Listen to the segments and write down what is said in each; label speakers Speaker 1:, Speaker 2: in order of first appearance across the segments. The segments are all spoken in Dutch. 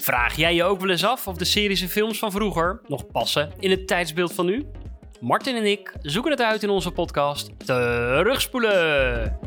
Speaker 1: Vraag jij je ook wel eens af of de series en films van vroeger nog passen in het tijdsbeeld van nu? Martin en ik zoeken het uit in onze podcast Terugspoelen.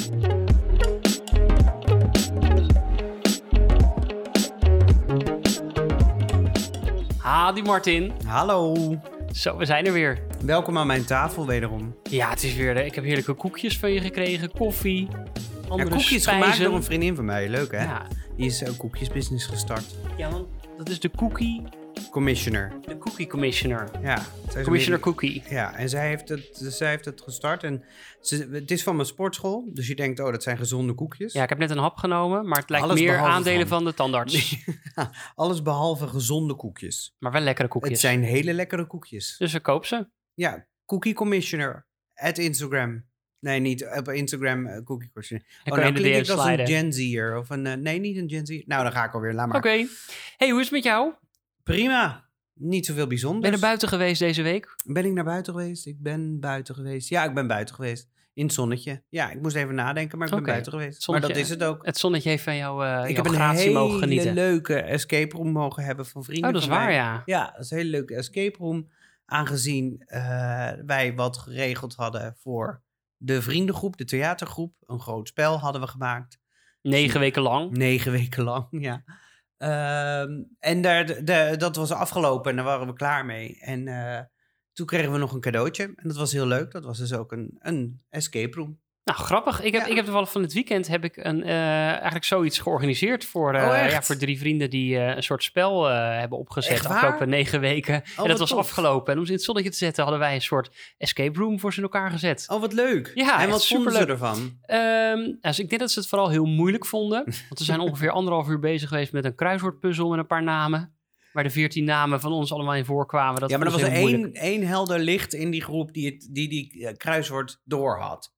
Speaker 1: Hadi Martin.
Speaker 2: Hallo.
Speaker 1: Zo, we zijn er weer.
Speaker 2: Welkom aan mijn tafel wederom.
Speaker 1: Ja, het is weer. Ik heb heerlijke koekjes van je gekregen, koffie, andere
Speaker 2: Koekjes
Speaker 1: spijzen.
Speaker 2: gemaakt door een vriendin van mij. Leuk, hè?
Speaker 1: Ja.
Speaker 2: Die is ook koekjesbusiness gestart.
Speaker 1: Ja, want dat is de Cookie Commissioner.
Speaker 2: Ja.
Speaker 1: Commissioner Cookie.
Speaker 2: Ja, en zij heeft het gestart. En het is van mijn sportschool. Dus je denkt, dat zijn gezonde koekjes.
Speaker 1: Ja, ik heb net een hap genomen, maar het lijkt
Speaker 2: Alles
Speaker 1: meer
Speaker 2: behalve
Speaker 1: aandelen
Speaker 2: van.
Speaker 1: van de tandarts.
Speaker 2: Alles behalve gezonde koekjes.
Speaker 1: Maar wel lekkere koekjes.
Speaker 2: Het zijn hele lekkere koekjes.
Speaker 1: Dus ik koop ze.
Speaker 2: Ja, Cookie Commissioner. @Instagram. Nee, niet op Instagram Cookie Commissioner.
Speaker 1: Dan kan je in de
Speaker 2: klink
Speaker 1: DM's
Speaker 2: ik als een
Speaker 1: sliden.
Speaker 2: Gen Z'er. Of een, nee, niet een Gen Z'er. Nou, dan ga ik alweer. Laat maar.
Speaker 1: Oké. Hey, hoe is het met jou?
Speaker 2: Prima. Niet zoveel bijzonders.
Speaker 1: Ben je naar buiten geweest deze week?
Speaker 2: Ben ik naar buiten geweest? Ik ben buiten geweest. Ja, ik ben buiten geweest. In het zonnetje. Ja, ik moest even nadenken, maar ik ben
Speaker 1: Oké.
Speaker 2: buiten geweest.
Speaker 1: Zonnetje-
Speaker 2: Maar dat is het ook.
Speaker 1: Het zonnetje heeft van jou
Speaker 2: Ik
Speaker 1: jouw
Speaker 2: heb een
Speaker 1: gratie mogen genieten.
Speaker 2: hele leuke escape room mogen hebben van vrienden
Speaker 1: Oh, dat is
Speaker 2: van
Speaker 1: waar,
Speaker 2: mij.
Speaker 1: ja.
Speaker 2: Ja, dat is een hele leuke escape room. Aangezien wij wat geregeld hadden voor de vriendengroep, de theatergroep. Een groot spel hadden we gemaakt.
Speaker 1: 9 weken lang.
Speaker 2: 9 weken lang, ja. En dat was afgelopen en daar waren we klaar mee. En toen kregen we nog een cadeautje. En dat was heel leuk. Dat was dus ook een escape room.
Speaker 1: Nou, grappig. Ik heb toevallig van het weekend eigenlijk zoiets georganiseerd voor,
Speaker 2: echt?
Speaker 1: voor 3 vrienden die een soort spel hebben opgezet
Speaker 2: Echt
Speaker 1: de
Speaker 2: waar?
Speaker 1: afgelopen 9 weken. En dat
Speaker 2: wat
Speaker 1: was
Speaker 2: tof.
Speaker 1: afgelopen. En om ze in het zonnetje te zetten hadden wij een soort escape room voor ze in elkaar gezet.
Speaker 2: Oh, wat leuk.
Speaker 1: Ja,
Speaker 2: en
Speaker 1: echt
Speaker 2: wat vonden ze
Speaker 1: superleuk.
Speaker 2: ervan?
Speaker 1: Dus ik denk dat ze het vooral heel moeilijk vonden. Want we zijn ongeveer 1,5 uur bezig geweest met een kruiswoordpuzzel met een paar namen. Waar de 14 namen van ons allemaal in voorkwamen. Dat
Speaker 2: Ja, maar er
Speaker 1: vonden
Speaker 2: was
Speaker 1: ze heel moeilijk.
Speaker 2: één helder licht in die groep die kruiswoord door had.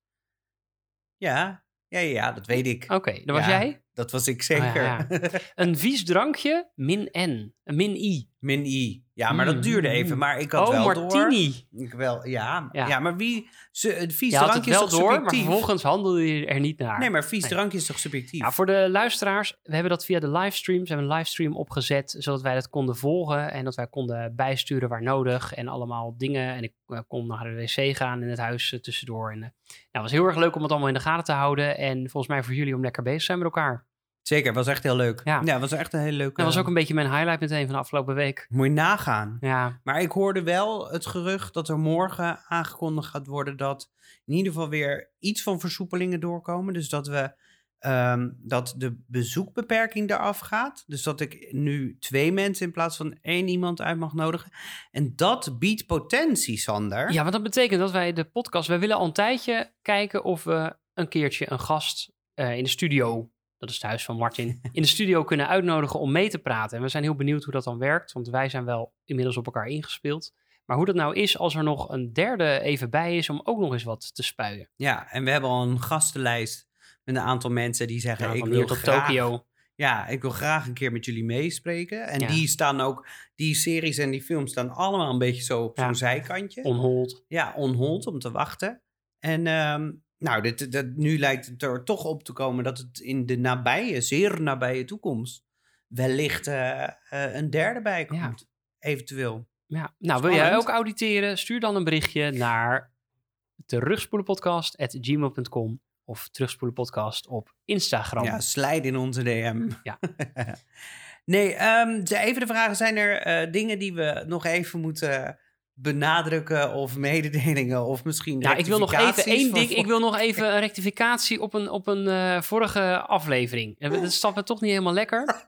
Speaker 2: Ja, dat weet ik.
Speaker 1: Oké, dat was
Speaker 2: Ja,
Speaker 1: jij?
Speaker 2: Dat was ik zeker.
Speaker 1: ja. Een vies drankje, -N. Een -I.
Speaker 2: Min I. Ja, maar dat duurde even. Maar ik had wel
Speaker 1: martini.
Speaker 2: door. Ik wel, ja.
Speaker 1: Ja.
Speaker 2: Ja, maar het vies
Speaker 1: Je had het
Speaker 2: drankje is
Speaker 1: wel
Speaker 2: toch
Speaker 1: door, maar
Speaker 2: subjectief?
Speaker 1: vervolgens handelde je er niet naar.
Speaker 2: Nee, maar vies
Speaker 1: Nee.
Speaker 2: drankje is toch subjectief?
Speaker 1: Ja, voor de luisteraars, we hebben dat via de livestreams. We hebben een livestream opgezet, zodat wij dat konden volgen. En dat wij konden bijsturen waar nodig. En allemaal dingen. En ik kon naar de wc gaan in het huis tussendoor. En, het was heel erg leuk om het allemaal in de gaten te houden. En volgens mij voor jullie om lekker bezig te zijn met elkaar.
Speaker 2: Zeker, was echt heel leuk.
Speaker 1: Ja.
Speaker 2: Ja, was echt een hele leuke...
Speaker 1: Dat was ook een beetje mijn highlight meteen van de afgelopen week.
Speaker 2: Moet je nagaan.
Speaker 1: Ja,
Speaker 2: Maar ik hoorde wel het gerucht dat er morgen aangekondigd gaat worden dat in ieder geval weer iets van versoepelingen doorkomen. Dus dat dat de bezoekbeperking eraf gaat. Dus dat ik nu 2 mensen in plaats van 1 iemand uit mag nodigen. En dat biedt potentie, Sander.
Speaker 1: ja, want dat betekent dat wij de podcast... Wij willen al een tijdje kijken of we een keertje een gast in de studio... Dat is het huis van Martin. In de studio kunnen uitnodigen om mee te praten. En we zijn heel benieuwd hoe dat dan werkt. Want wij zijn wel inmiddels op elkaar ingespeeld. Maar hoe dat nou is als er nog een derde even bij is... om ook nog eens wat te spuien.
Speaker 2: Ja, en we hebben al een gastenlijst met een aantal mensen die zeggen...
Speaker 1: Ja,
Speaker 2: ik
Speaker 1: van
Speaker 2: wil
Speaker 1: hier tot
Speaker 2: graag,
Speaker 1: Tokio.
Speaker 2: Ja, ik wil graag een keer met jullie meespreken. En
Speaker 1: Ja.
Speaker 2: die staan ook... Die series en die films staan allemaal een beetje zo op zo'n zijkantje.
Speaker 1: Onhold.
Speaker 2: Ja, on hold om te wachten. En nu lijkt het er toch op te komen dat het in de zeer nabije toekomst wellicht een derde bij komt. Eventueel.
Speaker 1: Ja. Nou, wil jij ook auditeren? Stuur dan een berichtje naar terugspoelenpodcast@gmail.com of terugspoelenpodcast op Instagram.
Speaker 2: Ja, slijt in onze DM.
Speaker 1: Ja.
Speaker 2: Nee, even de vragen. Zijn er dingen die we nog even moeten benadrukken of mededelingen of misschien
Speaker 1: Nou, ik wil nog even één ding.
Speaker 2: van-
Speaker 1: Ik wil nog even een rectificatie op een vorige aflevering. En dat staat me toch niet helemaal lekker.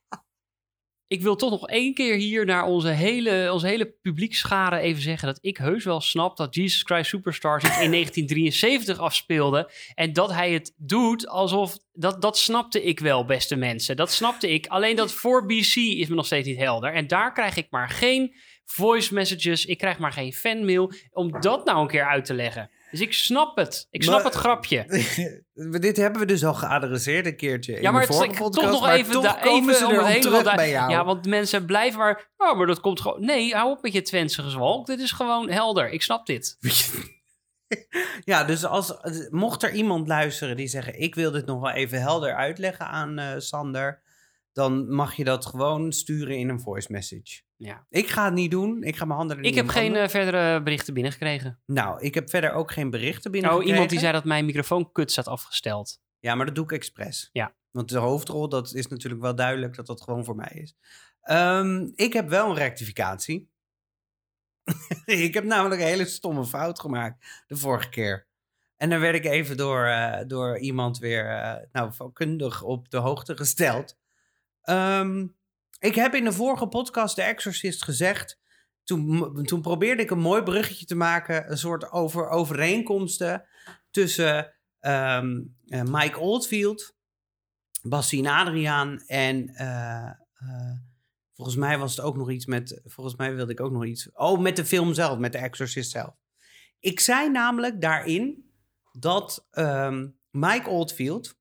Speaker 1: Ik wil toch nog 1 keer hier naar onze hele publiekschare even zeggen... dat ik heus wel snap dat Jesus Christ Superstar zich in 1973 afspeelde... en dat hij het doet alsof... Dat snapte ik wel, beste mensen. Dat snapte ik. Alleen dat voor BC is me nog steeds niet helder. En daar krijg ik maar geen voice messages. Ik krijg maar geen fanmail om dat nou een keer uit te leggen. Dus ik snap het. Ik snap
Speaker 2: Maar-
Speaker 1: het grapje.
Speaker 2: Dit hebben we dus al geadresseerd een keertje
Speaker 1: Ja,
Speaker 2: in
Speaker 1: maar
Speaker 2: de vorige
Speaker 1: toch
Speaker 2: podcast.
Speaker 1: nog
Speaker 2: maar
Speaker 1: even,
Speaker 2: toch komen ze
Speaker 1: om het
Speaker 2: erop
Speaker 1: hele
Speaker 2: terug
Speaker 1: wat-
Speaker 2: bij jou.
Speaker 1: Ja, want mensen blijven maar... Oh, maar dat komt gewoon... Nee, hou op met je Twentse gezwalk. Dit is gewoon helder. Ik snap dit.
Speaker 2: Ja, dus mocht er iemand luisteren die zegt... ik wil dit nog wel even helder uitleggen aan Sander... dan mag je dat gewoon sturen in een voice message.
Speaker 1: Ja.
Speaker 2: Ik ga het niet doen. Ik ga mijn handen er niet
Speaker 1: Ik heb
Speaker 2: in
Speaker 1: geen
Speaker 2: branden.
Speaker 1: verdere berichten binnengekregen.
Speaker 2: Nou, ik heb verder ook geen berichten binnengekregen.
Speaker 1: Iemand die zei dat mijn microfoonkut staat afgesteld.
Speaker 2: Ja, maar dat doe ik expres.
Speaker 1: Ja.
Speaker 2: Want de hoofdrol, dat is natuurlijk wel duidelijk dat dat gewoon voor mij is. Ik heb wel een rectificatie. Ik heb namelijk een hele stomme fout gemaakt de vorige keer. En dan werd ik even door iemand weer vakkundig op de hoogte gesteld. Ik heb in de vorige podcast The Exorcist gezegd... Toen probeerde ik een mooi bruggetje te maken... een soort overeenkomsten tussen Mike Oldfield... Bastien Adriaan en... volgens mij was het ook nog iets met... Volgens mij wilde ik ook nog iets... Oh, met de film zelf, met The Exorcist zelf. Ik zei namelijk daarin dat Mike Oldfield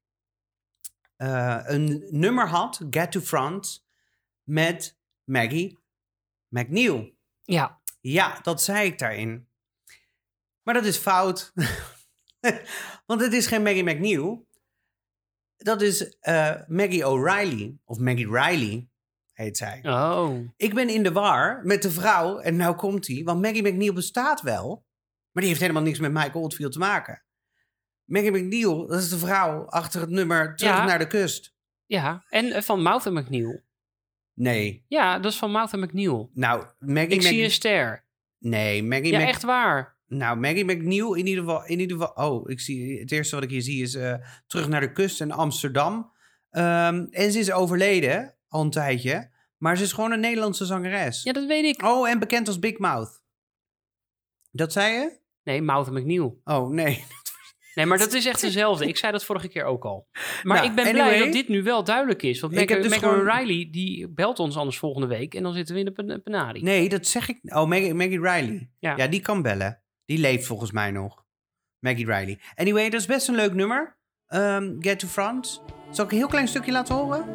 Speaker 2: een nummer had, Get to Front, met Maggie McNeil.
Speaker 1: Ja.
Speaker 2: Ja, dat zei ik daarin. Maar dat is fout. Want het is geen Maggie McNeil. Dat is Maggie O'Reilly. Of Maggie Riley, heet zij.
Speaker 1: Oh.
Speaker 2: Ik ben in de war met de vrouw. En nou komt hij. Want Maggie McNeil bestaat wel. Maar die heeft helemaal niks met Mike Oldfield te maken. Maggie McNeil, dat is de vrouw achter het nummer Terug naar de Kust.
Speaker 1: Ja, en van Mouth McNeil.
Speaker 2: Nee.
Speaker 1: Ja, dat is van Mouth McNeil.
Speaker 2: Nou,
Speaker 1: Ik zie een ster.
Speaker 2: Nee, Maggie
Speaker 1: Ja, echt waar.
Speaker 2: Nou, Maggie McNeil in ieder geval... Oh, ik zie, het eerste wat ik hier zie is Terug naar de Kust in Amsterdam. En ze is overleden, al een tijdje. Maar ze is gewoon een Nederlandse zangeres.
Speaker 1: Ja, dat weet ik.
Speaker 2: Oh, en bekend als Big Mouth. Dat zei je?
Speaker 1: Nee, Mouth McNeil.
Speaker 2: Oh, nee.
Speaker 1: Nee, maar dat is echt dezelfde. Ik zei dat vorige keer ook al. Maar
Speaker 2: Nou,
Speaker 1: ik ben
Speaker 2: anyway,
Speaker 1: blij dat dit nu wel duidelijk is. Want
Speaker 2: ik heb dus
Speaker 1: Megan
Speaker 2: gewoon-
Speaker 1: Riley, die belt ons anders volgende week. En dan zitten we in de penarie.
Speaker 2: Nee, dat zeg ik... Oh, Maggie Riley.
Speaker 1: Ja.
Speaker 2: Ja, die kan bellen. Die leeft volgens mij nog. Maggie Riley. Anyway, dat is best een leuk nummer. Get to Front. Zal ik een heel klein stukje laten horen?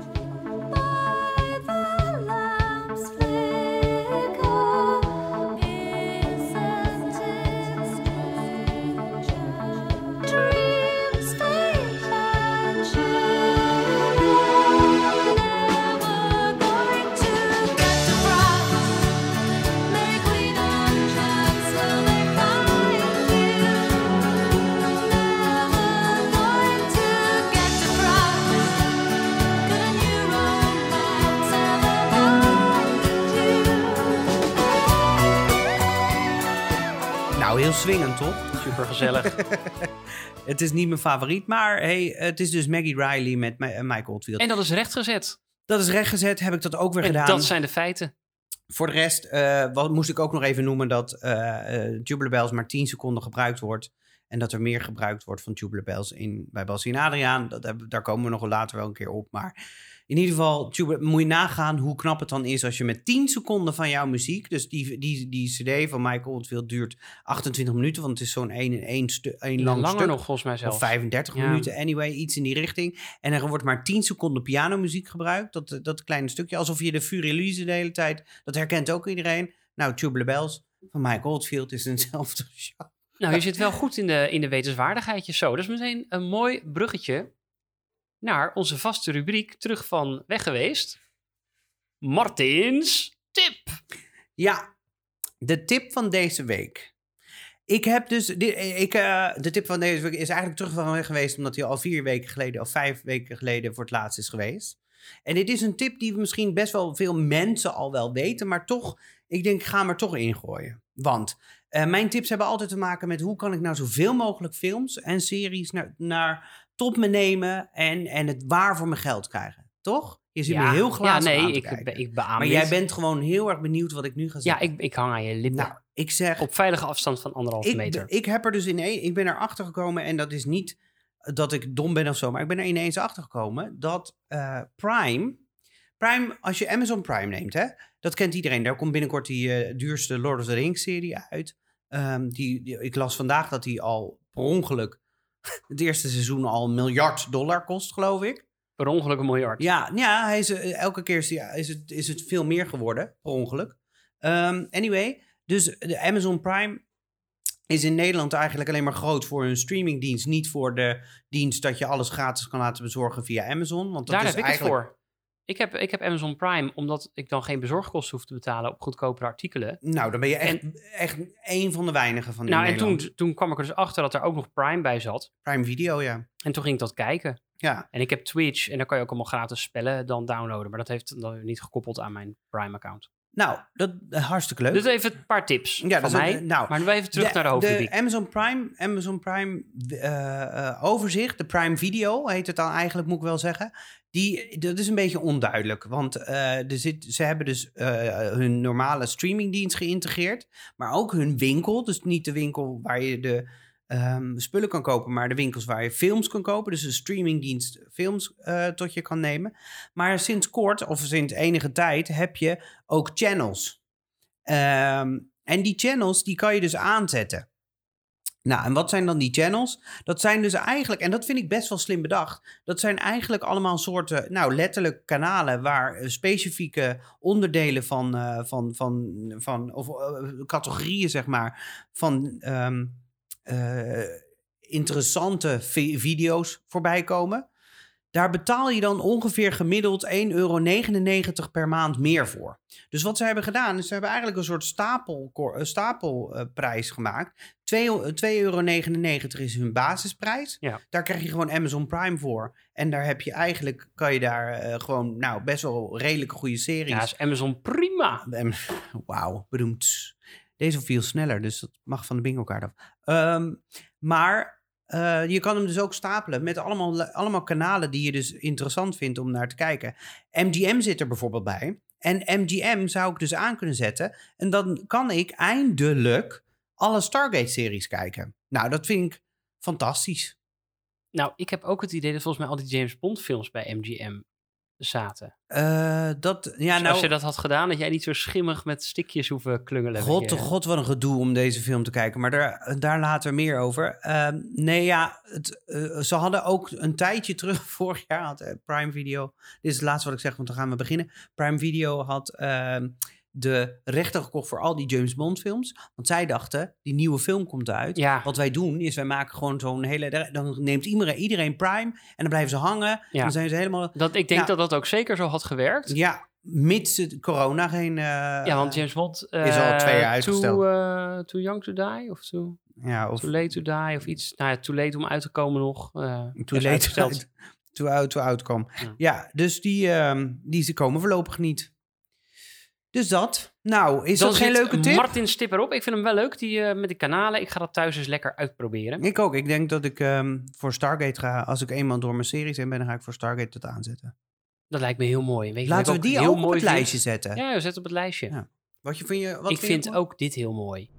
Speaker 2: Nou, heel swingend, toch?
Speaker 1: Super gezellig.
Speaker 2: Het is niet mijn favoriet, maar hey, het is dus Maggie Riley met Mike Oldfield.
Speaker 1: En dat is rechtgezet.
Speaker 2: Dat is rechtgezet, heb ik dat ook weer
Speaker 1: En
Speaker 2: gedaan.
Speaker 1: dat zijn de feiten.
Speaker 2: Voor de rest moest ik ook nog even noemen dat Tubular Bells maar 10 seconden gebruikt wordt. En dat er meer gebruikt wordt van Tubular Bells bij Bastien Adriaan. Daar komen we nog later wel een keer op. Maar in ieder geval moet je nagaan hoe knap het dan is als je met 10 seconden van jouw muziek... Dus die cd van Mike Oldfield duurt 28 minuten, want het is zo'n één lang
Speaker 1: Langer
Speaker 2: stuk.
Speaker 1: nog volgens mij zelf.
Speaker 2: Of 35
Speaker 1: Ja.
Speaker 2: minuten, anyway, iets in die richting. En er wordt maar 10 seconden pianomuziek gebruikt. Dat kleine stukje, alsof je de Furieuse de hele tijd... Dat herkent ook iedereen. Nou, Tubular Bells van Mike Oldfield is eenzelfde show.
Speaker 1: Nou, je zit wel goed in de wetenswaardigheidjes zo. Dat is meteen een mooi bruggetje naar onze vaste rubriek Terug van Weg Geweest. Martins tip.
Speaker 2: Ja, de tip van deze week. Ik heb dus... de tip van deze week is eigenlijk terug van weg geweest... omdat hij al 4 weken geleden of 5 weken geleden voor het laatst is geweest. En dit is een tip die misschien best wel veel mensen al wel weten... maar toch, ik denk, ga hem er toch ingooien. Want mijn tips hebben altijd te maken met... hoe kan ik nou zoveel mogelijk films en series tot me nemen... en het waar voor mijn geld krijgen. Toch? Je zit me heel glazig aan te kijken.
Speaker 1: ik beaam
Speaker 2: Maar
Speaker 1: dit.
Speaker 2: jij bent gewoon heel erg benieuwd wat ik nu ga
Speaker 1: Ja,
Speaker 2: zeggen.
Speaker 1: ik hang aan je lippen.
Speaker 2: Nou, ik zeg...
Speaker 1: Op veilige afstand van 1,5 meter.
Speaker 2: Ik heb er dus ik ben erachter gekomen... en dat is niet dat ik dom ben of zo... maar ik ben er ineens achter gekomen... dat Prime, als je Amazon Prime neemt... hè, dat kent iedereen. Daar komt binnenkort die duurste Lord of the Rings serie uit. Ik las vandaag dat die al per ongeluk... het eerste seizoen al $1 miljard kost, geloof ik.
Speaker 1: Per ongeluk $1 miljard.
Speaker 2: Ja, hij is, elke keer is het veel meer geworden, per ongeluk. Anyway, dus de Amazon Prime is in Nederland eigenlijk alleen maar groot voor hun streamingdienst. Niet voor de dienst dat je alles gratis kan laten bezorgen via Amazon. Want dat
Speaker 1: Daar
Speaker 2: is
Speaker 1: heb ik het
Speaker 2: eigenlijk...
Speaker 1: voor. Ik heb Amazon Prime, omdat ik dan geen bezorgkosten hoef te betalen op goedkopere artikelen.
Speaker 2: Nou, dan ben je echt een van de weinigen van Nederland.
Speaker 1: En toen kwam ik er dus achter dat er ook nog Prime bij zat.
Speaker 2: Prime Video, ja.
Speaker 1: En toen ging ik dat kijken.
Speaker 2: Ja.
Speaker 1: En ik heb Twitch en daar kan je ook allemaal gratis spellen dan downloaden. Maar dat heeft dan niet gekoppeld aan mijn Prime-account.
Speaker 2: Nou, dat hartstikke leuk.
Speaker 1: Dus even een paar tips van mij. Maar nu even terug naar de hoofdrubriek.
Speaker 2: De Amazon Prime overzicht, de Prime Video heet het dan eigenlijk, moet ik wel zeggen. Dat is een beetje onduidelijk. Want ze hebben dus hun normale streamingdienst geïntegreerd. Maar ook hun winkel. Dus niet de winkel waar je de spullen kan kopen, maar de winkels waar je films kan kopen. Dus een streamingdienst films tot je kan nemen. Maar sinds kort, of sinds enige tijd, heb je ook channels. En die channels, die kan je dus aanzetten. Nou, en wat zijn dan die channels? Dat zijn dus eigenlijk, en dat vind ik best wel slim bedacht, dat zijn eigenlijk allemaal soorten, nou letterlijk kanalen waar specifieke onderdelen of categorieën, zeg maar, van interessante video's voorbij komen. Daar betaal je dan ongeveer gemiddeld €1,99 per maand meer voor. Dus wat ze hebben gedaan, is ze hebben eigenlijk een soort stapelprijs gemaakt. €2,99 is hun basisprijs.
Speaker 1: Ja.
Speaker 2: Daar krijg je gewoon Amazon Prime voor. En daar heb je eigenlijk, kan je daar gewoon, nou, best wel redelijk goede series.
Speaker 1: Ja, is Amazon prima.
Speaker 2: Wauw, bedoemd. Deze viel sneller, dus dat mag van de bingo kaart af. Maar je kan hem dus ook stapelen met allemaal kanalen die je dus interessant vindt om naar te kijken. MGM zit er bijvoorbeeld bij. En MGM zou ik dus aan kunnen zetten. En dan kan ik eindelijk alle Stargate-series kijken. Nou, dat vind ik fantastisch.
Speaker 1: Nou, ik heb ook het idee dat volgens mij al die James Bond films bij MGM zaten.
Speaker 2: Dus
Speaker 1: als je dat had gedaan, dat jij niet zo schimmig met stickjes hoeven klungelen.
Speaker 2: God, wat een gedoe om deze film te kijken. Maar daar later meer over. Ze hadden ook een tijdje terug, vorig jaar had Prime Video. Dit is het laatste wat ik zeg, want dan gaan we beginnen. Prime Video had de rechten gekocht voor al die James Bond films. Want zij dachten, die nieuwe film komt uit.
Speaker 1: Ja.
Speaker 2: Wat wij doen, is wij maken gewoon zo'n hele... Dan neemt iedereen Prime en dan blijven ze hangen.
Speaker 1: Ja.
Speaker 2: Dan zijn ze helemaal...
Speaker 1: Ik denk dat dat ook zeker zo had gewerkt.
Speaker 2: Ja, mits het corona geen...
Speaker 1: want James Bond...
Speaker 2: is al 2 jaar uitgesteld.
Speaker 1: Too Young to Die? Of Too Late to Die? Of iets... Nou ja, Too Late om uit te komen nog.
Speaker 2: Too Late to Outcome. Ja, dus die komen voorlopig niet. Dus dat. Nou, is dat geen leuke tip?
Speaker 1: Martin stip erop. Ik vind hem wel leuk, die met de kanalen. Ik ga dat thuis eens lekker uitproberen.
Speaker 2: Ik ook. Ik denk dat ik voor Stargate ga. Als ik eenmaal door mijn series heen ben, dan ga ik voor Stargate dat aanzetten.
Speaker 1: Dat lijkt me heel mooi. Weet je,
Speaker 2: laten we die ook op het lijstje zetten.
Speaker 1: Ja, zet op het lijstje.
Speaker 2: Ja. Ik
Speaker 1: vind ook dit heel mooi.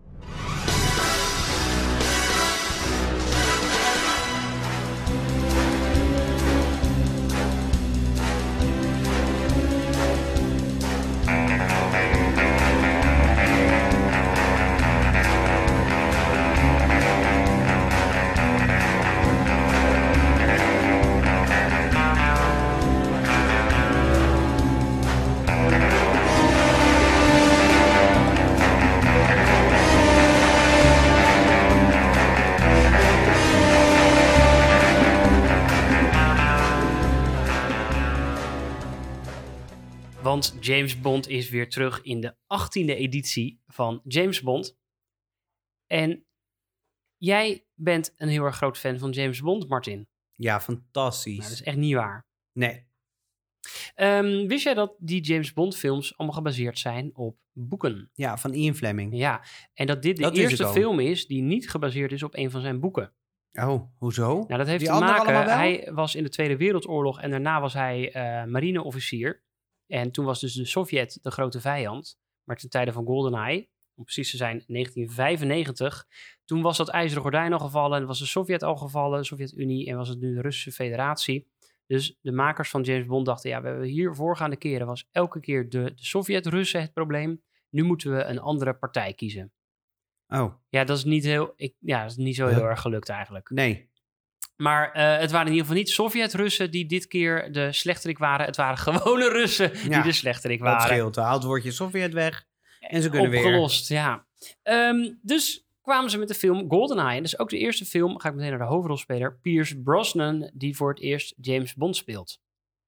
Speaker 1: Want James Bond is weer terug in de 18e editie van James Bond. En jij bent een heel erg groot fan van James Bond, Martin.
Speaker 2: Ja, fantastisch.
Speaker 1: Nou, dat is echt niet waar.
Speaker 2: Nee.
Speaker 1: Wist jij dat die James Bond films allemaal gebaseerd zijn op boeken?
Speaker 2: Ja, van Ian Fleming.
Speaker 1: Ja, en dat dit de eerste film is die niet gebaseerd is op een van zijn boeken.
Speaker 2: Oh, hoezo?
Speaker 1: Nou, dat heeft te maken. Hij was in de Tweede Wereldoorlog en daarna was hij marineofficier. En toen was dus de Sovjet de grote vijand. Maar ten tijde van GoldenEye, om precies te zijn 1995, toen was dat ijzeren gordijn al gevallen en was de Sovjet al gevallen, de Sovjet-Unie, en was het nu de Russische Federatie. Dus de makers van James Bond dachten, ja, we hebben hier voorgaande keren was elke keer de Sovjet-Russen het probleem. Nu moeten we een andere partij kiezen.
Speaker 2: Oh.
Speaker 1: Ja, dat is niet zo heel erg gelukt eigenlijk.
Speaker 2: Nee.
Speaker 1: Maar het waren in ieder geval niet Sovjet-Russen die dit keer de slechterik waren. Het waren gewone Russen die de slechterik waren.
Speaker 2: Dat scheelt. Haal het woordje Sovjet weg en ze kunnen
Speaker 1: opgelost, ja. Dus kwamen ze met de film GoldenEye. En dat is ook de eerste film, ga ik meteen naar de hoofdrolspeler, Pierce Brosnan, die voor het eerst James Bond speelt.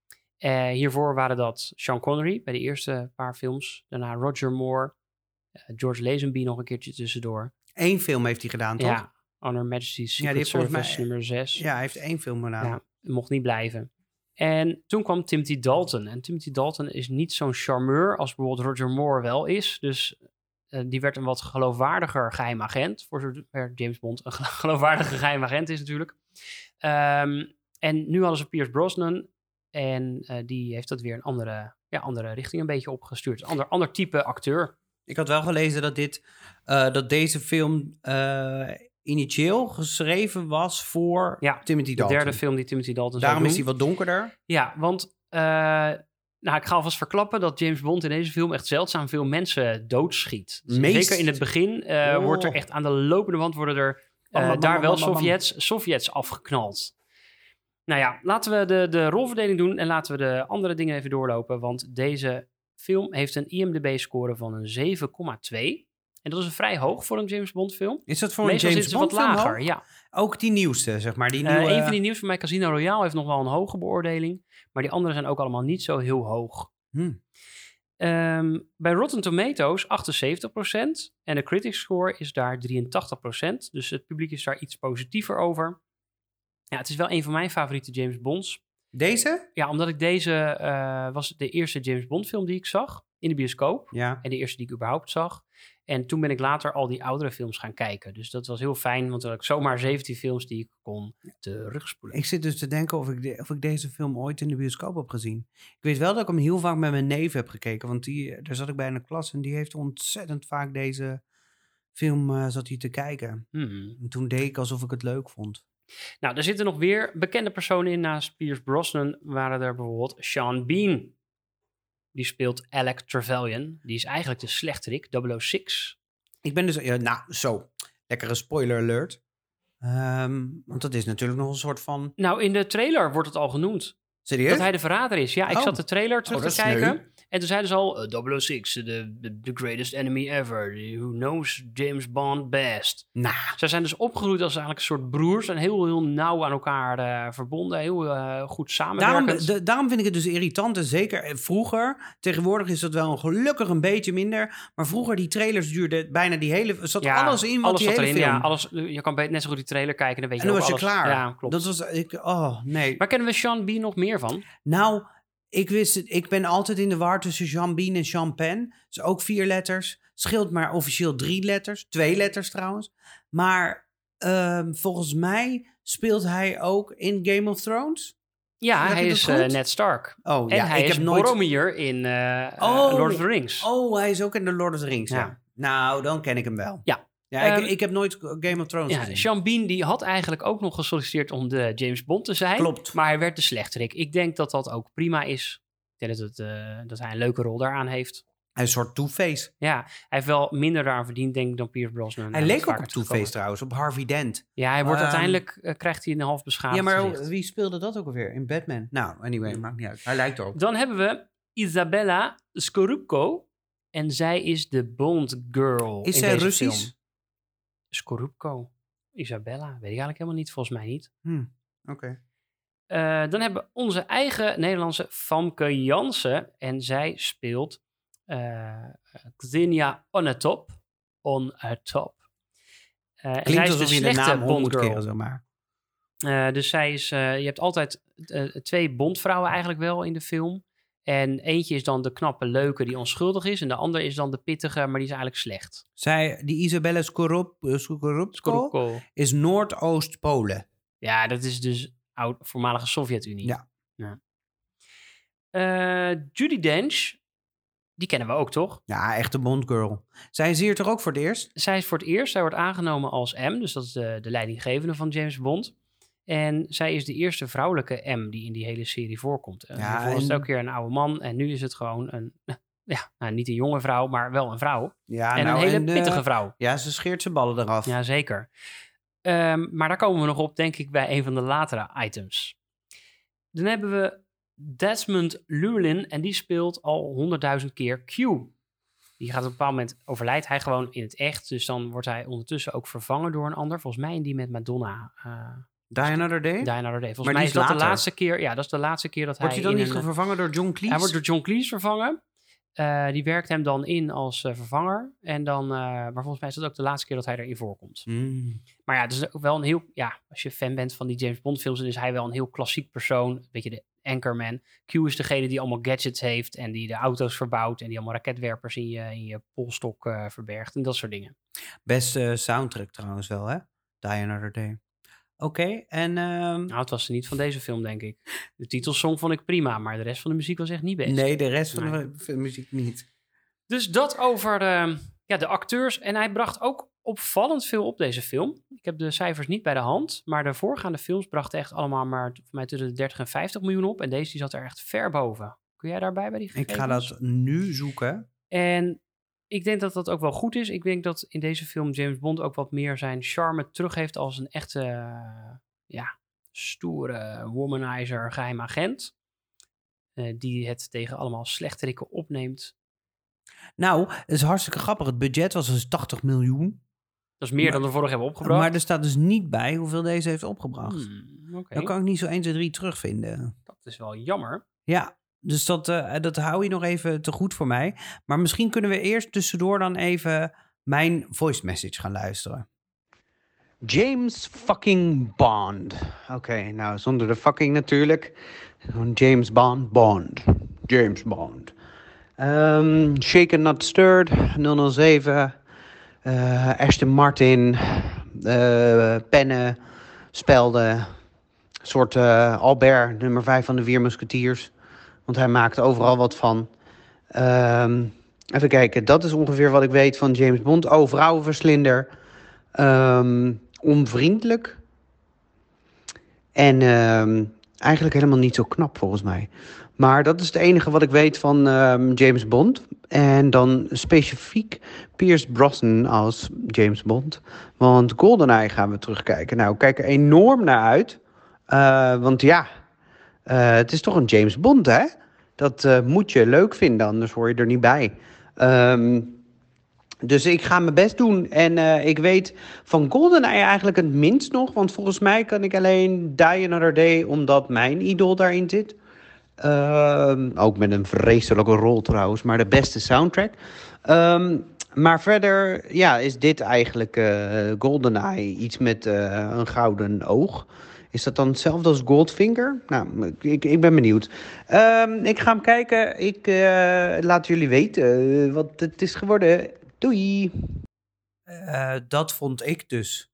Speaker 1: Hiervoor waren dat Sean Connery bij de eerste paar films. Daarna Roger Moore. George Lazenby nog een keertje tussendoor.
Speaker 2: 1 film heeft hij gedaan, toch?
Speaker 1: Ja, Honor Majesty's
Speaker 2: Ja,
Speaker 1: Secret
Speaker 2: die heeft volgens
Speaker 1: Service nummer 6.
Speaker 2: Ja, hij heeft 1 film gedaan.
Speaker 1: Ja, mocht niet blijven. En toen kwam Timothy Dalton. En Timothy Dalton is niet zo'n charmeur als bijvoorbeeld Roger Moore wel is. Dus die werd een wat geloofwaardiger geheim agent. Voor zover James Bond een geloofwaardige geheim agent is natuurlijk. En nu hadden ze Pierce Brosnan. En die heeft dat weer een andere richting een beetje opgestuurd. Ander type acteur.
Speaker 2: Ik had wel gelezen dat deze film initieel geschreven was voor Timothy Dalton.
Speaker 1: De derde film die Timothy Dalton
Speaker 2: Daarom
Speaker 1: zou
Speaker 2: is hij wat donkerder.
Speaker 1: Ja, want ik ga alvast verklappen dat James Bond in deze film echt zeldzaam veel mensen doodschiet. Zeker in het begin wordt er echt aan de lopende band worden er Sovjets afgeknald. Nou ja, laten we de rolverdeling doen en laten we de andere dingen even doorlopen. Want deze film heeft een IMDb-score van een 7,2. En dat is vrij hoog voor een James Bond film.
Speaker 2: Is dat voor
Speaker 1: Meestal
Speaker 2: een James Bond
Speaker 1: wat
Speaker 2: film
Speaker 1: lager,
Speaker 2: hoog?
Speaker 1: ja.
Speaker 2: Ook die nieuwste, zeg maar. Die nieuwe...
Speaker 1: Een van die nieuws van mij, Casino Royale, heeft nog wel een hoge beoordeling. Maar die andere zijn ook allemaal niet zo heel hoog. Bij Rotten Tomatoes 78%. En de critic score is daar 83%. Dus het publiek is daar iets positiever over. Ja, het is wel een van mijn favoriete James Bonds.
Speaker 2: Deze?
Speaker 1: Ja, omdat ik deze was de eerste James Bond film die ik zag in de bioscoop.
Speaker 2: Ja.
Speaker 1: En de eerste die ik überhaupt zag. En toen ben ik later al die oudere films gaan kijken. Dus dat was heel fijn, want toen had ik zomaar 17 films die ik kon terugspoelen.
Speaker 2: Ik zit dus te denken of ik deze film ooit in de bioscoop heb gezien. Ik weet wel dat ik hem heel vaak met mijn neef heb gekeken. Want daar zat ik bij in de klas en die heeft ontzettend vaak deze film zat hij te kijken. En toen deed ik alsof ik het leuk vond.
Speaker 1: Nou, er zitten nog weer bekende personen in. Naast Pierce Brosnan waren er bijvoorbeeld Sean Bean. Die speelt Alec Trevelyan. Die is eigenlijk de slechterik, 006.
Speaker 2: Ik ben dus... lekkere spoiler alert. Want dat is natuurlijk nog een soort van...
Speaker 1: Nou, in de trailer wordt het al genoemd.
Speaker 2: Serieus?
Speaker 1: Dat hij de verrader is. Ja, ik zat de trailer terug te kijken.
Speaker 2: Sneu.
Speaker 1: En toen zeiden ze al, 006, the greatest enemy ever. Who knows James Bond best.
Speaker 2: Nou.
Speaker 1: Zij zijn dus opgegroeid als eigenlijk een soort broers. En heel nauw aan elkaar verbonden. Heel goed samenwerkend.
Speaker 2: Daarom vind ik het dus irritant. En zeker vroeger. Tegenwoordig is dat wel gelukkig een beetje minder. Maar vroeger die trailers duurden bijna die hele... zat alles in wat
Speaker 1: alles
Speaker 2: die hele
Speaker 1: erin,
Speaker 2: film...
Speaker 1: Ja, alles, je kan net zo goed die trailer kijken. Dan weet je
Speaker 2: en dan was je
Speaker 1: alles.
Speaker 2: klaar.
Speaker 1: Ja, klopt.
Speaker 2: Dat was... nee.
Speaker 1: Waar kennen we Sean Bean nog meer van?
Speaker 2: Nou... Ik ben altijd in de war tussen Sean Bean en Sean Penn. Dus ook 4 letters. Scheelt maar officieel 3 letters. 2 letters trouwens. Maar volgens mij speelt hij ook in Game of Thrones.
Speaker 1: Ja, hij is Ned Stark.
Speaker 2: Oh,
Speaker 1: en
Speaker 2: ja,
Speaker 1: hij is Boromir in Lord of the Rings.
Speaker 2: Oh, hij is ook in de Lord of the Rings, ja. Nou, dan ken ik hem wel.
Speaker 1: Ja.
Speaker 2: Ja, ik heb nooit Game of Thrones gezien.
Speaker 1: Sean Bean die had eigenlijk ook nog gesolliciteerd om de James Bond te zijn.
Speaker 2: Klopt.
Speaker 1: Maar hij werd de slechterik. Ik denk dat dat ook prima is. Ik denk dat hij een leuke rol daaraan heeft.
Speaker 2: Een soort Two-Face.
Speaker 1: Ja, hij heeft wel minder daaraan verdiend, denk ik, dan Pierce Brosnan.
Speaker 2: Hij leek ook op Two-Face trouwens, op Harvey Dent.
Speaker 1: Ja, hij wordt uiteindelijk, krijgt hij een half beschadigd
Speaker 2: Ja, maar
Speaker 1: gezicht.
Speaker 2: wie speelde dat ook alweer? In Batman? Nou, anyway, maakt niet uit. Hij lijkt erop.
Speaker 1: Dan hebben we Isabella Scorupco. En zij is de Bond girl.
Speaker 2: Is zij Russisch?
Speaker 1: Film. Scorupco. Isabella, weet ik eigenlijk helemaal niet. Volgens mij niet.
Speaker 2: Oké.
Speaker 1: Dan hebben we onze eigen Nederlandse Famke Jansen. En zij speelt Xenia Onatop.
Speaker 2: Klinkt alsof je de naam om moet keren, zeg maar.
Speaker 1: Dus zij is... je hebt altijd 2 Bondvrouwen eigenlijk wel in de film. En eentje is dan de knappe leuke die onschuldig is. En de andere is dan de pittige, maar die is eigenlijk slecht.
Speaker 2: Die Isabella Scorupco is Noordoost-Polen.
Speaker 1: Ja, dat is dus voormalige Sovjet-Unie.
Speaker 2: Ja.
Speaker 1: Judi Dench, die kennen we ook, toch?
Speaker 2: Ja, echte Bondgirl. Zij is hier toch ook voor het eerst?
Speaker 1: Zij is voor het eerst. Zij wordt aangenomen als M. Dus dat is de leidinggevende van James Bond. En zij is de eerste vrouwelijke M die in die hele serie voorkomt. Hiervoor was het elke keer een oude man. En nu is het gewoon een... niet een jonge vrouw, maar wel een vrouw.
Speaker 2: Ja,
Speaker 1: en een hele pittige vrouw.
Speaker 2: Ja, ze scheert zijn ballen eraf.
Speaker 1: Ja, zeker. Maar daar komen we nog op, denk ik, bij een van de latere items. Dan hebben we Desmond Llewellyn en die speelt al 100.000 keer Q. Die gaat op een bepaald moment, overlijdt hij gewoon in het echt. Dus dan wordt hij ondertussen ook vervangen door een ander. Volgens mij in die met Madonna.
Speaker 2: Die Another Day?
Speaker 1: Die Another Day. Volgens
Speaker 2: Maar
Speaker 1: mij
Speaker 2: die
Speaker 1: is dat
Speaker 2: later.
Speaker 1: de laatste keer. Ja, dat is de laatste keer dat
Speaker 2: Wordt
Speaker 1: hij...
Speaker 2: hij dan
Speaker 1: in
Speaker 2: niet
Speaker 1: een,
Speaker 2: vervangen door John Cleese?
Speaker 1: Hij wordt door John Cleese vervangen. Die werkt hem dan in als vervanger. En dan, maar volgens mij is dat ook de laatste keer dat hij erin voorkomt. Maar ja, het is ook wel een heel... Ja, als je fan bent van die James Bond films, dan is hij wel een heel klassiek persoon. Een beetje de anchorman. Q is degene die allemaal gadgets heeft en die de auto's verbouwt en die allemaal raketwerpers in je polstok verbergt en dat soort dingen.
Speaker 2: Beste soundtrack trouwens wel, hè? Die Another Day. Oké, en...
Speaker 1: Nou, het was niet van deze film, denk ik. De titelsong vond ik prima, maar de rest van de muziek was echt niet best.
Speaker 2: Nee, de rest van de muziek niet.
Speaker 1: Dus dat over de acteurs. En hij bracht ook opvallend veel op deze film. Ik heb de cijfers niet bij de hand, maar de voorgaande films brachten echt allemaal maar voor mij tussen de 30 en 50 miljoen op. En deze die zat er echt ver boven. Kun jij daarbij bij die gegevens?
Speaker 2: Ik ga dat nu zoeken.
Speaker 1: En ik denk dat dat ook wel goed is. Ik denk dat in deze film James Bond ook wat meer zijn charme terug heeft als een echte, stoere womanizer, geheim agent. Die het tegen allemaal slechterikken opneemt.
Speaker 2: Nou, het is hartstikke grappig. Het budget was dus 80 miljoen.
Speaker 1: Dat is meer dan we vorig hebben opgebracht.
Speaker 2: Maar er staat dus niet bij hoeveel deze heeft opgebracht.
Speaker 1: Okay.
Speaker 2: Dan kan ik niet zo 1, 2, 3 terugvinden.
Speaker 1: Dat is wel jammer.
Speaker 2: Ja, dus dat hou je nog even te goed voor mij. Maar misschien kunnen we eerst tussendoor dan even mijn voice message gaan luisteren. James fucking Bond. Oké, nou zonder de fucking natuurlijk. James Bond. James Bond. Shaken Not Stirred. 007. Aston Martin. Pennen. Spelden. Soort Albert, nummer 5 van de 4 Musketiers. Want hij maakt overal wat van. Even kijken, dat is ongeveer wat ik weet van James Bond. Oh, vrouwenverslinder. Onvriendelijk. En eigenlijk helemaal niet zo knap volgens mij. Maar dat is het enige wat ik weet van James Bond. En dan specifiek Pierce Brosnan als James Bond. Want GoldenEye gaan we terugkijken. Nou, ik kijk er enorm naar uit. Want ja, het is toch een James Bond, hè? Dat moet je leuk vinden, anders hoor je er niet bij. Dus ik ga mijn best doen. En ik weet van GoldenEye eigenlijk het minst nog. Want volgens mij kan ik alleen Die Another Day, omdat mijn idool daarin zit. Ook met een vreselijke rol trouwens, maar de beste soundtrack. Maar verder ja, is dit eigenlijk GoldenEye, iets met een gouden oog. Is dat dan hetzelfde als Goldfinger? Nou, ik ben benieuwd. Ik ga hem kijken. Ik laat jullie weten wat het is geworden. Doei! Dat vond ik dus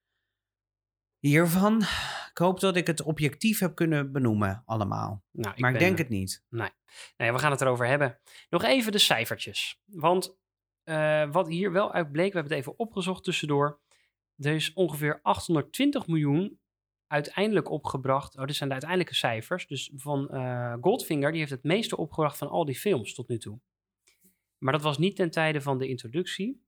Speaker 2: hiervan. Ik hoop dat ik het objectief heb kunnen benoemen allemaal. Nou, maar ik denk het niet.
Speaker 1: Nee, we gaan het erover hebben. Nog even de cijfertjes. Want wat hier wel uit bleek, we hebben het even opgezocht tussendoor. Er is ongeveer 820 miljoen uiteindelijk opgebracht. Oh, dit zijn de uiteindelijke cijfers. Dus van Goldfinger, die heeft het meeste opgebracht van al die films tot nu toe. Maar dat was niet ten tijde van de introductie.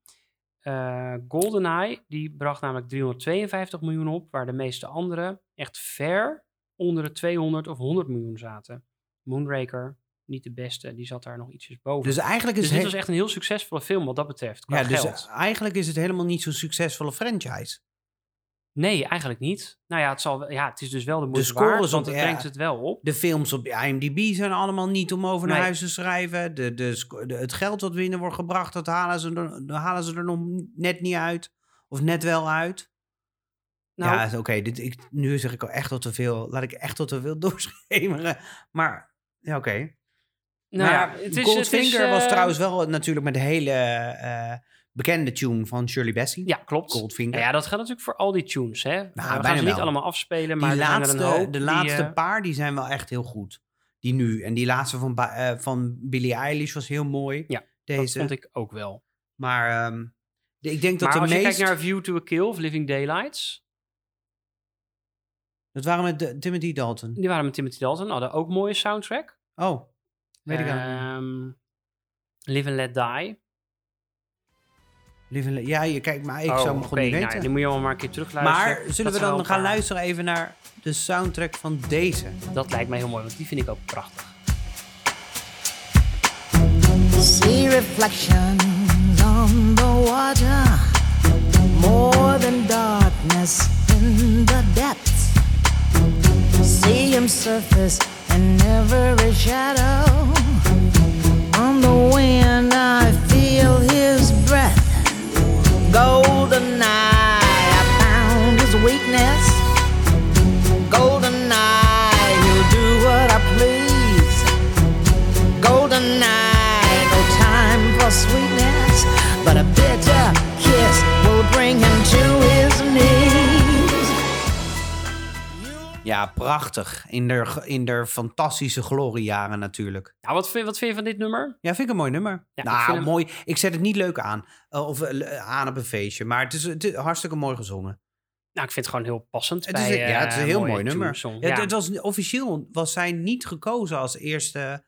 Speaker 1: GoldenEye, die bracht namelijk 352 miljoen op, waar de meeste anderen echt ver onder de 200 of 100 miljoen zaten. Moonraker, niet de beste, die zat daar nog ietsjes boven.
Speaker 2: Dus eigenlijk is
Speaker 1: dit was echt een heel succesvolle film wat dat betreft, qua geld.
Speaker 2: Dus eigenlijk is het helemaal niet zo'n succesvolle franchise.
Speaker 1: Nee, eigenlijk niet. Nou ja, het is dus wel de moeite waard, want het brengt het wel op.
Speaker 2: De films op IMDb zijn allemaal niet om over naar huis te schrijven. Het geld wat binnen wordt gebracht, dat halen ze er nog net niet uit. Of net wel uit. Nou, ja, oké. Nu zeg ik al echt wat te veel. Laat ik echt wat te veel doorschemeren. Maar, ja, oké.
Speaker 1: Nou ja,
Speaker 2: Goldfinger was trouwens wel natuurlijk met de hele bekende tune van Shirley Bassey.
Speaker 1: Ja, klopt.
Speaker 2: Goldfinger.
Speaker 1: Ja, dat gaat natuurlijk voor al die tunes, hè.
Speaker 2: Nou,
Speaker 1: we gaan ze niet allemaal afspelen, maar
Speaker 2: de laatste paar, die zijn wel echt heel goed. Die nu. En die laatste van Billie Eilish was heel mooi.
Speaker 1: Ja,
Speaker 2: deze.
Speaker 1: Dat vond ik ook wel.
Speaker 2: Maar ik denk dat
Speaker 1: als je kijkt naar View to a Kill of Living Daylights.
Speaker 2: Dat waren met Timothy Dalton.
Speaker 1: Die waren met Timothy Dalton. Hadden ook mooie soundtrack.
Speaker 2: Oh, weet ik al.
Speaker 1: Live and Let Die.
Speaker 2: Ja, je kijkt, maar ik zou hem gewoon niet weten.
Speaker 1: Nou, die moet je allemaal maar een keer terugluisteren.
Speaker 2: Maar zullen we dan gaan luisteren even naar de soundtrack van deze?
Speaker 1: Dat lijkt mij heel mooi, want die vind ik ook prachtig.
Speaker 3: See reflections on the water, more than darkness in the depths. see him surface in every shadow. On the wind I feel his breath. Golden eye, I found his weakness. Golden eye, he'll do what I please. Golden eye, no time for sweetness, but a bitter kiss will bring him to his knees.
Speaker 2: Ja, prachtig. In de fantastische gloriejaren natuurlijk.
Speaker 1: Nou, wat vind je van dit nummer?
Speaker 2: Ja, vind ik een mooi nummer.
Speaker 1: Ja, ik
Speaker 2: nou,
Speaker 1: vind hem-
Speaker 2: mooi. Ik zet het niet leuk aan. Aan op een feestje. Maar het is hartstikke mooi gezongen.
Speaker 1: Nou, ik vind het gewoon heel passend.
Speaker 2: Het is,
Speaker 1: bij,
Speaker 2: ja, het is een heel
Speaker 1: mooie
Speaker 2: mooi nummer.
Speaker 1: tunesong.
Speaker 2: Ja,
Speaker 1: Ja.
Speaker 2: Officieel was zij niet gekozen als eerste...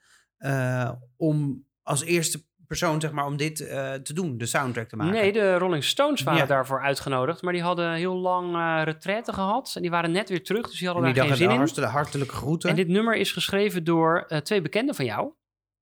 Speaker 2: als eerste persoon, zeg maar, om dit te doen. De soundtrack te maken.
Speaker 1: Nee, de Rolling Stones waren
Speaker 2: Ja.
Speaker 1: daarvoor uitgenodigd. Maar die hadden heel lang retraite gehad. En die waren net weer terug, dus die
Speaker 2: En
Speaker 1: hadden
Speaker 2: die
Speaker 1: daar geen
Speaker 2: dachten,
Speaker 1: zin in.
Speaker 2: hartelijke groeten.
Speaker 1: En dit nummer is geschreven door 2 bekenden van jou.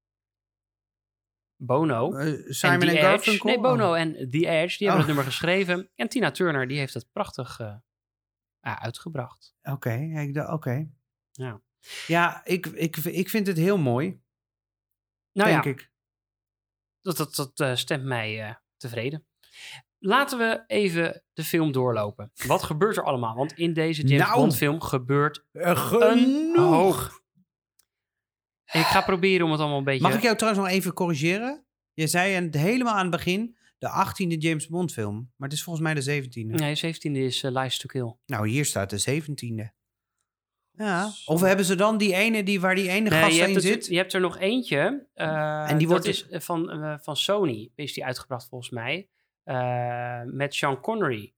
Speaker 1: Bono.
Speaker 2: Simon
Speaker 1: The
Speaker 2: en
Speaker 1: Edge.
Speaker 2: Garfunkel?
Speaker 1: Nee, Bono en The Edge. Die hebben
Speaker 2: Oh.
Speaker 1: het nummer geschreven. En Tina Turner, die heeft het prachtig uitgebracht.
Speaker 2: Oké.
Speaker 1: Ja.
Speaker 2: Ja, ik vind het heel mooi,
Speaker 1: Nou
Speaker 2: denk
Speaker 1: ja,
Speaker 2: ik.
Speaker 1: dat stemt mij tevreden. Laten we even de film doorlopen. Wat gebeurt er allemaal? Want in deze James
Speaker 2: Nou.
Speaker 1: Bond film gebeurt een
Speaker 2: Genoeg.
Speaker 1: hoop. En ik ga proberen om het allemaal een beetje...
Speaker 2: Mag ik jou trouwens nog even corrigeren? Je zei helemaal aan het begin de 18e James Bond film. Maar het is volgens mij de 17e.
Speaker 1: Nee, 17e is License to Kill.
Speaker 2: Nou, hier staat de 17e. Ja. Of hebben ze dan die ene waar die ene
Speaker 1: Nee,
Speaker 2: gast
Speaker 1: je,
Speaker 2: in
Speaker 1: hebt
Speaker 2: zit?
Speaker 1: je hebt er nog eentje.
Speaker 2: En die
Speaker 1: dat
Speaker 2: wordt-
Speaker 1: is van Sony. Is die uitgebracht volgens mij. Met Sean Connery.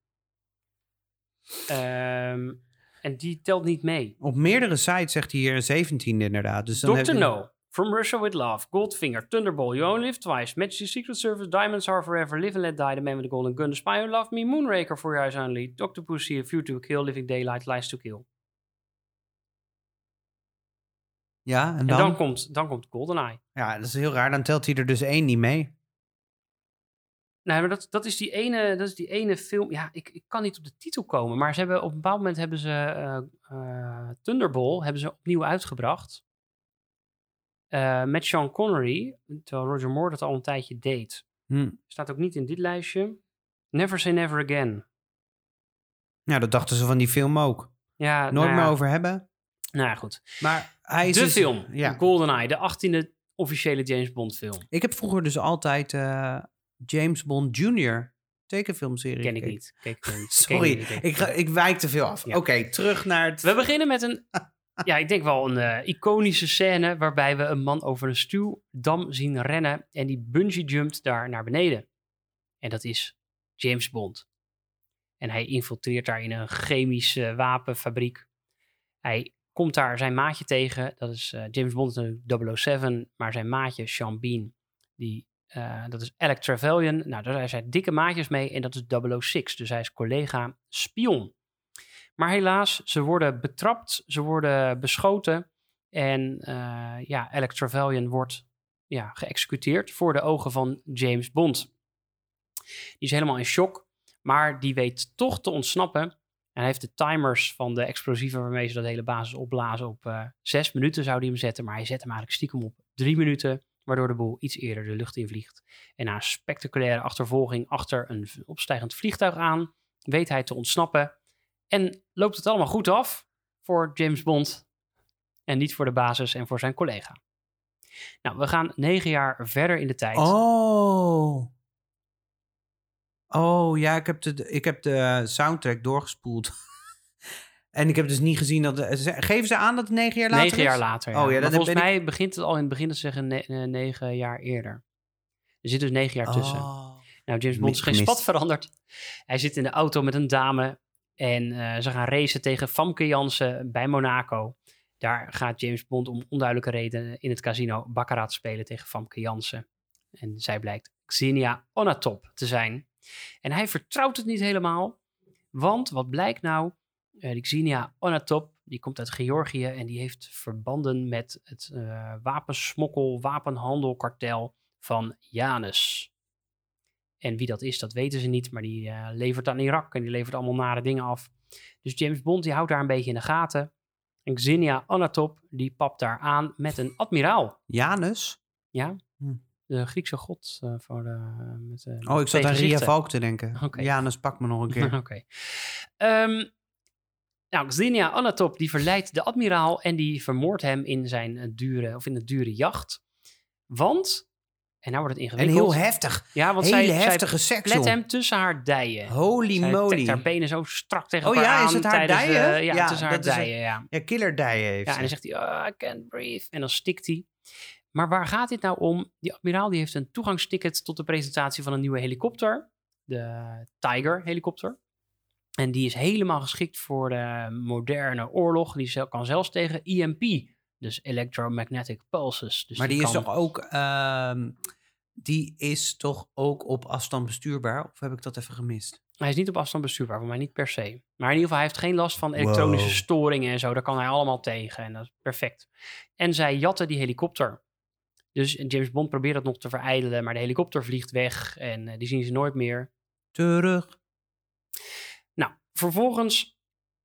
Speaker 1: En die telt niet mee.
Speaker 2: Op meerdere sites zegt hij hier een 17e inderdaad. Dus dan
Speaker 1: Dr.
Speaker 2: heb je-
Speaker 1: No. From Russia With Love. Goldfinger. Thunderball. You Only Live Twice. Majesty's Secret Service. Diamonds Are Forever. Live and Let Die. The Man With the Golden Gun. The Spy Who Loved Me. Moonraker. For Your Eyes Only. Dr. Pussy. A View to a Kill. Living Daylight. Lies to Kill.
Speaker 2: Ja, en
Speaker 1: En
Speaker 2: dan?
Speaker 1: dan komt GoldenEye.
Speaker 2: Ja, dat is heel raar. Dan telt hij er dus 1 niet mee.
Speaker 1: Nee, maar dat is die ene film. Ja, ik kan niet op de titel komen. Maar ze hebben op een bepaald moment hebben ze Thunderball hebben ze opnieuw uitgebracht. Met Sean Connery. Terwijl Roger Moore dat al een tijdje deed. Staat ook niet in dit lijstje. Never Say Never Again.
Speaker 2: Ja, dat dachten ze van die film ook.
Speaker 1: Ja,
Speaker 2: Nooit
Speaker 1: nou
Speaker 2: meer
Speaker 1: ja,
Speaker 2: over hebben.
Speaker 1: Nou ja, goed.
Speaker 2: Maar hij is
Speaker 1: De
Speaker 2: dus-
Speaker 1: film.
Speaker 2: Ja.
Speaker 1: GoldenEye. De 18e officiële James Bond film.
Speaker 2: Ik heb vroeger dus altijd James Bond Jr. tekenfilmserie
Speaker 1: Ken ik
Speaker 2: gekeken.
Speaker 1: niet. Kijk,
Speaker 2: Sorry, ik wijk te veel af.
Speaker 1: Ja.
Speaker 2: Oké, terug naar het...
Speaker 1: We beginnen met een, ja, ik denk wel een iconische scène waarbij we een man over een stuwdam zien rennen en die bungee jumpt daar naar beneden. En dat is James Bond. En hij infiltreert daar in een chemische wapenfabriek. Hij komt daar zijn maatje tegen. Dat is James Bond is natuurlijk 007, maar zijn maatje Sean Bean, dat is Alec Trevelyan. Nou, daar zijn dikke maatjes mee en dat is 006. Dus hij is collega spion. Maar helaas, ze worden betrapt, ze worden beschoten. En Alec Trevelyan wordt geëxecuteerd voor de ogen van James Bond. Die is helemaal in shock, maar die weet toch te ontsnappen. En hij heeft de timers van de explosieven waarmee ze dat hele basis opblazen op 6 minuten zou hij hem zetten. Maar hij zet hem eigenlijk stiekem op 3 minuten, waardoor de boel iets eerder de lucht in vliegt. En na een spectaculaire achtervolging achter een opstijgend vliegtuig aan, weet hij te ontsnappen. En loopt het allemaal goed af voor James Bond en niet voor de basis en voor zijn collega. Nou, we gaan 9 jaar verder in de tijd.
Speaker 2: Oh, ja, ik heb de soundtrack doorgespoeld. En ik heb dus niet gezien dat... Geven ze aan dat het 9 jaar later
Speaker 1: 9
Speaker 2: is?
Speaker 1: jaar later, ja.
Speaker 2: Oh, ja,
Speaker 1: Maar
Speaker 2: dan
Speaker 1: volgens
Speaker 2: ben
Speaker 1: mij begint het al in het begin te zeggen 9 jaar eerder. Er zit dus 9 jaar tussen. Nou, James Bond is geen
Speaker 2: Gemist.
Speaker 1: spat veranderd. Hij zit in de auto met een dame en ze gaan racen tegen Famke Janssen bij Monaco. Daar gaat James Bond om onduidelijke redenen in het casino baccarat spelen tegen Famke Janssen. En zij blijkt Xenia Onatop te zijn. En hij vertrouwt het niet helemaal, want wat blijkt nou? Die Xenia Onatop, die komt uit Georgië en die heeft verbanden met het wapensmokkel, wapenhandelkartel van Janus. En wie dat is, dat weten ze niet, maar die levert aan Irak en die levert allemaal nare dingen af. Dus James Bond die houdt daar een beetje in de gaten. En Xenia Anatop, die papt daar aan met een admiraal.
Speaker 2: Janus?
Speaker 1: Ja,
Speaker 2: Hm.
Speaker 1: de Griekse god voor de...
Speaker 2: Oh, ik zat
Speaker 1: twee
Speaker 2: aan Ria
Speaker 1: gezichten.
Speaker 2: Valk te denken.
Speaker 1: Oké.
Speaker 2: Janus, pak me nog een keer.
Speaker 1: Oké. Nou, Xenia Anatop die verleidt de admiraal en die vermoordt hem in zijn dure jacht. Want, en nou wordt het
Speaker 2: En
Speaker 1: ingewikkeld.
Speaker 2: heel heftig.
Speaker 1: Ja, want
Speaker 2: Hele
Speaker 1: zij
Speaker 2: heftige seks,
Speaker 1: plet
Speaker 2: joh.
Speaker 1: hem tussen haar dijen.
Speaker 2: Holy
Speaker 1: Zij
Speaker 2: moly.
Speaker 1: trekt haar benen zo strak tegen
Speaker 2: Oh
Speaker 1: elkaar
Speaker 2: ja,
Speaker 1: aan.
Speaker 2: is het haar
Speaker 1: tijdens de-
Speaker 2: dijen?
Speaker 1: ja,
Speaker 2: Ja,
Speaker 1: tussen haar
Speaker 2: dat is
Speaker 1: dijen, ja.
Speaker 2: Ja, killerdijen heeft
Speaker 1: Ja, en
Speaker 2: ze.
Speaker 1: dan zegt hij, I can't breathe. En dan stikt hij. Maar waar gaat dit nou om? Die admiraal die heeft een toegangsticket tot de presentatie van een nieuwe helikopter. De Tiger helikopter. En die is helemaal geschikt voor de moderne oorlog. Die kan zelfs tegen EMP. Dus Electromagnetic Pulses. Dus
Speaker 2: Maar die is
Speaker 1: kan-
Speaker 2: toch ook... die is toch ook op afstand bestuurbaar? Of heb ik dat even gemist?
Speaker 1: Hij is niet op afstand bestuurbaar, voor mij niet per se. Maar in ieder geval, hij heeft geen last van elektronische
Speaker 2: Wow.
Speaker 1: storingen en zo. Daar kan hij allemaal tegen en dat is perfect. En zij jatten die helikopter. Dus James Bond probeert dat nog te verijdelen, maar de helikopter vliegt weg en die zien ze nooit meer.
Speaker 2: Terug.
Speaker 1: Nou, vervolgens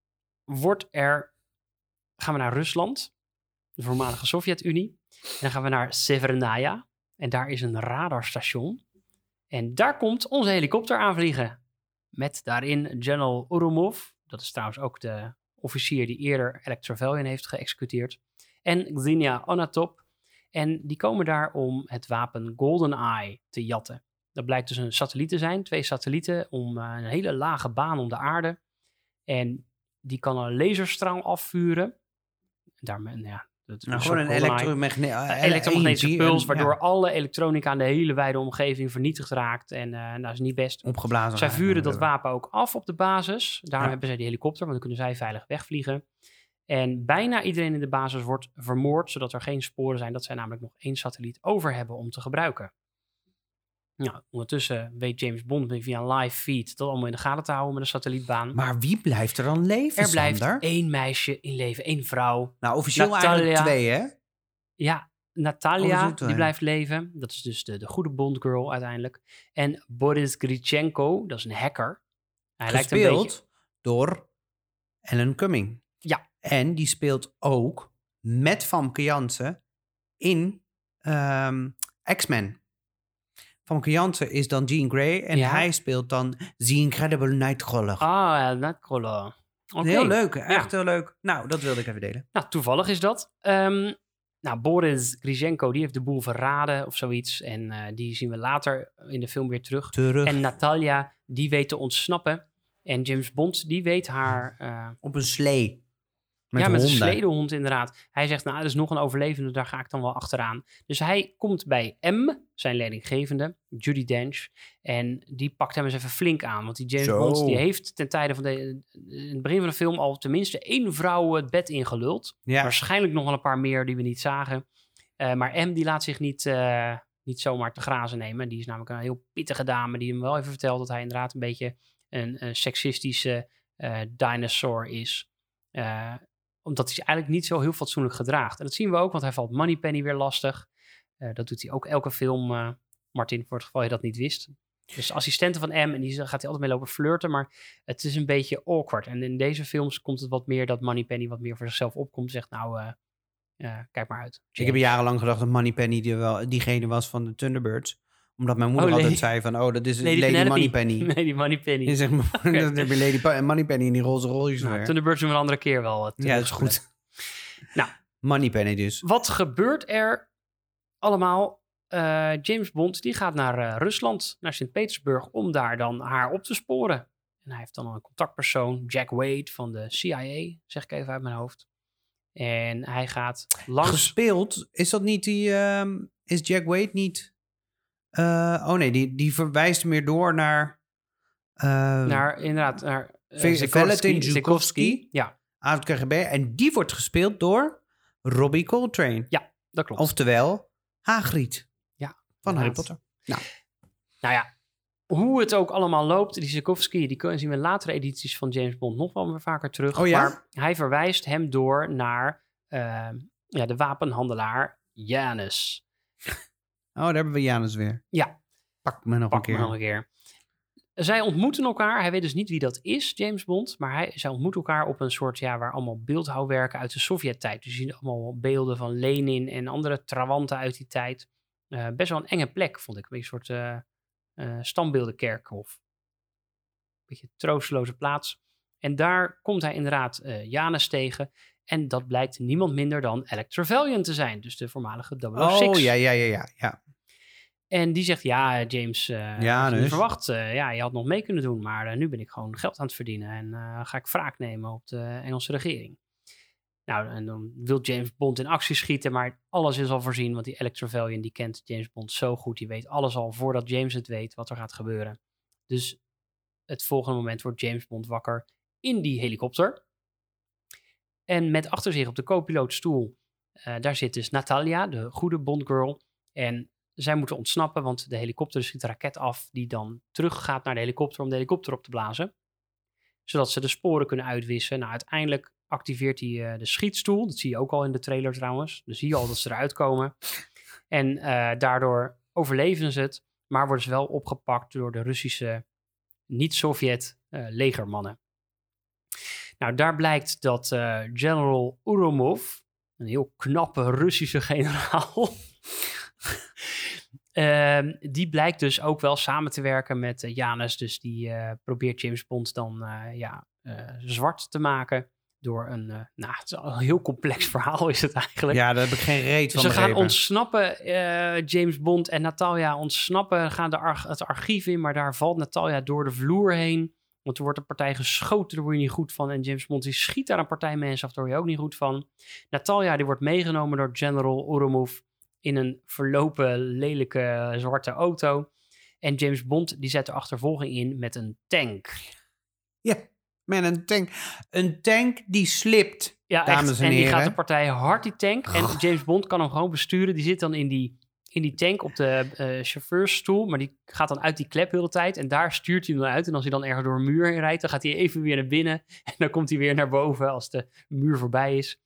Speaker 1: gaan we naar Rusland, de voormalige Sovjet-Unie. En dan gaan we naar Severnaya en daar is een radarstation. En daar komt onze helikopter aanvliegen. Met daarin General Urumov. Dat is trouwens ook de officier die eerder Electravelion heeft geëxecuteerd. En Xenia Anatop. En die komen daar om het wapen GoldenEye te jatten. Dat blijkt dus een satelliet te zijn. 2 satellieten om een hele lage baan om de aarde. En die kan een laserstraal afvuren. Daarmee, ja, dat is
Speaker 2: Nou,
Speaker 1: een
Speaker 2: gewoon een
Speaker 1: soort GoldenEye. Elektromagnetische puls, waardoor alle elektronica in de hele wijde omgeving vernietigd raakt. En dat is niet best.
Speaker 2: opgeblazen.
Speaker 1: Zij
Speaker 2: raken,
Speaker 1: vuren dat
Speaker 2: whatever.
Speaker 1: wapen ook af op de basis. Daarom
Speaker 2: Ja.
Speaker 1: hebben zij die helikopter, want dan kunnen zij veilig wegvliegen. En bijna iedereen in de basis wordt vermoord, zodat er geen sporen zijn dat zij namelijk nog 1 satelliet over hebben om te gebruiken. Nou, ondertussen weet James Bond via een live feed dat allemaal in de gaten te houden met een satellietbaan.
Speaker 2: Maar wie blijft er dan leven,
Speaker 1: Er blijft
Speaker 2: Sander?
Speaker 1: 1 meisje in leven, 1 vrouw.
Speaker 2: Nou, officieel
Speaker 1: Natalia.
Speaker 2: eigenlijk 2, hè?
Speaker 1: Ja,
Speaker 2: Oh,
Speaker 1: Natalia,
Speaker 2: dat is het,
Speaker 1: die blijft leven. Dat is dus de goede Bond-girl uiteindelijk. En Boris Grichenko, dat is een hacker. Hij lijkt een beetje...
Speaker 2: Gespeeld door Alan Cumming.
Speaker 1: Ja.
Speaker 2: En die speelt ook met Famke Janssen in X-Men. Famke Janssen is dan Jean Grey en
Speaker 1: Ja.
Speaker 2: hij speelt dan The Incredible Nightcrawler.
Speaker 1: Ah, Nightcrawler. Oké.
Speaker 2: Heel leuk, echt heel leuk. Nou, dat wilde ik even delen.
Speaker 1: Nou, toevallig is dat. Nou, Boris Grichenko, die heeft de boel verraden of zoiets. En die zien we later in de film weer terug.
Speaker 2: Terug
Speaker 1: En Natalia, die weet te ontsnappen. En James Bond, die weet haar...
Speaker 2: op een slee. Met
Speaker 1: met
Speaker 2: honden.
Speaker 1: een sledehond inderdaad. Hij zegt, nou, er is nog een overlevende, daar ga ik dan wel achteraan. Dus hij komt bij M, zijn leidinggevende, Judi Dench. En die pakt hem eens even flink aan. Want die James
Speaker 2: Zo.
Speaker 1: Bond, die heeft ten tijde van in het begin van de film al tenminste 1 vrouw het bed ingeluld.
Speaker 2: Ja.
Speaker 1: Waarschijnlijk nog wel een paar meer die we niet zagen. Maar M, die laat zich niet zomaar te grazen nemen. Die is namelijk een heel pittige dame die hem wel even vertelt dat hij inderdaad een beetje een seksistische dinosaur is. Omdat hij zich eigenlijk niet zo heel fatsoenlijk gedraagt. En dat zien we ook, want hij valt Moneypenny weer lastig. Dat doet hij ook elke film, Martin, voor het geval je dat niet wist. Dus de assistente van M, en die gaat hij altijd mee lopen flirten, maar het is een beetje awkward. En in deze films komt het wat meer dat Moneypenny wat meer voor zichzelf opkomt. Zegt nou, kijk maar uit.
Speaker 2: Ik heb jarenlang gedacht dat Moneypenny diegene was van de Thunderbirds. Omdat mijn moeder
Speaker 1: Oh,
Speaker 2: altijd zei van, dat is Lady
Speaker 1: Penelope.
Speaker 2: Moneypenny.
Speaker 1: Lady Moneypenny.
Speaker 2: Je zegt maar,
Speaker 1: Oké.
Speaker 2: dan heb je Lady Moneypenny in die roze rolletjes
Speaker 1: Nou,
Speaker 2: weer.
Speaker 1: Thunderbirds doen we een andere keer wel.
Speaker 2: Ja, dat is goed.
Speaker 1: Nou.
Speaker 2: Moneypenny dus.
Speaker 1: Wat gebeurt er allemaal? James Bond die gaat naar Rusland, naar Sint-Petersburg, om daar dan haar op te sporen. En hij heeft dan een contactpersoon, Jack Wade van de CIA, zeg ik even uit mijn hoofd. En hij gaat langs...
Speaker 2: Gespeeld, is dat niet die... is Jack Wade niet... die verwijst meer door naar...
Speaker 1: naar
Speaker 2: Valentin Zhukovsky.
Speaker 1: Ja,
Speaker 2: uit KGB. En die wordt gespeeld door Robbie Coltrane.
Speaker 1: dat klopt.
Speaker 2: Oftewel Hagrid.
Speaker 1: Ja,
Speaker 2: Van Harry
Speaker 1: inderdaad.
Speaker 2: Potter.
Speaker 1: Nou ja, hoe het ook allemaal loopt, die Zhukovsky, die zien we in latere edities van James Bond nog wel weer vaker terug.
Speaker 2: Oh ja?
Speaker 1: Maar hij verwijst hem door naar de wapenhandelaar Janus.
Speaker 2: Oh, daar hebben we Janus weer.
Speaker 1: Ja.
Speaker 2: Pak me nog
Speaker 1: Pak
Speaker 2: een
Speaker 1: me
Speaker 2: keer.
Speaker 1: nog een keer. Zij ontmoeten elkaar. Hij weet dus niet wie dat is, James Bond. Maar zij ontmoeten elkaar op een soort, waar allemaal beeldhouwwerken uit de Sovjet-tijd. Dus je ziet allemaal beelden van Lenin en andere trawanten uit die tijd. Best wel een enge plek, vond ik. Een soort standbeeldenkerkhof. Beetje troosteloze plaats. En daar komt hij inderdaad Janus tegen. En dat blijkt niemand minder dan Alec Trevelyan te zijn. Dus de voormalige 006.
Speaker 2: Oh, ja.
Speaker 1: En die zegt, ja, James,
Speaker 2: Ja,
Speaker 1: dus.
Speaker 2: dus.
Speaker 1: Verwacht. Je had nog mee kunnen doen, maar nu ben ik gewoon geld aan het verdienen. En ga ik wraak nemen op de Engelse regering. Nou, en dan wil James Bond in actie schieten, maar alles is al voorzien. Want die Alec Trevelyan, die kent James Bond zo goed. Die weet alles al voordat James het weet wat er gaat gebeuren. Dus het volgende moment wordt James Bond wakker in die helikopter. En met achter zich op de co-pilootstoel, daar zit dus Natalia, de goede Bondgirl. En zij moeten ontsnappen, want de helikopter schiet een raket af die dan terug gaat naar de helikopter om de helikopter op te blazen. Zodat ze de sporen kunnen uitwissen. Nou, uiteindelijk activeert hij de schietstoel. Dat zie je ook al in de trailer trouwens. Dan zie je al dat ze eruit komen. En daardoor overleven ze het, maar worden ze wel opgepakt door de Russische niet-Sovjet legermannen. Nou, daar blijkt dat General Uromov, een heel knappe Russische generaal, die blijkt dus ook wel samen te werken met Janus. Dus die probeert James Bond dan zwart te maken door het is een heel complex verhaal is het eigenlijk.
Speaker 2: Ja, daar heb ik geen reet van
Speaker 1: Ze gaan
Speaker 2: begrepen.
Speaker 1: ontsnappen, James Bond en Natalia ontsnappen, gaan het archief in, maar daar valt Natalia door de vloer heen. Want er wordt een partij geschoten, daar word je niet goed van. En James Bond die schiet daar een partij mensen af, daar word je ook niet goed van. Natalia die wordt meegenomen door General Uromov in een verlopen, lelijke zwarte auto. En James Bond die zet de achtervolging in met een tank.
Speaker 2: Ja, met een tank. Een tank die slipt,
Speaker 1: Ja,
Speaker 2: dames
Speaker 1: echt.
Speaker 2: en
Speaker 1: En
Speaker 2: heren.
Speaker 1: die gaat de partij hard, die tank. En James Bond kan hem gewoon besturen. Die zit dan in die tank op de chauffeursstoel. Maar die gaat dan uit die klep heel de tijd. En daar stuurt hij hem dan uit. En als hij dan ergens door een muur heen rijdt, dan gaat hij even weer naar binnen. En dan komt hij weer naar boven als de muur voorbij is.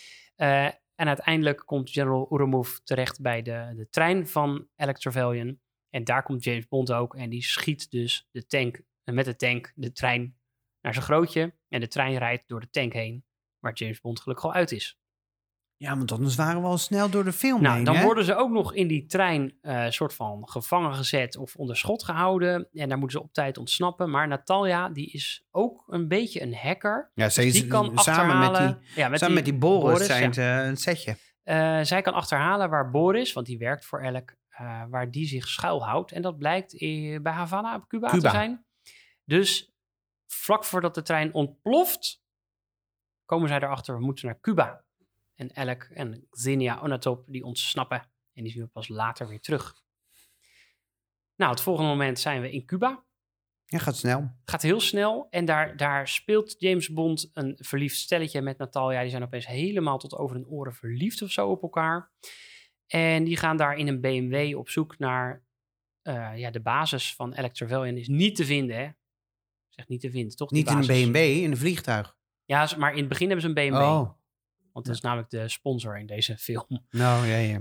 Speaker 1: En uiteindelijk komt General Uromov terecht bij de trein van Alec Trevelyan. En daar komt James Bond ook. En die schiet dus met de tank de trein naar zijn grootje. En de trein rijdt door de tank heen, waar James Bond gelukkig al uit is.
Speaker 2: Ja, want anders waren we al snel door de film
Speaker 1: Nou,
Speaker 2: heen,
Speaker 1: dan
Speaker 2: hè?
Speaker 1: worden ze ook nog in die trein soort van gevangen gezet of onder schot gehouden. En daar moeten ze op tijd ontsnappen. Maar Natalia, die is ook een beetje een hacker.
Speaker 2: Ja,
Speaker 1: Dus die kan achterhalen.
Speaker 2: Samen met die Boris zijn ze een setje.
Speaker 1: Zij kan achterhalen waar Boris, want die werkt voor Alec, waar die zich schuilhoudt. En dat blijkt bij Havana op Cuba te zijn. Dus vlak voordat de trein ontploft, komen zij erachter, we moeten naar Cuba. En Alec en Xenia Onatop, die ontsnappen. En die zien we pas later weer terug. Nou, het volgende moment zijn we in Cuba.
Speaker 2: Ja, gaat snel.
Speaker 1: Gaat heel snel. En daar speelt James Bond een verliefd stelletje met Natalia. Die zijn opeens helemaal tot over hun oren verliefd of zo op elkaar. En die gaan daar in een BMW op zoek naar de basis van Alec Trevelyan. Is niet te vinden, hè? Ik zeg niet te vinden, toch? Die
Speaker 2: Niet in een
Speaker 1: basis.
Speaker 2: BMW, in een vliegtuig.
Speaker 1: Ja, maar in het begin hebben ze een BMW.
Speaker 2: Oh,
Speaker 1: Want dat is namelijk de sponsor in deze film.
Speaker 2: nou, ja.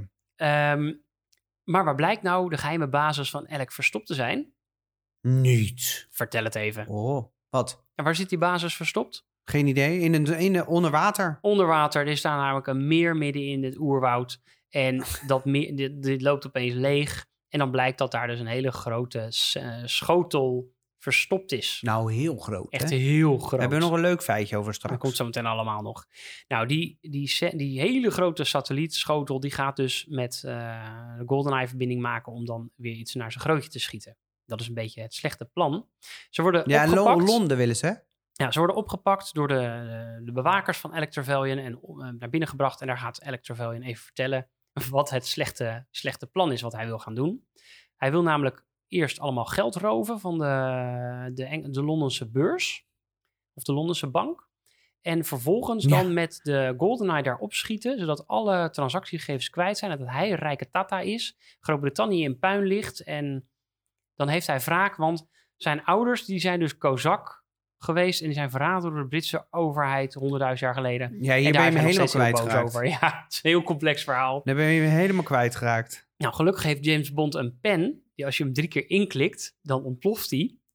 Speaker 1: Maar waar blijkt nou de geheime basis van Alec verstopt te zijn?
Speaker 2: Niet.
Speaker 1: Vertel het even.
Speaker 2: Oh, wat?
Speaker 1: En waar zit die basis verstopt?
Speaker 2: Geen idee. In onder water.
Speaker 1: Onder water. Er staat namelijk een meer midden in het oerwoud. En dat meer, dit loopt opeens leeg. En dan blijkt dat daar dus een hele grote schotel verstopt is.
Speaker 2: Nou, heel groot,
Speaker 1: Echt
Speaker 2: hè?
Speaker 1: heel groot.
Speaker 2: We hebben nog een leuk feitje over
Speaker 1: Dat
Speaker 2: straks.
Speaker 1: komt zo meteen allemaal nog. Nou, die hele grote satellietschotel, die gaat dus met de GoldenEye-verbinding maken om dan weer iets naar zijn grootje te schieten. Dat is een beetje het slechte plan. Ze worden opgepakt.
Speaker 2: Londen willen ze, hè?
Speaker 1: Ja, ze worden opgepakt door de bewakers van Alec Trevelyan en naar binnen gebracht. En daar gaat Alec Trevelyan even vertellen wat het slechte plan is wat hij wil gaan doen. Hij wil namelijk eerst allemaal geld roven van de Londense beurs of de Londense bank. En vervolgens dan met de GoldenEye daar opschieten, zodat alle transactiegegevens kwijt zijn en dat hij een rijke tata is, Groot-Brittannië in puin ligt. En dan heeft hij wraak, want zijn ouders die zijn dus Kozak geweest en die zijn verraden door de Britse overheid 100.000 jaar geleden.
Speaker 2: Ja, hier
Speaker 1: En
Speaker 2: ben je
Speaker 1: daar
Speaker 2: me
Speaker 1: is hij nog
Speaker 2: helemaal
Speaker 1: steeds heel boos
Speaker 2: kwijtgeraakt.
Speaker 1: over. Ja, het is een heel complex verhaal.
Speaker 2: Daar ben je me helemaal kwijtgeraakt.
Speaker 1: Nou, gelukkig heeft James Bond een pen die als je hem 3 keer inklikt, dan ontploft hij.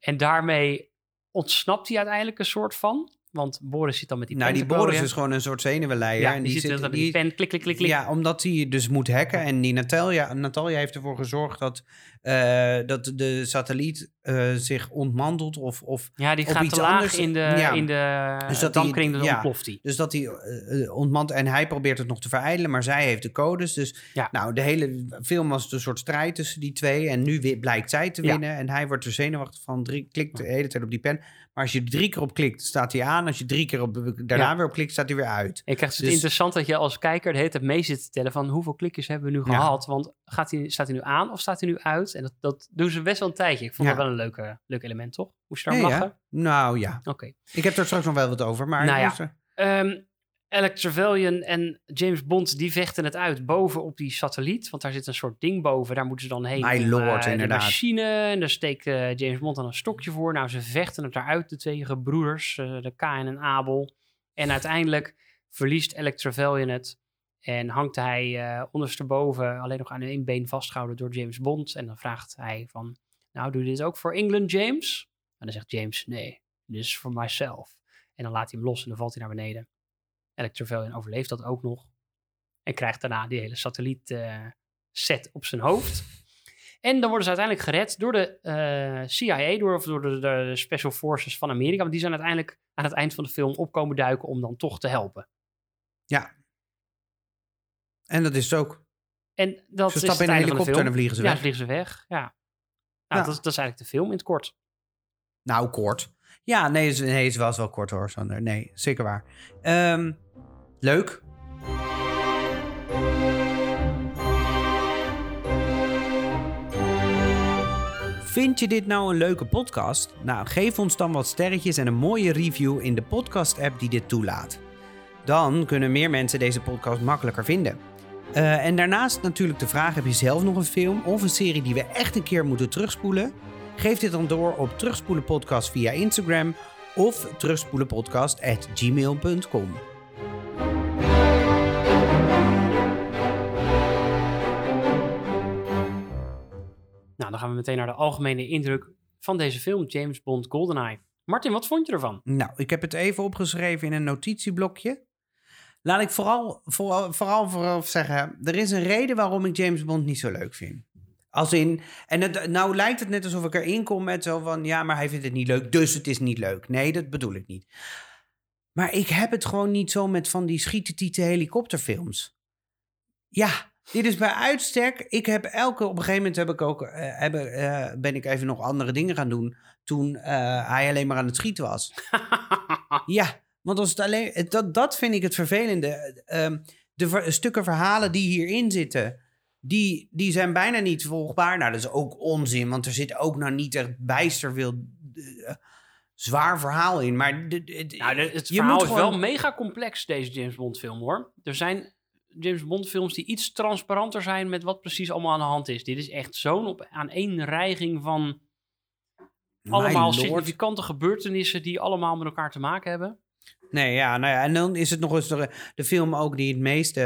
Speaker 1: En daarmee ontsnapt hij uiteindelijk een soort van. Want Boris zit dan met die pen
Speaker 2: Nou,
Speaker 1: te
Speaker 2: die Boris
Speaker 1: klooien.
Speaker 2: is gewoon een soort zenuwenleier.
Speaker 1: Ja,
Speaker 2: en
Speaker 1: die zit met die pen, klik, klik, klik, klik.
Speaker 2: Ja, omdat hij dus moet hacken. En die Natalia heeft ervoor gezorgd dat de satelliet zich ontmantelt of
Speaker 1: Ja, die
Speaker 2: op
Speaker 1: gaat
Speaker 2: iets
Speaker 1: te laag
Speaker 2: anders.
Speaker 1: in de,
Speaker 2: Ja.
Speaker 1: in de
Speaker 2: Dus dat
Speaker 1: dampkring, dan
Speaker 2: die- ja.
Speaker 1: ontploft hij.
Speaker 2: Dus dat hij ontmantelt. En hij probeert het nog te verijdelen, maar zij heeft de codes. Dus
Speaker 1: Ja.
Speaker 2: nou, de hele film was een soort strijd tussen die twee. En nu blijkt zij te
Speaker 1: Ja.
Speaker 2: winnen. En hij wordt er zenuwachtig van. Klikt de hele tijd op die pen. Maar als je er 3 keer op klikt, staat hij aan. Als je 3 keer daarna
Speaker 1: Ja.
Speaker 2: weer op klikt, staat hij weer uit.
Speaker 1: Ik krijg het
Speaker 2: Dus-
Speaker 1: interessant dat je als kijker de hele tijd mee zit te tellen van hoeveel klikjes hebben we nu
Speaker 2: Ja.
Speaker 1: gehad. Want staat hij nu aan of staat hij nu uit? En dat doen ze best wel een tijdje. Ik vond
Speaker 2: Ja.
Speaker 1: dat wel een leuk element, toch? Moest je daar
Speaker 2: Ja,
Speaker 1: lachen?
Speaker 2: ja. Nou ja.
Speaker 1: Oké.
Speaker 2: Ik heb er straks nog wel wat over. Maar
Speaker 1: Nou ja.
Speaker 2: ik moest er-
Speaker 1: Alec Trevelyan en James Bond die vechten het uit boven op die satelliet. Want daar zit een soort ding boven. Daar moeten ze dan heen.
Speaker 2: My
Speaker 1: om,
Speaker 2: lord,
Speaker 1: de
Speaker 2: inderdaad.
Speaker 1: machine. En daar steekt James Bond dan een stokje voor. Nou, ze vechten het eruit, de twee gebroeders. De Kain en Abel. En uiteindelijk verliest Alec Trevelyan het. En hangt hij ondersteboven alleen nog aan één been vastgehouden door James Bond. En dan vraagt hij van, nou, doe je dit ook voor England, James? En dan zegt James, nee, dit is for myself. En dan laat hij hem los en dan valt hij naar beneden. Alec Trevelyan overleeft dat ook nog. En krijgt daarna die hele satelliet set op zijn hoofd. En dan worden ze uiteindelijk gered door de CIA, door de Special Forces van Amerika. Want die zijn uiteindelijk aan het eind van de film opkomen duiken om dan toch te helpen.
Speaker 2: Ja. En dat is het ook.
Speaker 1: En dat
Speaker 2: Ze
Speaker 1: is
Speaker 2: stappen
Speaker 1: het
Speaker 2: in een
Speaker 1: einde van de
Speaker 2: helikopter
Speaker 1: film.
Speaker 2: en dan vliegen ze
Speaker 1: Ja,
Speaker 2: weg.
Speaker 1: dan vliegen ze weg. Ja. Nou,
Speaker 2: Ja.
Speaker 1: dat is eigenlijk de film in het kort.
Speaker 2: Nou, kort. Ja, nee, het was wel kort hoor, Sander. Nee, zeker waar. Leuk. Vind je dit nou een leuke podcast? Nou, geef ons dan wat sterretjes en een mooie review in de podcast-app die dit toelaat. Dan kunnen meer mensen deze podcast makkelijker vinden. En daarnaast natuurlijk de vraag, heb je zelf nog een film of een serie die we echt een keer moeten terugspoelen? Geef dit dan door op Terugspoelenpodcast via Instagram of terugspoelenpodcast@gmail.com.
Speaker 1: Nou, dan gaan we meteen naar de algemene indruk van deze film, James Bond GoldenEye. Martin, wat vond je ervan?
Speaker 2: Nou, ik heb het even opgeschreven in een notitieblokje. Laat ik vooral zeggen, er is een reden waarom ik James Bond niet zo leuk vind. Als in, nou lijkt het net alsof ik erin kom met zo van, ja, maar hij vindt het niet leuk, dus het is niet leuk. Nee, dat bedoel ik niet. Maar ik heb het gewoon niet zo met van die schietetieten helikopterfilms. Ja, dit is bij uitstek. Op een gegeven moment ben ik even nog andere dingen gaan doen toen hij alleen maar aan het schieten was. Ja, want als het alleen, dat vind ik het vervelende. De stukken verhalen die hierin zitten, die zijn bijna niet volgbaar. Nou, dat is ook onzin, want er zit ook nou niet echt bijster veel zwaar verhaal in. Maar
Speaker 1: het verhaal is wel mega complex, deze James Bond film, hoor. Er zijn James Bond films die iets transparanter zijn met wat precies allemaal aan de hand is. Dit is echt zo'n aaneenreiging van allemaal significante gebeurtenissen die allemaal met elkaar te maken hebben.
Speaker 2: Nee, ja, nou ja, en dan is het nog eens de film ook die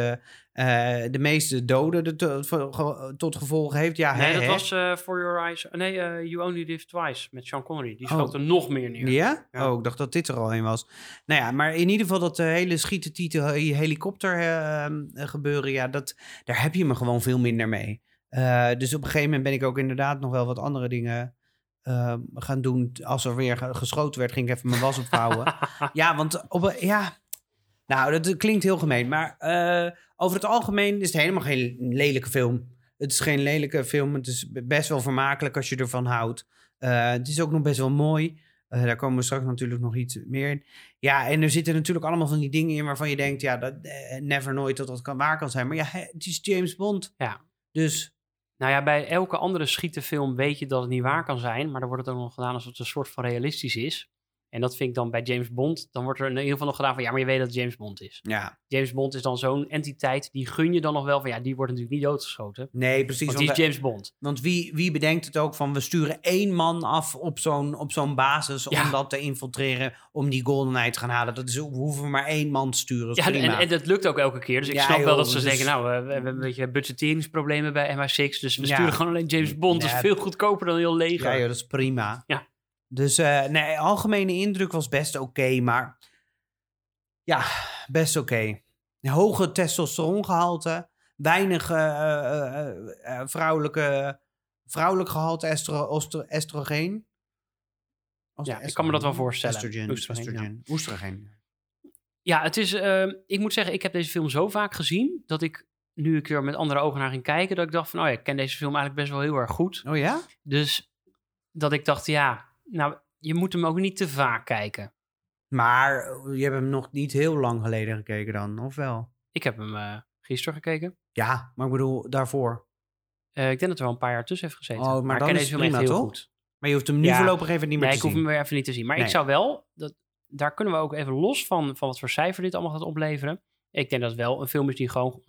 Speaker 2: de meeste doden tot gevolg heeft. Ja,
Speaker 1: Nee, dat was For Your Eyes. Nee, You Only Live Twice met Sean Connery. Die schoot er nog meer neer.
Speaker 2: Ja?
Speaker 1: Ja.
Speaker 2: Oh, ik dacht dat dit er al een was. Nou ja, maar in ieder geval dat hele schietetieten helikopter gebeuren, ja, daar heb je me gewoon veel minder mee. Dus op een gegeven moment ben ik ook inderdaad nog wel wat andere dingen gaan doen. Als er weer geschoten werd, ging ik even mijn was opvouwen. Ja, want nou, dat klinkt heel gemeen. Maar over het algemeen is het helemaal geen lelijke film. Het is geen lelijke film. Het is best wel vermakelijk als je ervan houdt. Het is ook nog best wel mooi. Daar komen we straks natuurlijk nog iets meer in. Ja, en er zitten natuurlijk allemaal van die dingen in waarvan je denkt, ja, dat never nooit dat waar kan zijn. Maar ja, het is James Bond.
Speaker 1: Ja.
Speaker 2: Dus
Speaker 1: nou ja, bij elke andere schietenfilm weet je dat het niet waar kan zijn. Maar dan wordt het ook nog gedaan alsof het een soort van realistisch is. En dat vind ik dan bij James Bond. Dan wordt er in ieder geval nog gedaan van, ja, maar je weet dat het James Bond is.
Speaker 2: ja,
Speaker 1: James Bond is dan zo'n entiteit, die gun je dan nog wel van, ja, die wordt natuurlijk niet doodgeschoten.
Speaker 2: nee, precies.
Speaker 1: Want die is James Bond.
Speaker 2: Want wie bedenkt het ook van, we sturen 1 man af op zo'n basis om dat te infiltreren, om die GoldenEye te gaan halen. We hoeven maar 1 man te sturen.
Speaker 1: Ja, en dat lukt ook elke keer. Dus ik snap wel dat ze denken, nou, we hebben een beetje budgetteringsproblemen bij MI6, dus we sturen gewoon alleen James Bond. Dat is veel goedkoper dan heel leger.
Speaker 2: Ja, dat is prima.
Speaker 1: Ja.
Speaker 2: Dus nee, algemene indruk was best oké, maar ja, best oké. Hoge testosterongehalte, weinig vrouwelijk gehalte estrogeen.
Speaker 1: Ja, ik kan me dat wel voorstellen.
Speaker 2: Oestrogeen.
Speaker 1: Ja, het is... ik moet zeggen, ik heb deze film zo vaak gezien... dat ik nu een keer met andere ogen naar ging kijken... dat ik dacht van, ik ken deze film eigenlijk best wel heel erg goed.
Speaker 2: Oh ja?
Speaker 1: Dus dat ik dacht, je moet hem ook niet te vaak kijken.
Speaker 2: Maar je hebt hem nog niet heel lang geleden gekeken dan, of wel?
Speaker 1: Ik heb hem gisteren gekeken.
Speaker 2: Ja, maar ik bedoel, daarvoor.
Speaker 1: Ik denk dat er wel een paar jaar tussen heeft gezeten.
Speaker 2: Oh, maar dan
Speaker 1: ik ken
Speaker 2: is
Speaker 1: deze film
Speaker 2: prima,
Speaker 1: echt heel
Speaker 2: toch?
Speaker 1: goed.
Speaker 2: Maar je hoeft hem nu voorlopig even niet meer te zien.
Speaker 1: Nee, ik hoef hem weer even niet te zien. Maar ik zou wel... Daar kunnen we ook even los van wat voor cijfer dit allemaal gaat opleveren. Ik denk dat het wel een film is die gewoon...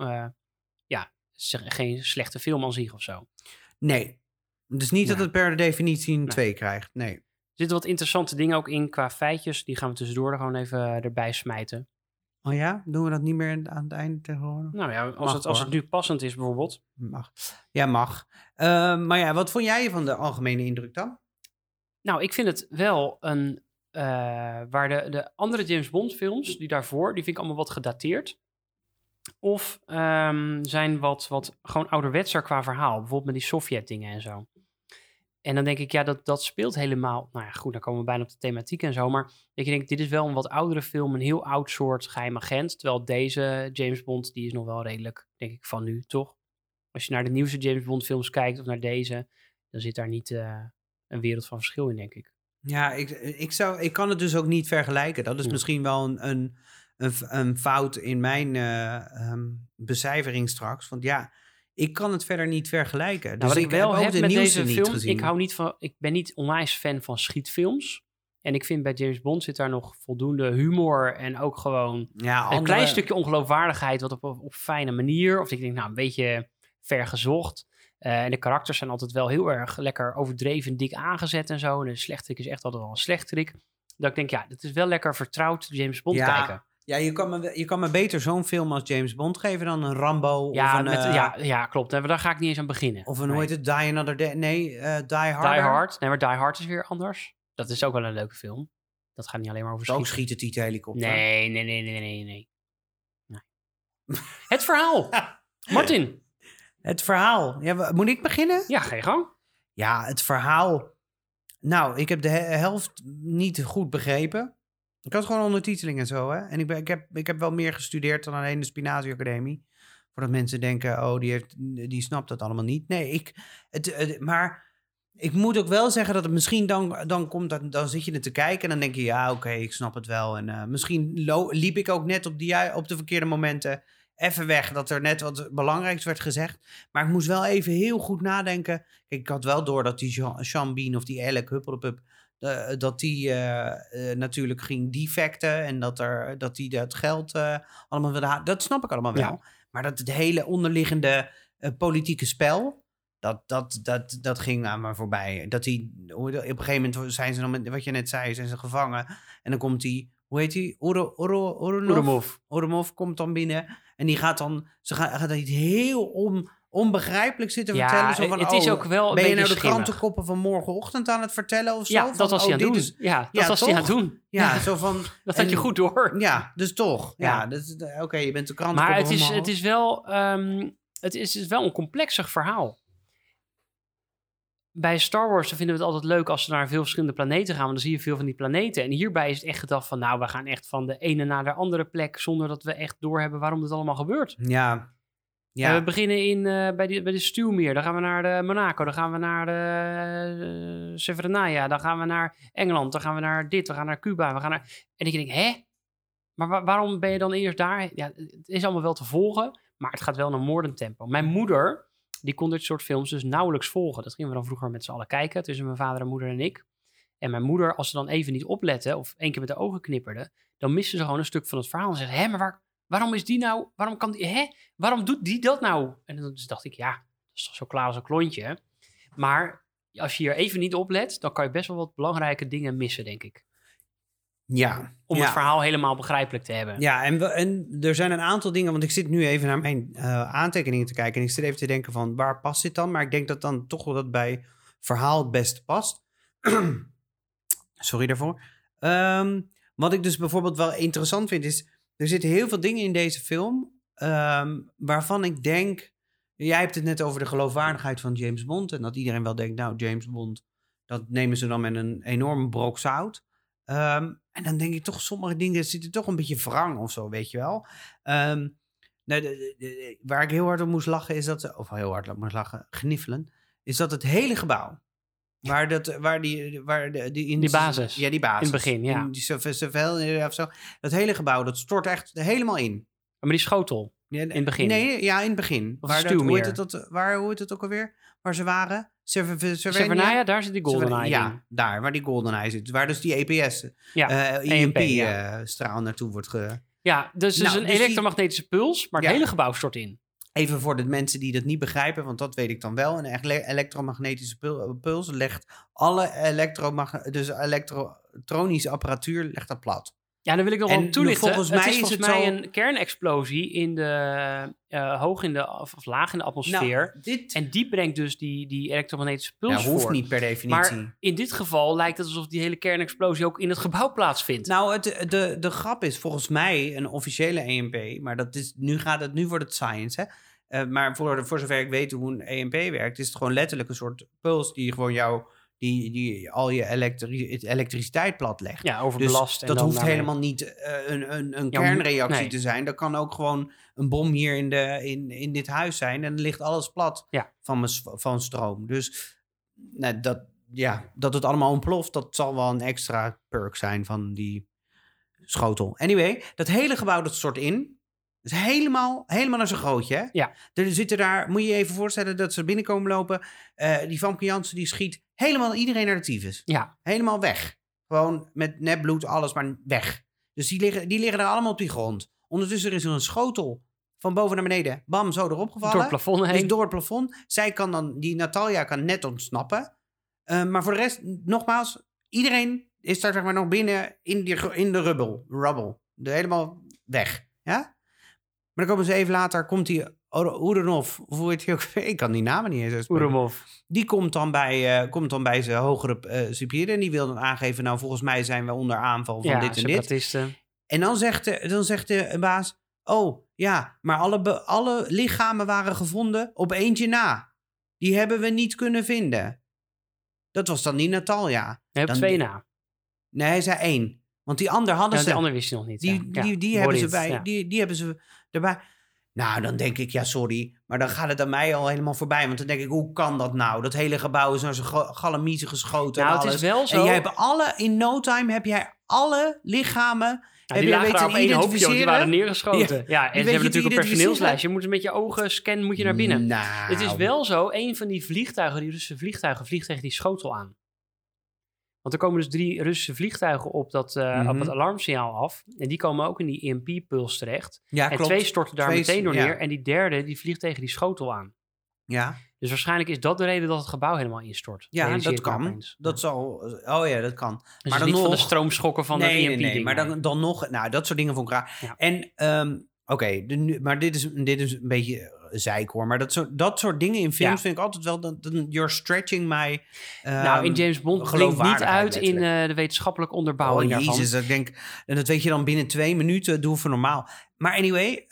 Speaker 1: geen slechte film aan zich of zo.
Speaker 2: Nee. Dus niet dat het per definitie een 2 krijgt. Nee.
Speaker 1: Er zitten wat interessante dingen ook in qua feitjes. Die gaan we tussendoor er gewoon even erbij smijten.
Speaker 2: Oh ja? Doen we dat niet meer aan het einde tegenwoordig?
Speaker 1: Nou ja, als het nu passend is bijvoorbeeld.
Speaker 2: Mag. Ja, mag. Maar ja, wat vond jij van de algemene indruk dan?
Speaker 1: Nou, ik vind het wel een... waar de andere James Bond films, die daarvoor... die vind ik allemaal wat gedateerd. Of zijn wat gewoon ouderwetser qua verhaal. Bijvoorbeeld met die Sovjet-dingen en zo. En dan denk ik, dat speelt helemaal... Nou ja, goed, dan komen we bijna op de thematiek en zo. Maar ik denk, dit is wel een wat oudere film. Een heel oud soort geheim agent. Terwijl deze James Bond, die is nog wel redelijk, denk ik, van nu, toch? Als je naar de nieuwste James Bond films kijkt of naar deze... dan zit daar niet een wereld van verschil in, denk ik.
Speaker 2: Ja, ik kan het dus ook niet vergelijken. Dat is misschien wel een fout in mijn becijfering straks. Want ja, ik kan het verder niet vergelijken.
Speaker 1: Nou,
Speaker 2: dus
Speaker 1: wat ik wel heb met deze film,
Speaker 2: gezien.
Speaker 1: ik ben niet onwijs fan van schietfilms. En ik vind bij James Bond zit daar nog voldoende humor en ook gewoon een klein stukje ongeloofwaardigheid, wat op fijne manier. Of ik denk, een beetje vergezocht. En de karakters zijn altijd wel heel erg lekker overdreven dik aangezet en zo. En de slechterik is echt altijd wel een slechterik. Dat ik denk, dat is wel lekker vertrouwd James Bond kijken.
Speaker 2: Ja, je kan me beter zo'n film als James Bond geven dan een Rambo.
Speaker 1: Ja,
Speaker 2: of
Speaker 1: ja, klopt. Daar ga ik niet eens aan beginnen.
Speaker 2: Of hoe heet het? Die Another Day? Nee, Die Hard.
Speaker 1: Die Hard. Nee, maar Die Hard is weer anders. Dat is ook wel een leuke film. Dat gaat niet alleen maar over
Speaker 2: schieten. Ook schieten die helikopter.
Speaker 1: Nee. Het verhaal. Martin.
Speaker 2: Het verhaal. Ja, moet ik beginnen?
Speaker 1: Ja, ga je gang.
Speaker 2: Ja, het verhaal. Nou, ik heb de helft niet goed begrepen. Ik had gewoon ondertiteling en zo, hè. En ik heb wel meer gestudeerd dan alleen de Spinazie Academie. Voordat mensen denken, die snapt dat allemaal niet. Nee, maar ik moet ook wel zeggen dat het misschien dan komt... Dan zit je er te kijken en dan denk je, ja, oké, ik snap het wel. En misschien liep ik ook net op de verkeerde momenten even weg, dat er net wat belangrijks werd gezegd. Maar ik moest wel even heel goed nadenken. Kijk, ik had wel door dat die Sean Bean of die Alec Huppelepup... dat die natuurlijk ging defecten en dat die dat geld allemaal wilde halen. Dat snap ik allemaal wel. Ja. Maar dat het hele onderliggende politieke spel, dat ging aan me voorbij. Dat op een gegeven moment zijn ze dan, wat je net zei, zijn ze gevangen. En dan komt die, hoe heet die? Ourumov komt dan binnen. En die gaat dan, gaat dan iets heel onbegrijpelijk zitten vertellen. Zo van,
Speaker 1: het is ook wel een
Speaker 2: ben je
Speaker 1: beetje
Speaker 2: nou de krantenkoppen van morgenochtend aan het vertellen of zo?
Speaker 1: Ja, dat was hij aan het doen. Dat was hij aan het doen.
Speaker 2: Ja, zo van...
Speaker 1: Dat had je goed door.
Speaker 2: Ja, dus toch. Ja, oké, je bent de krantenkoppen
Speaker 1: maar
Speaker 2: van
Speaker 1: het is wel... het is wel een complexer verhaal. Bij Star Wars vinden we het altijd leuk als ze naar veel verschillende planeten gaan. Want dan zie je veel van die planeten. En hierbij is het echt gedacht van... Nou, we gaan echt van de ene naar de andere plek... zonder dat we echt doorhebben waarom dit allemaal gebeurt.
Speaker 2: Ja.
Speaker 1: We beginnen bij de Stuwmeer. Dan gaan we naar de Monaco. Dan gaan we naar de Severnaya. Dan gaan we naar Engeland. Dan gaan we naar dit. We gaan naar Cuba. En ik denk, hè? Maar waarom ben je dan eerst daar? Ja, het is allemaal wel te volgen. Maar het gaat wel naar moordend tempo. Mijn moeder... Die kon dit soort films dus nauwelijks volgen. Dat gingen we dan vroeger met z'n allen kijken. Tussen mijn vader en moeder en ik. En mijn moeder, als ze dan even niet opletten... of één keer met de ogen knipperde... dan miste ze gewoon een stuk van het verhaal. En zeggen, hé, maar waarom is die nou... waarom doet die dat nou? En dan dacht ik, ja, dat is toch zo klaar als een klontje. Maar als je hier even niet oplet... dan kan je best wel wat belangrijke dingen missen, denk ik.
Speaker 2: Ja.
Speaker 1: Om het verhaal helemaal begrijpelijk te hebben.
Speaker 2: Ja, en er zijn een aantal dingen... want ik zit nu even naar mijn aantekeningen te kijken... en ik zit even te denken van, waar past dit dan? Maar ik denk dat dan toch wel dat bij verhaal het beste past. Sorry daarvoor. Wat ik dus bijvoorbeeld wel interessant vind is... Er zitten heel veel dingen in deze film... waarvan ik denk... Jij hebt het net over de geloofwaardigheid van James Bond... en dat iedereen wel denkt... nou, James Bond... dat nemen ze dan met een enorme brok zout. En dan denk ik toch... sommige dingen zitten toch een beetje wrang of zo, weet je wel. Waar ik heel hard op moest lachen is dat... of heel hard op moest lachen, gniffelen... is dat het hele gebouw... Die
Speaker 1: basis.
Speaker 2: Ja, die basis.
Speaker 1: In het begin, ja.
Speaker 2: In die Seville of zo. Dat hele gebouw, dat stort echt helemaal in.
Speaker 1: Maar die schotel,
Speaker 2: Ja,
Speaker 1: in het begin.
Speaker 2: Nee, ja, in het begin.
Speaker 1: Of
Speaker 2: Waar
Speaker 1: Stuwmeer.
Speaker 2: hoe heet het ook alweer? Waar ze waren?
Speaker 1: Severnaya, daar zit die GoldenEye in.
Speaker 2: Ja, daar, waar die GoldenEye zit. Waar dus die EPS,
Speaker 1: EMP,
Speaker 2: straal naartoe wordt
Speaker 1: Ja, dus het is een
Speaker 2: dus
Speaker 1: elektromagnetische puls, maar het hele gebouw stort in.
Speaker 2: Even voor de mensen die dat niet begrijpen, want dat weet ik dan wel. Een elektromagnetische puls legt alle elektronische apparatuur legt dat plat.
Speaker 1: Ja, dan wil ik nog wel toelichten.
Speaker 2: Volgens mij
Speaker 1: het is volgens mij
Speaker 2: zo...
Speaker 1: een kernexplosie in de hoog in de of laag in de atmosfeer.
Speaker 2: Nou,
Speaker 1: En die brengt dus die elektromagnetische puls
Speaker 2: hoeft
Speaker 1: voort.
Speaker 2: niet per definitie.
Speaker 1: Maar in dit geval lijkt het alsof die hele kernexplosie ook in het gebouw plaatsvindt.
Speaker 2: Nou, de grap is volgens mij een officiële EMP, maar dat is, nu wordt het science, hè? Maar voor zover ik weet hoe een EMP werkt, is het gewoon letterlijk een soort puls die gewoon die al je elektriciteit platlegt.
Speaker 1: Ja, overbelast.
Speaker 2: Dus dat hoeft helemaal niet een kernreactie te zijn. Dat kan ook gewoon een bom hier in dit huis zijn en dan ligt alles plat van stroom. Dus dat het allemaal ontploft, dat zal wel een extra perk zijn van die schotel. Anyway, dat hele gebouw dat stort in. Dus helemaal naar zijn grootje, hè?
Speaker 1: Ja.
Speaker 2: Er zitten daar, moet je je even voorstellen dat ze binnenkomen lopen. Die Famke Janssen die schiet helemaal iedereen naar de tyfus.
Speaker 1: Ja.
Speaker 2: Helemaal weg. Gewoon met nepbloed, alles, maar weg. Dus die liggen daar allemaal op die grond. Ondertussen is er een schotel van boven naar beneden. Bam, zo erop gevallen.
Speaker 1: Door het plafond heen.
Speaker 2: Dus door het plafond. Die Natalia kan net ontsnappen. Maar voor de rest, nogmaals, iedereen is daar zeg maar nog binnen in de rubble. Helemaal weg. Ja? Maar dan komen ze even later, komt die Oerenov, of hoe heet hij ook? Ik kan die namen niet eens uitspreken.
Speaker 1: Oerenov.
Speaker 2: Die komt dan bij zijn hogere superieur en die wil dan aangeven, nou volgens mij zijn we onder aanval van dit en dit. En dan zegt de baas, oh ja, maar alle lichamen waren gevonden op eentje na. Die hebben we niet kunnen vinden. Dat was dan die Natalia.
Speaker 1: Je hebt 2 na.
Speaker 2: Nee, hij zei 1. Want die ander hadden ze.
Speaker 1: Die ander wist je nog niet.
Speaker 2: Die hebben ze bij. Die hebben ze erbij. Nou, dan denk ik, ja, sorry. Maar dan gaat het aan mij al helemaal voorbij. Want dan denk ik, hoe kan dat nou? Dat hele gebouw is naar zijn galamiezen geschoten.
Speaker 1: Nou,
Speaker 2: en
Speaker 1: het is wel zo.
Speaker 2: En jij hebt in no time heb jij alle lichamen.
Speaker 1: Die lagen daar op één hoofdje, die waren neergeschoten. Ja, en ze hebben natuurlijk een personeelslijst. Je moet met je ogen scannen, moet je naar binnen.
Speaker 2: Nou.
Speaker 1: Het is wel zo, een van die vliegtuigen, die Russische vliegtuigen, vliegt tegen die schotel aan. Want er komen dus 3 Russische vliegtuigen op het alarmsignaal af. En die komen ook in die EMP-puls terecht.
Speaker 2: Ja,
Speaker 1: en
Speaker 2: klopt.
Speaker 1: 2 storten daar meteen door neer.
Speaker 2: Ja.
Speaker 1: En die derde, die vliegt tegen die schotel aan.
Speaker 2: Ja.
Speaker 1: Dus waarschijnlijk is dat de reden dat het gebouw helemaal instort.
Speaker 2: Ja, dat kan. Dat kan.
Speaker 1: Dus maar dan niet van de stroomschokken van de EMP.
Speaker 2: Nee, maar dan nog... Nou, dat soort dingen vond ik raar. Ja. En, maar dit is een beetje zeik hoor. Maar dat soort dingen in films vind ik altijd wel... You're stretching my
Speaker 1: nou, in James Bond klinkt niet uit in de wetenschappelijke onderbouwing daarvan.
Speaker 2: Jezus, ik denk... En dat weet je dan binnen 2 minuten, doe voor normaal. Maar anyway...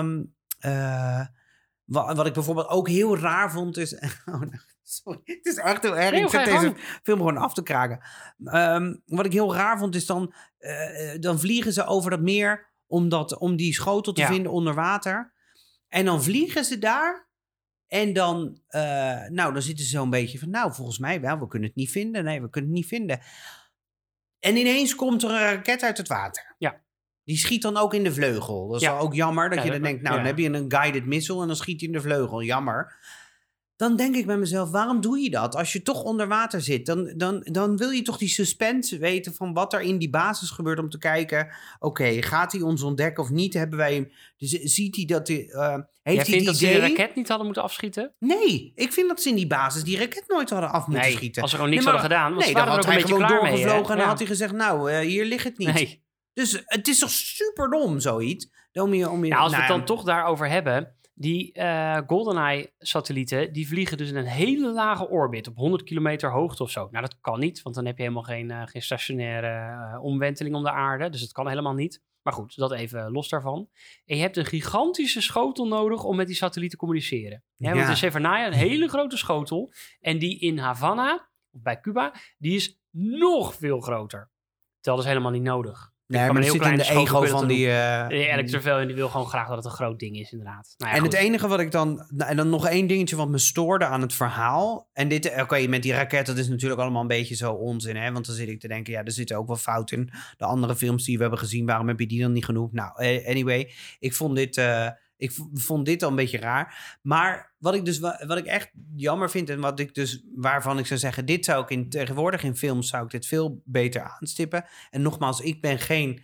Speaker 2: Wat ik bijvoorbeeld ook heel raar vond is... sorry, het is echt heel erg. Ik zet deze film gewoon af te kraken. Wat ik heel raar vond is dan vliegen ze over dat meer om die schotel te vinden onder water. En dan vliegen ze daar. En dan zitten ze zo'n beetje van... Nou, volgens mij wel, we kunnen het niet vinden. Nee, we kunnen het niet vinden. En ineens komt er een raket uit het water.
Speaker 1: Ja.
Speaker 2: Die schiet dan ook in de vleugel. Dat is wel ook jammer dat je dan denkt... Nou, dan heb je een guided missile en dan schiet hij in de vleugel. Jammer. Dan denk ik bij mezelf, waarom doe je dat? Als je toch onder water zit, dan wil je toch die suspense weten... van wat er in die basis gebeurt om te kijken... Oké, gaat hij ons ontdekken of niet? Hebben wij hem... Dus ziet hij dat... Heeft
Speaker 1: jij vindt dat ze de raket niet hadden moeten afschieten?
Speaker 2: Nee, ik vind dat ze in die basis die raket nooit hadden af moeten schieten.
Speaker 1: Als ze gewoon niks hadden gedaan. Want
Speaker 2: dan had hij gewoon doorgevlogen en dan had hij gezegd... Nou, hier ligt het niet.
Speaker 1: Nee.
Speaker 2: Dus het is toch super dom, zoiets?
Speaker 1: Als we het dan toch daarover hebben... Die GoldenEye-satellieten, die vliegen dus in een hele lage orbit op 100 kilometer hoogte of zo. Nou, dat kan niet, want dan heb je helemaal geen stationaire omwenteling om de aarde. Dus dat kan helemaal niet. Maar goed, dat even los daarvan. En je hebt een gigantische schotel nodig om met die satelliet te communiceren. Ja, want in Severnaya een hele grote schotel. En die in Havana, of bij Cuba, die is nog veel groter. Terwijl dat is helemaal niet nodig.
Speaker 2: Nee, maar het zit in de ego van die...
Speaker 1: Alex Trevelyan die wil gewoon graag dat het een groot ding is, inderdaad. Nou ja,
Speaker 2: en
Speaker 1: goed.
Speaker 2: het enige wat ik dan... En dan nog één dingetje wat me stoorde aan het verhaal. En dit... Oké, met die raket, dat is natuurlijk allemaal een beetje zo onzin, hè? Want dan zit ik te denken, ja, er zitten ook wel fouten in. De andere films die we hebben gezien, waarom heb je die dan niet genoemd? Nou, anyway, ik vond dit al een beetje raar. Maar wat ik echt jammer vind en waarvan ik zou zeggen, dit zou ik tegenwoordig in films zou ik dit veel beter aanstippen. En nogmaals, ik ben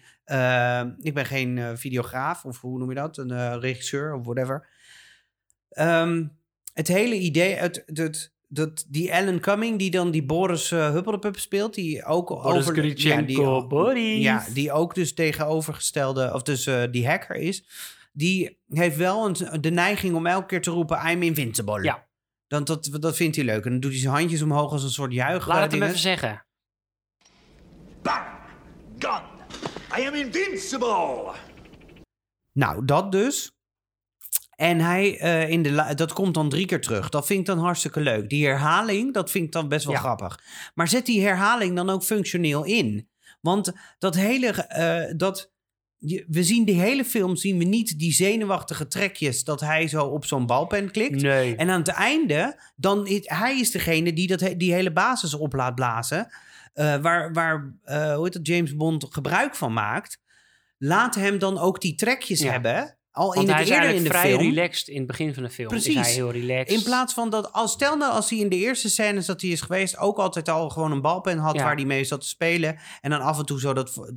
Speaker 2: geen videograaf of hoe noem je dat? Een regisseur of whatever. Het hele idee, die Alan Cumming die dan die Boris Huppeldepup speelt, die ook
Speaker 1: Boris Grytchenko,
Speaker 2: die ook dus tegenovergestelde, of dus die hacker is. Die heeft wel de neiging om elke keer te roepen, I'm invincible.
Speaker 1: Ja.
Speaker 2: Dat vindt hij leuk. En dan doet hij zijn handjes omhoog als een soort juich.
Speaker 1: Laat het hem even zeggen.
Speaker 4: Bang! Gun! I am invincible!
Speaker 2: Nou, dat dus. En hij, dat komt dan 3 keer terug. Dat vind ik dan hartstikke leuk. Die herhaling, dat vind ik dan best wel grappig. Maar zet die herhaling dan ook functioneel in. Want dat hele... we zien die hele film niet die zenuwachtige trekjes dat hij zo op zo'n balpen klikt.
Speaker 1: Nee.
Speaker 2: En aan het einde, hij is degene die die hele basis op laat blazen. Waar hoe heet dat, James Bond gebruik van maakt. Laat hem dan ook die trekjes hebben. Al
Speaker 1: Want
Speaker 2: in
Speaker 1: hij
Speaker 2: het
Speaker 1: is
Speaker 2: eerder in de
Speaker 1: vrij
Speaker 2: film.
Speaker 1: relaxed in het begin van de film.
Speaker 2: Precies.
Speaker 1: Is hij heel relaxed.
Speaker 2: In plaats van dat, stel nou als hij in de eerste scènes dat hij is geweest, ook altijd al gewoon een balpen had waar hij mee zat te spelen. En dan af en toe zo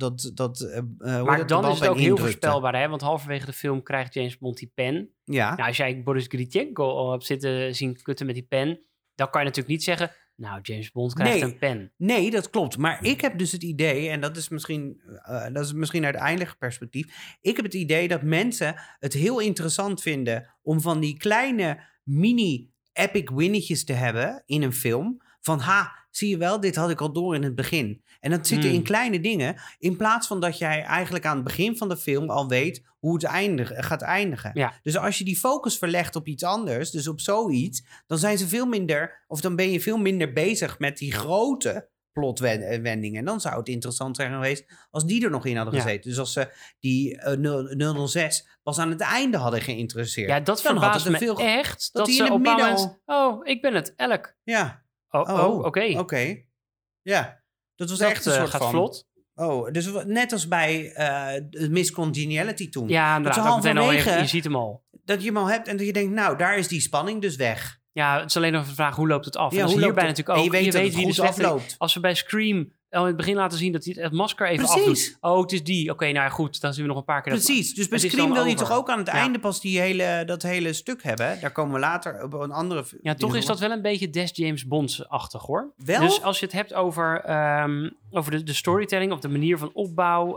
Speaker 1: maar dan is het ook heel voorspelbaar, hè? Want halverwege de film krijgt James Bond die pen.
Speaker 2: Ja.
Speaker 1: Nou, als jij Boris Grytchenko al hebt zitten zien kutten met die pen, dan kan je natuurlijk niet zeggen, nou, James Bond krijgt een pen.
Speaker 2: Nee, dat klopt. Maar ik heb dus het idee, en dat is misschien uit eindig perspectief. Ik heb het idee dat mensen het heel interessant vinden om van die kleine mini-epic winnetjes te hebben in een film. Van, zie je wel, dit had ik al door in het begin. En dat zit er in kleine dingen, in plaats van dat jij eigenlijk aan het begin van de film al weet hoe het gaat eindigen. Ja. Dus als je die focus verlegt op iets anders, dus op zoiets, dan dan ben je veel minder bezig met die grote plotwendingen. En dan zou het interessant zijn geweest als die er nog in hadden gezeten. Dus als ze die 006 pas aan het einde hadden geïnteresseerd.
Speaker 1: Ja, dat verbaast me echt. Dat ze op een moment, ik ben het, Elk.
Speaker 2: Ja.
Speaker 1: Oké.
Speaker 2: Ja, dat was echt een soort
Speaker 1: gaat
Speaker 2: van...
Speaker 1: vlot.
Speaker 2: Dus net als bij Miss Congeniality toen.
Speaker 1: Ja, je ziet hem al.
Speaker 2: Dat je hem al hebt en dat je denkt, nou, daar is die spanning dus weg.
Speaker 1: Ja, het is alleen nog de vraag, hoe loopt het af? Ja, en dat is hierbij natuurlijk ook.
Speaker 2: Je weet wie de slechte afloopt.
Speaker 1: Als we bij Scream in het begin laten zien dat hij het masker even afdoet. Oh, het is die. Oké, nou goed, dan zien we nog een paar keer.
Speaker 2: Precies, dus bij Scream wil je toch ook aan het einde pas dat hele stuk hebben. Daar komen we later op een andere...
Speaker 1: Ja, toch is dat wel een beetje Des James Bonds-achtig, hoor.
Speaker 2: Wel?
Speaker 1: Dus als je het hebt over de storytelling of de manier van opbouw,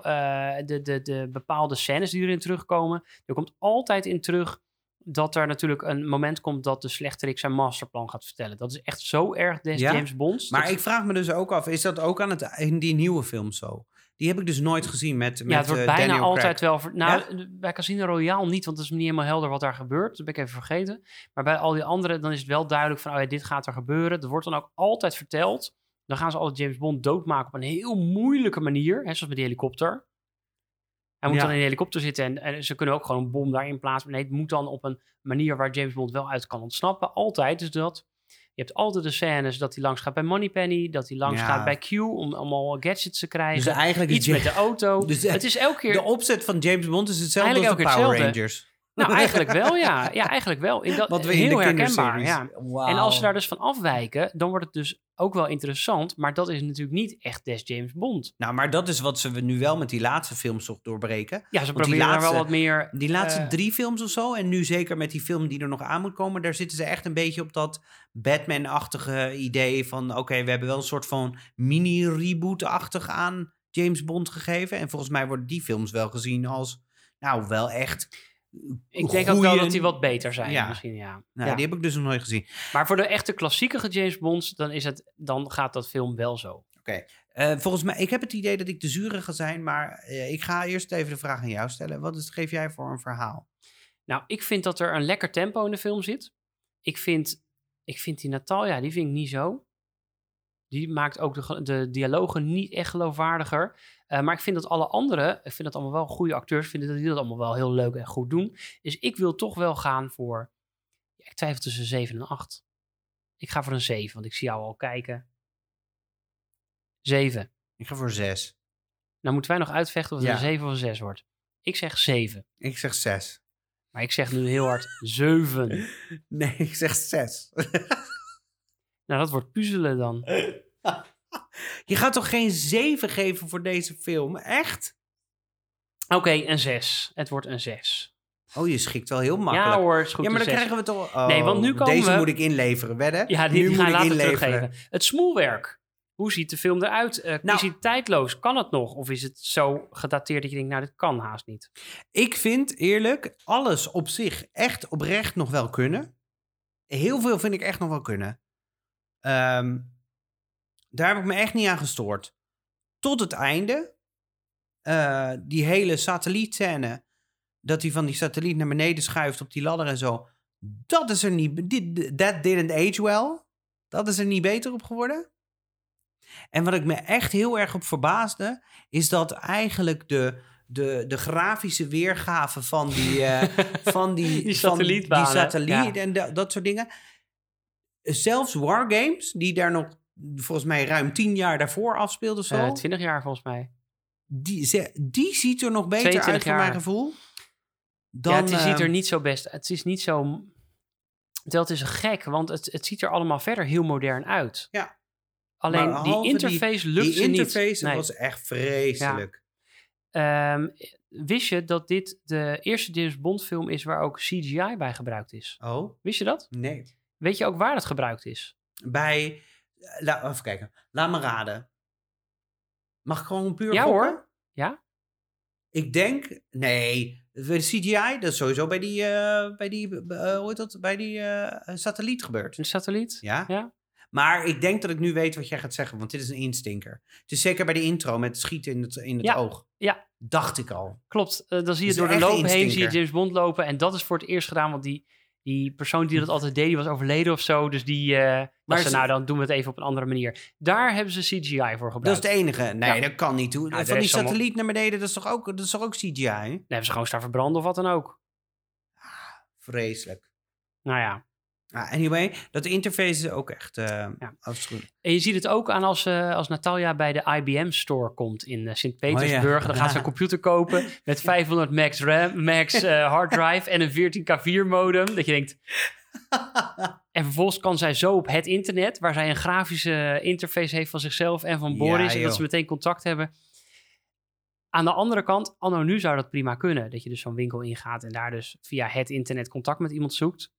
Speaker 1: de bepaalde scènes die erin terugkomen, er komt altijd in terug dat er natuurlijk een moment komt dat de slechterik zijn masterplan gaat vertellen. Dat is echt zo erg James Bonds.
Speaker 2: Maar ik vraag me dus ook af, is dat ook in die nieuwe film zo? Die heb ik dus nooit gezien met
Speaker 1: het wordt bijna
Speaker 2: Daniel
Speaker 1: altijd
Speaker 2: Craig.
Speaker 1: wel... bij Casino Royale niet, want het is niet helemaal helder wat daar gebeurt. Dat ben ik even vergeten. Maar bij al die andere, dan is het wel duidelijk van, dit gaat er gebeuren. Dat wordt dan ook altijd verteld. Dan gaan ze altijd James Bond doodmaken op een heel moeilijke manier. Hè, zoals met die helikopter. Hij moet dan in een helikopter zitten en ze kunnen ook gewoon een bom daarin plaatsen. Nee, het moet dan op een manier waar James Bond wel uit kan ontsnappen. Altijd is dat. Je hebt altijd de scènes dat hij langs gaat bij Moneypenny, dat hij langs gaat bij Q om allemaal gadgets te krijgen.
Speaker 2: Dus eigenlijk
Speaker 1: iets met de auto. Dus het is elke keer...
Speaker 2: De opzet van James Bond is hetzelfde als de Power Rangers.
Speaker 1: Nou, eigenlijk wel, ja. Ja, eigenlijk wel.
Speaker 2: Wat we
Speaker 1: heel
Speaker 2: in de
Speaker 1: herkenbaar, ja.
Speaker 2: Wow.
Speaker 1: En als ze daar dus van afwijken, dan wordt het dus ook wel interessant. Maar dat is natuurlijk niet echt des James Bond.
Speaker 2: Nou, maar dat is wat ze nu wel met die laatste films toch doorbreken.
Speaker 1: Ja, ze proberen er wel wat meer...
Speaker 2: Die laatste 3 films of zo, en nu zeker met die film die er nog aan moet komen, daar zitten ze echt een beetje op dat Batman-achtige idee van, oké, we hebben wel een soort van mini-reboot-achtig aan James Bond gegeven. En volgens mij worden die films wel gezien als, nou, wel echt...
Speaker 1: Ik denk ook wel dat die wat beter zijn.
Speaker 2: Ja.
Speaker 1: Misschien, ja.
Speaker 2: Nou,
Speaker 1: Ja.
Speaker 2: die heb ik dus nog nooit gezien.
Speaker 1: Maar voor de echte klassieke James Bonds, dan gaat dat film wel zo.
Speaker 2: Oké. Volgens mij, ik heb het idee dat ik de zure ga zijn, maar ik ga eerst even de vraag aan jou stellen. Geef jij voor een verhaal?
Speaker 1: Nou, ik vind dat er een lekker tempo in de film zit. Ik vind die Natalia, die vind ik niet zo. Die maakt ook de dialogen niet echt geloofwaardiger. Maar ik vind dat alle anderen, ik vind dat allemaal wel goede acteurs, vinden dat die dat allemaal wel heel leuk en goed doen. Dus ik wil toch wel gaan voor, ik twijfel tussen 7 en 8. Ik ga voor een 7, want ik zie jou al kijken. 7.
Speaker 2: Ik ga voor 6.
Speaker 1: Nou moeten wij nog uitvechten of het
Speaker 2: Ja.
Speaker 1: een 7 of een 6 wordt. Ik zeg 7.
Speaker 2: Ik zeg 6.
Speaker 1: Maar ik zeg nu heel hard 7.
Speaker 2: Nee, ik zeg 6.
Speaker 1: Nou, dat wordt puzzelen dan.
Speaker 2: Je gaat toch geen 7 geven voor deze film? Echt?
Speaker 1: Oké, een 6. Het wordt een 6.
Speaker 2: Oh, je schikt wel heel makkelijk.
Speaker 1: Ja hoor, het is goed.
Speaker 2: Ja, maar
Speaker 1: een
Speaker 2: dan
Speaker 1: 6.
Speaker 2: krijgen we toch... Oh,
Speaker 1: Nee, want nu komen
Speaker 2: deze
Speaker 1: we-
Speaker 2: moet ik inleveren, wedden?
Speaker 1: Ja,
Speaker 2: Nu
Speaker 1: die
Speaker 2: moet
Speaker 1: gaan
Speaker 2: ik
Speaker 1: later
Speaker 2: inleveren.
Speaker 1: teruggeven. Het smoelwerk. Hoe ziet de film eruit?
Speaker 2: Nou-
Speaker 1: Is hij tijdloos? Kan het nog? Of is het zo gedateerd dat je denkt, nou, dit kan haast niet?
Speaker 2: Ik vind eerlijk alles op zich echt oprecht nog wel kunnen. Heel veel vind ik echt nog wel kunnen. Daar heb ik me echt niet aan gestoord. Tot het einde. Die hele satellietscène. Dat hij van die satelliet naar beneden schuift op die ladder en zo. Dat is er niet... That didn't age well. Dat is er niet beter op geworden. En wat ik me echt heel erg op verbaasde... is dat eigenlijk de grafische weergave van die... van die
Speaker 1: satellietbanen,
Speaker 2: die satelliet
Speaker 1: ja.
Speaker 2: en dat soort dingen. Zelfs Wargames, die daar nog volgens mij ruim 10 jaar daarvoor afspeelde of zo...
Speaker 1: 20 jaar volgens mij.
Speaker 2: Die ziet er nog beter
Speaker 1: 22
Speaker 2: uit voor
Speaker 1: jaar.
Speaker 2: mijn gevoel. Dan,
Speaker 1: Ja, het ziet er niet zo best... Het is niet zo... Terwijl het is gek, want het ziet er allemaal verder heel modern uit.
Speaker 2: Ja.
Speaker 1: Alleen
Speaker 2: Maar
Speaker 1: die
Speaker 2: behalve
Speaker 1: interface lukt
Speaker 2: die
Speaker 1: ze niet.
Speaker 2: interface
Speaker 1: Nee.
Speaker 2: was echt vreselijk.
Speaker 1: Wist je dat dit de eerste James Bond film is waar ook CGI bij gebruikt is?
Speaker 2: Oh,
Speaker 1: Wist je dat?
Speaker 2: nee.
Speaker 1: Weet je ook waar het gebruikt is?
Speaker 2: Bij... even kijken. Laat me raden. Mag ik gewoon puur
Speaker 1: Ja
Speaker 2: gokken?
Speaker 1: hoor. Ja?
Speaker 2: Ik denk... Nee. De CGI, dat is sowieso bij die... hoe heet dat? Bij die satelliet gebeurd.
Speaker 1: Een satelliet?
Speaker 2: Ja?
Speaker 1: Ja.
Speaker 2: Maar ik denk dat ik nu weet wat jij gaat zeggen, want dit is een instinker. Het is zeker bij de intro met het schieten in het
Speaker 1: Ja.
Speaker 2: oog.
Speaker 1: Ja.
Speaker 2: Dacht ik al.
Speaker 1: Klopt. Dan zie je
Speaker 2: is
Speaker 1: door de
Speaker 2: echt een
Speaker 1: loop heen, zie je
Speaker 2: instinker.
Speaker 1: James Bond lopen. En dat is voor het eerst gedaan, want die persoon die dat altijd deed, die was overleden of zo. Dus die
Speaker 2: Maar
Speaker 1: ze, nou dan doen we het even op een andere manier. Daar hebben ze CGI voor gebruikt.
Speaker 2: Dat is het enige. Nee,
Speaker 1: Ja.
Speaker 2: dat kan niet.
Speaker 1: de
Speaker 2: Van die
Speaker 1: rest allemaal-
Speaker 2: satelliet naar beneden, dat is toch ook CGI?
Speaker 1: Dan hebben ze gewoon staan verbranden of wat dan ook.
Speaker 2: Vreselijk.
Speaker 1: Nou ja.
Speaker 2: Anyway, dat interface is ook echt afschuwelijk.
Speaker 1: En je ziet het ook aan als Natalia bij de IBM-store komt in Sint-Petersburg.
Speaker 2: Oh ja.
Speaker 1: Dan gaat ze een computer kopen met 500 max hard drive en een 14K4 modem. Dat je denkt... En vervolgens kan zij zo op het internet, waar zij een grafische interface heeft van zichzelf en van Boris, en
Speaker 2: joh.
Speaker 1: dat ze meteen contact hebben. Aan de andere kant, anno nu zou dat prima kunnen. Dat je dus zo'n winkel ingaat en daar dus via het internet contact met iemand zoekt.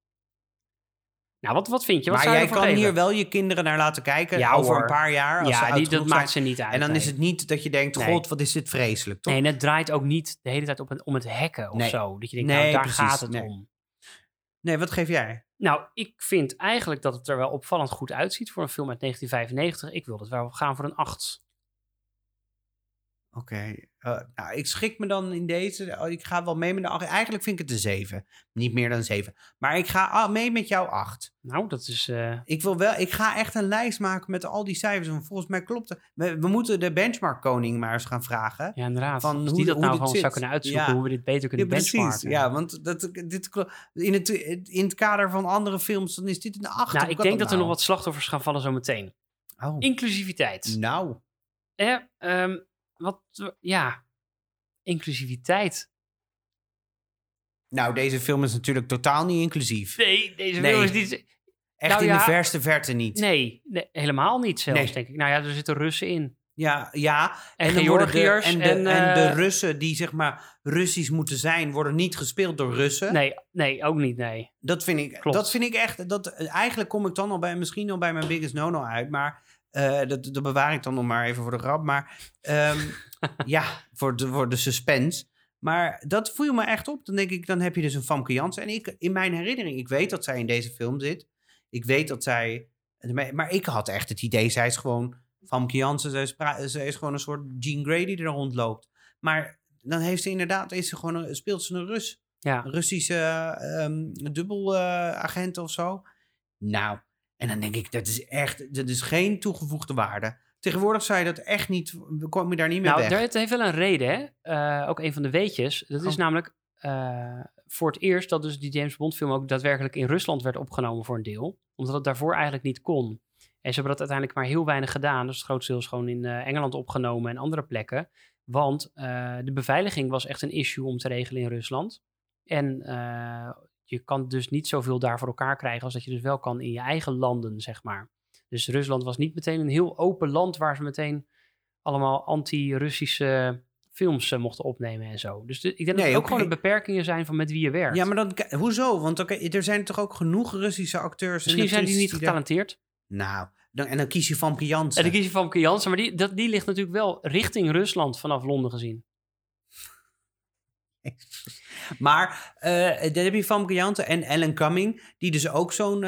Speaker 1: Nou, wat vind je? Wat
Speaker 2: Maar
Speaker 1: zou je
Speaker 2: jij
Speaker 1: ervoor
Speaker 2: kan
Speaker 1: geven?
Speaker 2: hier wel je kinderen naar laten kijken
Speaker 1: Ja,
Speaker 2: over
Speaker 1: hoor.
Speaker 2: een paar jaar. Als ze
Speaker 1: Ja,
Speaker 2: oud
Speaker 1: dat
Speaker 2: genoeg
Speaker 1: maakt
Speaker 2: zijn.
Speaker 1: ze niet uit.
Speaker 2: En dan
Speaker 1: nee.
Speaker 2: is het niet dat je denkt,
Speaker 1: Nee.
Speaker 2: god, wat is dit vreselijk, toch?
Speaker 1: Nee, en het draait ook niet de hele tijd om het hacken of
Speaker 2: Nee.
Speaker 1: zo. Dat je denkt,
Speaker 2: Nee,
Speaker 1: nou, daar
Speaker 2: precies.
Speaker 1: gaat het
Speaker 2: Nee.
Speaker 1: om.
Speaker 2: Nee, wat geef jij?
Speaker 1: Nou, ik vind eigenlijk dat het er wel opvallend goed uitziet voor een film uit 1995. Ik wil het wel gaan voor een 8.
Speaker 2: Oké. Nou, ik schik me dan in deze. Ik ga wel mee met de 8. Eigenlijk vind ik het een 7. Niet meer dan 7. Maar ik ga mee met jou 8.
Speaker 1: Nou, dat is...
Speaker 2: Ik ga echt een lijst maken met al die cijfers. Want volgens mij klopt het. We moeten de benchmark koning maar eens gaan vragen.
Speaker 1: Ja, inderdaad.
Speaker 2: Van
Speaker 1: Als
Speaker 2: hoe-
Speaker 1: die dat
Speaker 2: hoe
Speaker 1: nou
Speaker 2: dit
Speaker 1: gewoon
Speaker 2: zit.
Speaker 1: zou kunnen uitzoeken,
Speaker 2: Ja.
Speaker 1: hoe we dit beter kunnen
Speaker 2: precies.
Speaker 1: benchmarken.
Speaker 2: Ja, want dit klopt. In het kader van andere films, dan is dit een 8.
Speaker 1: Nou,
Speaker 2: Hoe
Speaker 1: ik
Speaker 2: kan
Speaker 1: denk dat er
Speaker 2: nou?
Speaker 1: nog wat slachtoffers gaan vallen zometeen.
Speaker 2: Oh.
Speaker 1: Inclusiviteit.
Speaker 2: Nou.
Speaker 1: Inclusiviteit.
Speaker 2: Nou, deze film is natuurlijk totaal niet inclusief.
Speaker 1: Nee, deze
Speaker 2: Nee.
Speaker 1: film is niet...
Speaker 2: Echt
Speaker 1: Nou
Speaker 2: in
Speaker 1: ja.
Speaker 2: de verste verte niet.
Speaker 1: Nee, helemaal niet zelfs,
Speaker 2: Nee.
Speaker 1: denk ik. Nou ja, er zitten Russen in.
Speaker 2: Ja.
Speaker 1: En
Speaker 2: dan worden
Speaker 1: Georgiërs
Speaker 2: en de
Speaker 1: en,
Speaker 2: Russen die zeg maar Russisch moeten zijn, worden niet gespeeld door Russen.
Speaker 1: Nee, ook niet, nee.
Speaker 2: Dat vind ik,
Speaker 1: Klopt.
Speaker 2: dat vind ik echt. Eigenlijk kom ik dan al misschien al bij mijn biggest no-no uit, maar dat bewaar ik dan nog maar even voor de grap. Maar ja, voor de suspense. Maar dat viel me echt op. Dan denk ik, dan heb je dus een Famke Janssen. En ik, in mijn herinnering, ik weet dat zij in deze film zit. Ik weet dat zij... Maar ik had echt het idee, zij is gewoon Famke Janssen. Zij is gewoon een soort Jean Grey die er rondloopt. Maar dan heeft ze inderdaad, speelt ze een Rus.
Speaker 1: Ja.
Speaker 2: Een Russische dubbelagent of zo. Nou, en dan denk ik, dat is geen toegevoegde waarde. Tegenwoordig zou je dat echt niet, kom je daar niet meer weg.
Speaker 1: Het heeft wel een reden, hè? Ook een van de weetjes. Dat is namelijk voor het eerst dat dus die James Bond film ook daadwerkelijk in Rusland werd opgenomen voor een deel. Omdat het daarvoor eigenlijk niet kon. En ze hebben dat uiteindelijk maar heel weinig gedaan. Dus het grootste deel is gewoon in Engeland opgenomen en andere plekken. Want de beveiliging was echt een issue om te regelen in Rusland. En je kan dus niet zoveel daar voor elkaar krijgen als dat je dus wel kan in je eigen landen, zeg maar. Dus Rusland was niet meteen een heel open land waar ze meteen allemaal anti-Russische films mochten opnemen en zo. Dus ik denk dat het ook gewoon de beperkingen zijn van met wie je werkt.
Speaker 2: Ja, maar dan, hoezo? Want er zijn toch ook genoeg Russische acteurs.
Speaker 1: Misschien zijn die niet getalenteerd.
Speaker 2: Nou, en dan kies je Famke Janssen.
Speaker 1: En dan kies je Famke Janssen, maar die ligt natuurlijk wel richting Rusland vanaf Londen gezien.
Speaker 2: Maar dan heb je Famke Janssen en Alan Cumming, die dus ook zo'n...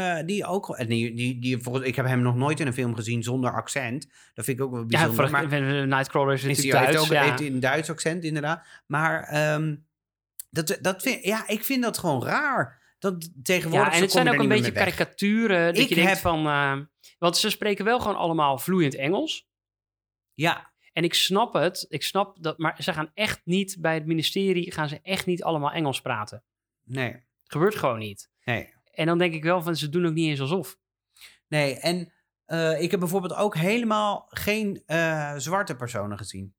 Speaker 2: ik heb hem nog nooit in een film gezien zonder accent. Dat vind ik ook wel bijzonder.
Speaker 1: Ja, maar Nightcrawler is natuurlijk Duits.
Speaker 2: Heeft een Duits accent, inderdaad. Maar ik vind dat gewoon raar. Dat tegenwoordig.
Speaker 1: Ja, en het zijn ook een beetje karikaturen. Dat je denkt van... want ze spreken wel gewoon allemaal vloeiend Engels.
Speaker 2: Ja.
Speaker 1: En ik snap dat, maar ze gaan echt niet bij het ministerie, gaan ze echt niet allemaal Engels praten.
Speaker 2: Nee.
Speaker 1: Het gebeurt gewoon niet.
Speaker 2: Nee.
Speaker 1: En dan denk ik wel van, ze doen ook niet eens alsof.
Speaker 2: Nee, en ik heb bijvoorbeeld ook helemaal geen zwarte personen gezien.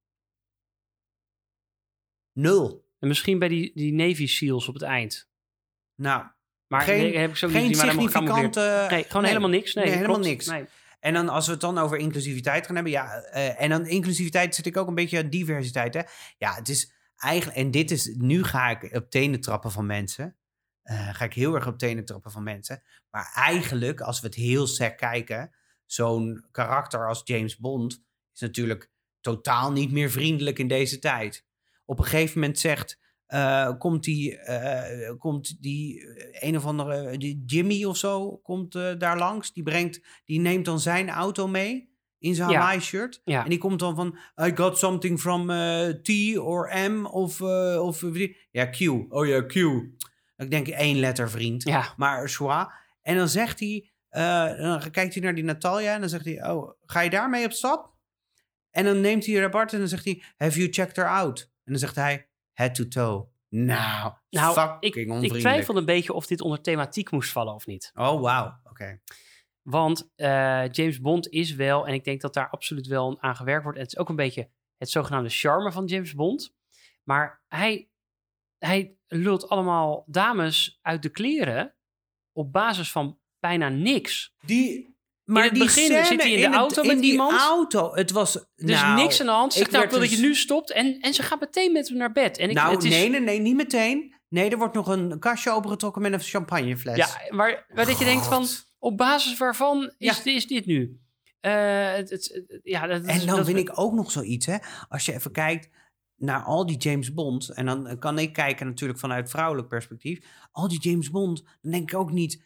Speaker 2: 0.
Speaker 1: En misschien bij die Navy SEALs op het eind.
Speaker 2: Nou,
Speaker 1: maar heb ik zo
Speaker 2: geen
Speaker 1: niet gezien,
Speaker 2: significante...
Speaker 1: Nee, gewoon helemaal niks. Nee,
Speaker 2: helemaal
Speaker 1: klopt.
Speaker 2: niks.
Speaker 1: Nee.
Speaker 2: En dan als we het dan over inclusiviteit gaan hebben, en dan inclusiviteit zit ik ook een beetje aan diversiteit, hè. Ja, het is eigenlijk, en nu ga ik op tenen trappen van mensen. Ga ik heel erg op tenen trappen van mensen. Maar eigenlijk, als we het heel sec kijken, zo'n karakter als James Bond is natuurlijk totaal niet meer vriendelijk in deze tijd. Op een gegeven moment komt die een of andere, die Jimmy of zo, komt daar langs. Die neemt dan zijn auto mee in zijn Hawaii-shirt. Ja. En die komt dan van, I got something from T or M of ja, Q. Oh ja, Q. Ik denk 1 letter vriend. Ja. Maar schwa. En dan zegt hij, dan kijkt hij naar die Natalia en dan zegt hij, oh, ga je daarmee op stap? En dan neemt hij Robert en dan zegt hij, have you checked her out? En dan zegt hij, head to toe. Nou, fucking onvriendelijk.
Speaker 1: Ik twijfelde een beetje of dit onder thematiek moest vallen of niet.
Speaker 2: Oh, wauw. Oké.
Speaker 1: Want James Bond is wel, en ik denk dat daar absoluut wel aan gewerkt wordt. En het is ook een beetje het zogenaamde charme van James Bond. Maar hij lult allemaal dames uit de kleren op basis van bijna niks.
Speaker 2: Maar
Speaker 1: in het begin zit hij in de auto met iemand.
Speaker 2: Auto, het was...
Speaker 1: Dus niks aan de hand. Zegt, ik wil dat je nu stopt. En ze gaat meteen met hem naar bed. En
Speaker 2: nee, niet meteen. Nee, er wordt nog een kastje opengetrokken met een champagnefles.
Speaker 1: Ja, maar dat je denkt van, op basis waarvan is dit nu?
Speaker 2: En dan vind ik ook nog zoiets, hè. Als je even kijkt naar al die James Bond, en dan kan ik kijken natuurlijk vanuit vrouwelijk perspectief. Al die James Bond, dan denk ik ook niet,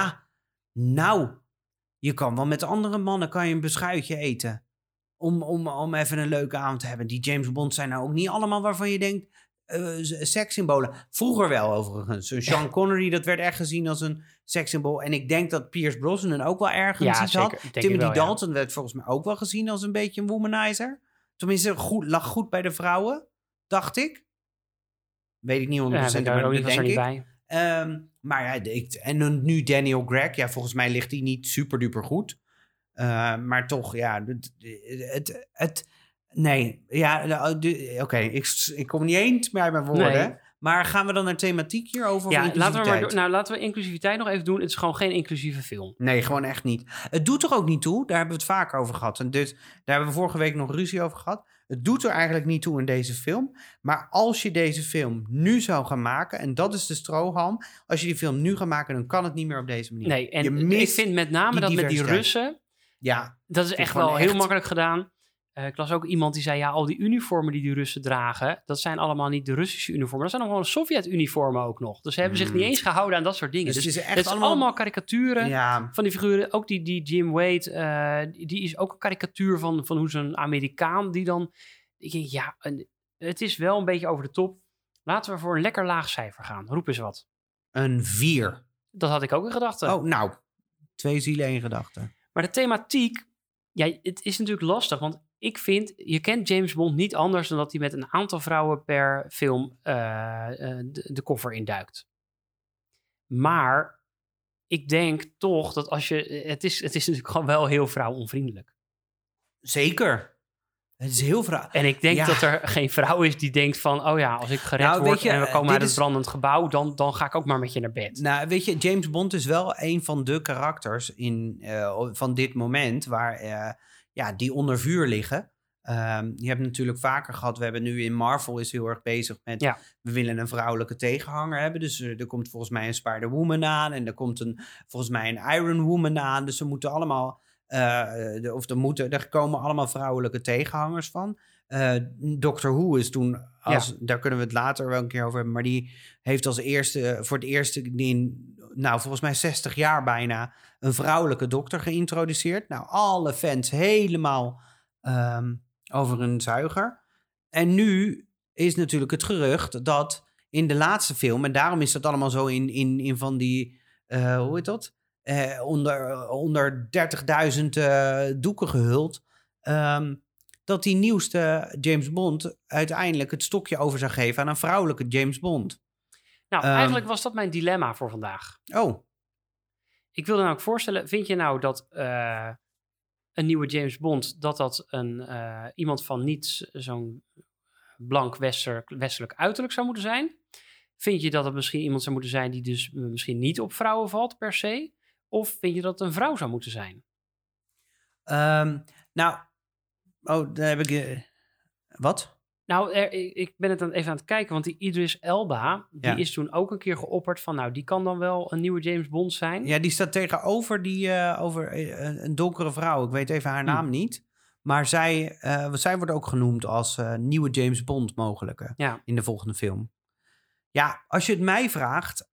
Speaker 2: je kan wel met andere mannen een beschuitje eten. Om even een leuke avond te hebben. Die James Bond zijn nou ook niet allemaal waarvan je denkt, sekssymbolen. Vroeger wel overigens. Sean Connery, dat werd echt gezien als een sekssymbool. En ik denk dat Pierce Brosnan ook wel ergens iets had. Timothy Dalton werd volgens mij ook wel gezien als een beetje een womanizer. Tenminste, lag goed bij de vrouwen, dacht ik. Weet ik niet 100%, maar dat denk ik. Maar ja, en nu Daniel Craig. Ja, volgens mij ligt hij niet super duper goed. Maar toch, ja. Nee, ja, oké. Ik kom niet eens bij mijn woorden. Nee. Maar gaan we dan naar thematiek hierover?
Speaker 1: Ja, laten we inclusiviteit nog even doen. Het is gewoon geen inclusieve film.
Speaker 2: Nee, gewoon echt niet. Het doet er ook niet toe. Daar hebben we het vaker over gehad. En daar hebben we vorige week nog ruzie over gehad. Het doet er eigenlijk niet toe in deze film. Maar als je deze film nu zou gaan maken, en dat is de strohalm, als je die film nu gaat maken, dan kan het niet meer op deze manier.
Speaker 1: Nee, en ik vind met name dat met die Russen, dat is echt wel heel makkelijk gedaan. Ik las ook iemand die zei, ja, al die uniformen die Russen dragen, dat zijn allemaal niet de Russische uniformen. Dat zijn nog gewoon Sovjet-uniformen ook nog. Dus ze hebben zich niet eens gehouden aan dat soort dingen.
Speaker 2: Dus
Speaker 1: Dus
Speaker 2: het is echt
Speaker 1: het is allemaal karikaturen
Speaker 2: Ja,
Speaker 1: van die figuren. Ook die Jim Wade, die is ook een karikatuur van hoe zo'n Amerikaan die dan... Ik denk, ja, het is wel een beetje over de top. Laten we voor een lekker laag cijfer gaan. Roep eens wat.
Speaker 2: een 4.
Speaker 1: Dat had ik ook in gedachten.
Speaker 2: Oh, nou. 2 zielen, 1 gedachte.
Speaker 1: Maar de thematiek, ja, het is natuurlijk lastig. Want ik vind, je kent James Bond niet anders dan dat hij met een aantal vrouwen per film de koffer induikt. Maar ik denk toch dat als je... Het is natuurlijk gewoon wel heel vrouwonvriendelijk.
Speaker 2: Zeker. Het is heel vrouw.
Speaker 1: En ik denk
Speaker 2: Ja.
Speaker 1: dat er geen vrouw is die denkt van... oh ja, als ik gered
Speaker 2: Nou,
Speaker 1: word
Speaker 2: weet je,
Speaker 1: en we komen
Speaker 2: dit
Speaker 1: uit het
Speaker 2: is-
Speaker 1: brandend gebouw... dan ga ik ook maar met je naar bed.
Speaker 2: Nou, weet je, James Bond is wel een van de karakters van dit moment waar die onder vuur liggen. Je hebt natuurlijk vaker gehad, we hebben nu in Marvel is heel erg bezig met...
Speaker 1: Ja.
Speaker 2: We willen een vrouwelijke tegenhanger hebben. Dus er komt volgens mij een Spider-Woman aan. En er komt volgens mij een Iron Woman aan. Dus ze moeten allemaal... er komen allemaal vrouwelijke tegenhangers van. Doctor Who is toen... Daar kunnen we het later wel een keer over hebben. Maar die heeft voor het eerst volgens mij 60 jaar bijna... een vrouwelijke dokter geïntroduceerd. Nou, alle fans helemaal over een zuiger. En nu is natuurlijk het gerucht dat in de laatste film... en daarom is dat allemaal zo in van die... hoe heet dat? Onder 30.000 doeken gehuld... dat die nieuwste James Bond uiteindelijk het stokje over zou geven aan een vrouwelijke James Bond.
Speaker 1: Nou, eigenlijk was dat mijn dilemma voor vandaag.
Speaker 2: Oh,
Speaker 1: Ik wilde nou ook voorstellen, vind je nou dat een nieuwe James Bond... dat iemand van niet zo'n blank westelijk uiterlijk zou moeten zijn? Vind je dat het misschien iemand zou moeten zijn... die dus misschien niet op vrouwen valt per se? Of vind je dat het een vrouw zou moeten zijn?
Speaker 2: daar heb ik... wat?
Speaker 1: Nou, ik ben het even aan het kijken, want die Idris Elba... die is toen ook een keer geopperd van... nou, die kan dan wel een nieuwe James Bond zijn.
Speaker 2: Ja, die staat tegenover een donkere vrouw. Ik weet even haar naam niet. Maar zij wordt ook genoemd als nieuwe James Bond mogelijke in de volgende film. Ja, als je het mij vraagt...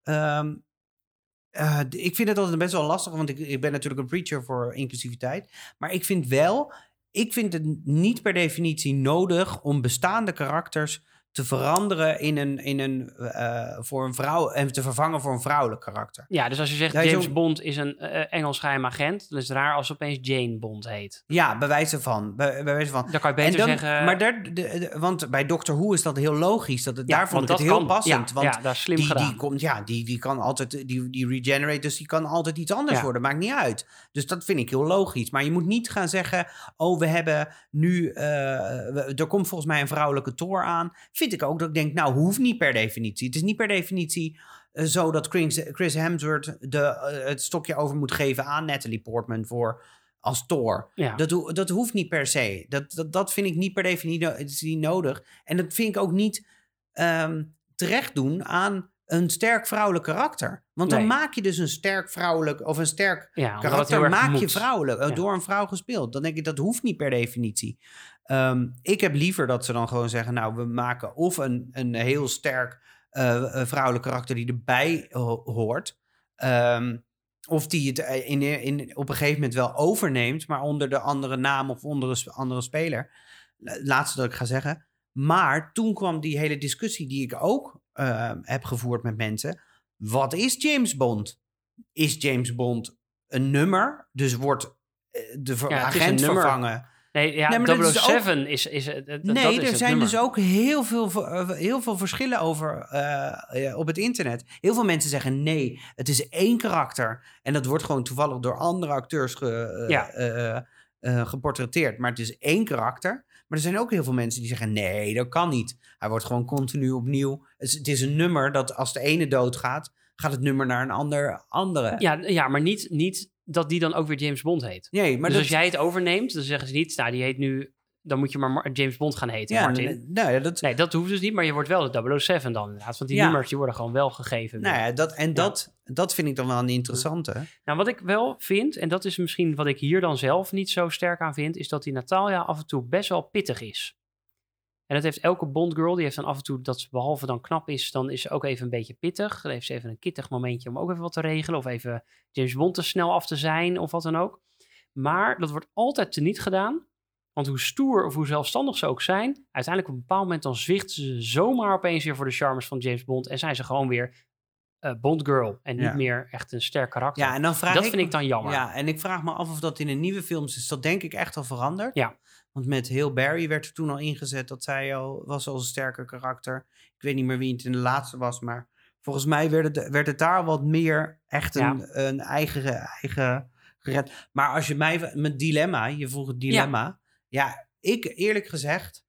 Speaker 2: ik vind het altijd best wel lastig, want ik ben natuurlijk een preacher voor inclusiviteit. Maar ik vind het niet per definitie nodig om bestaande karakters te veranderen voor een vrouw en te vervangen voor een vrouwelijk karakter.
Speaker 1: Ja, dus als je zegt James Bond is een Engels geheim agent, dan is het raar als ze opeens Jane Bond heet.
Speaker 2: Ja, bij wijze van.
Speaker 1: Dan kan je beter zeggen...
Speaker 2: Maar want bij Doctor Who is dat heel logisch. Daar vond ik het heel passend. Want
Speaker 1: dat is slim gedaan.
Speaker 2: Die kan altijd, die regenerate, dus die kan altijd iets anders worden. Maakt niet uit. Dus dat vind ik heel logisch. Maar je moet niet gaan zeggen, we hebben nu, er komt volgens mij een vrouwelijke Thor aan. Vind ik ook dat ik denk, nou, hoeft niet per definitie. Het is niet per definitie zo dat Chris Hemsworth het stokje over moet geven aan Natalie Portman als Thor. Ja. Dat hoeft niet per se. Dat vind ik niet per definitie nodig. En dat vind ik ook niet terecht doen aan een sterk vrouwelijk karakter. Want dan maak je dus een sterk vrouwelijk of een sterk karakter maak je vrouwelijk door een vrouw gespeeld. Dan denk ik, dat hoeft niet per definitie. Ik heb liever dat ze dan gewoon zeggen, nou, we maken of een heel sterk vrouwelijk karakter die erbij hoort. Of die het op een gegeven moment wel overneemt, maar onder de andere naam of onder een andere speler. Laatste dat ik ga zeggen. Maar toen kwam die hele discussie die ik ook heb gevoerd met mensen. Wat is James Bond? Is James Bond een nummer? Dus wordt de agent vervangen?
Speaker 1: Nee, maar 007 is het.
Speaker 2: Nee, er zijn dus ook heel veel verschillen over op het internet. Heel veel mensen zeggen nee, het is één karakter. En dat wordt gewoon toevallig door andere acteurs geportretteerd. Maar het is één karakter. Maar er zijn ook heel veel mensen die zeggen nee, dat kan niet. Hij wordt gewoon continu opnieuw. Het is een nummer dat als de ene doodgaat, gaat het nummer naar een andere.
Speaker 1: Ja, maar niet dat die dan ook weer James Bond heet.
Speaker 2: Nee, maar
Speaker 1: dus als jij het overneemt, dan zeggen ze niet, nou, die heet nu dan moet je maar James Bond gaan heten,
Speaker 2: Ja,
Speaker 1: Martin.
Speaker 2: nee,
Speaker 1: Dat hoeft dus niet, maar je wordt wel de 007 dan inderdaad. Want die
Speaker 2: Ja.
Speaker 1: nummers die worden gewoon wel gegeven.
Speaker 2: Nou ja, dat vind ik dan wel een interessante.
Speaker 1: Nou, wat ik wel vind, en dat is misschien wat ik hier dan zelf niet zo sterk aan vind, is dat die Natalia af en toe best wel pittig is. En dat heeft elke Bond-girl, die heeft dan af en toe, dat ze behalve dan knap is, dan is ze ook even een beetje pittig. Dan heeft ze even een kittig momentje om ook even wat te regelen, of even James Bond te snel af te zijn, of wat dan ook. Maar dat wordt altijd teniet gedaan. Want hoe stoer of hoe zelfstandig ze ook zijn, uiteindelijk op een bepaald moment dan zwichten ze zomaar opeens weer voor de charmes van James Bond en zijn ze gewoon weer Bond girl en niet meer echt een sterk karakter.
Speaker 2: Ja, en dan
Speaker 1: dat vind ik dan jammer.
Speaker 2: Ja, en ik vraag me af of dat in de nieuwe films is. Dat denk ik echt al veranderd.
Speaker 1: Ja.
Speaker 2: Want met Halle Berry werd er toen al ingezet dat zij was al een sterker karakter. Ik weet niet meer wie het in de laatste was, maar volgens mij werd het daar wat meer echt een eigen gered. Maar als je mij met dilemma, je vroeg het dilemma. Ja, ik eerlijk gezegd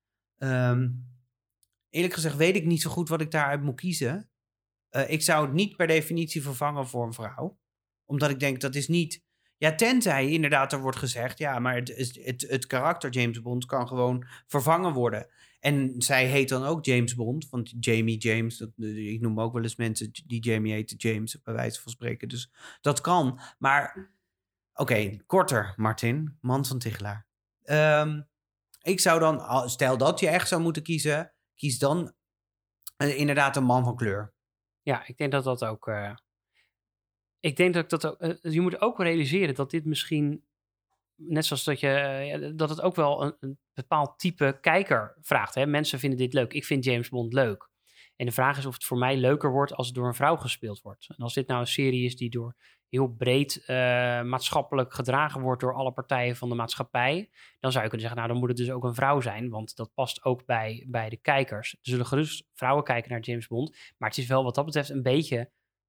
Speaker 2: weet ik niet zo goed wat ik daaruit moet kiezen. Ik zou het niet per definitie vervangen voor een vrouw. Omdat ik denk, dat is niet... Ja, tenzij inderdaad er wordt gezegd... Ja, maar het karakter James Bond kan gewoon vervangen worden. En zij heet dan ook James Bond. Want Jamie James, ik noem ook wel eens mensen die Jamie heten James, bij wijze van spreken. Dus dat kan. Maar oké, korter, Martin. Man van Tichelaar. Ik zou dan, stel dat je echt zou moeten kiezen... Kies dan inderdaad een man van kleur.
Speaker 1: Ja, ik denk dat dat ook... ik denk dat dat ook... je moet ook realiseren dat dit misschien... Net zoals dat het ook wel een bepaald type kijker vraagt. Hè? Mensen vinden dit leuk. Ik vind James Bond leuk. En de vraag is of het voor mij leuker wordt als het door een vrouw gespeeld wordt. En als dit nou een serie is die door heel breed maatschappelijk gedragen wordt door alle partijen van de maatschappij, dan zou je kunnen zeggen, nou dan moet het dus ook een vrouw zijn, want dat past ook bij de kijkers. Er zullen gerust vrouwen kijken naar James Bond, maar het is wel wat dat betreft een beetje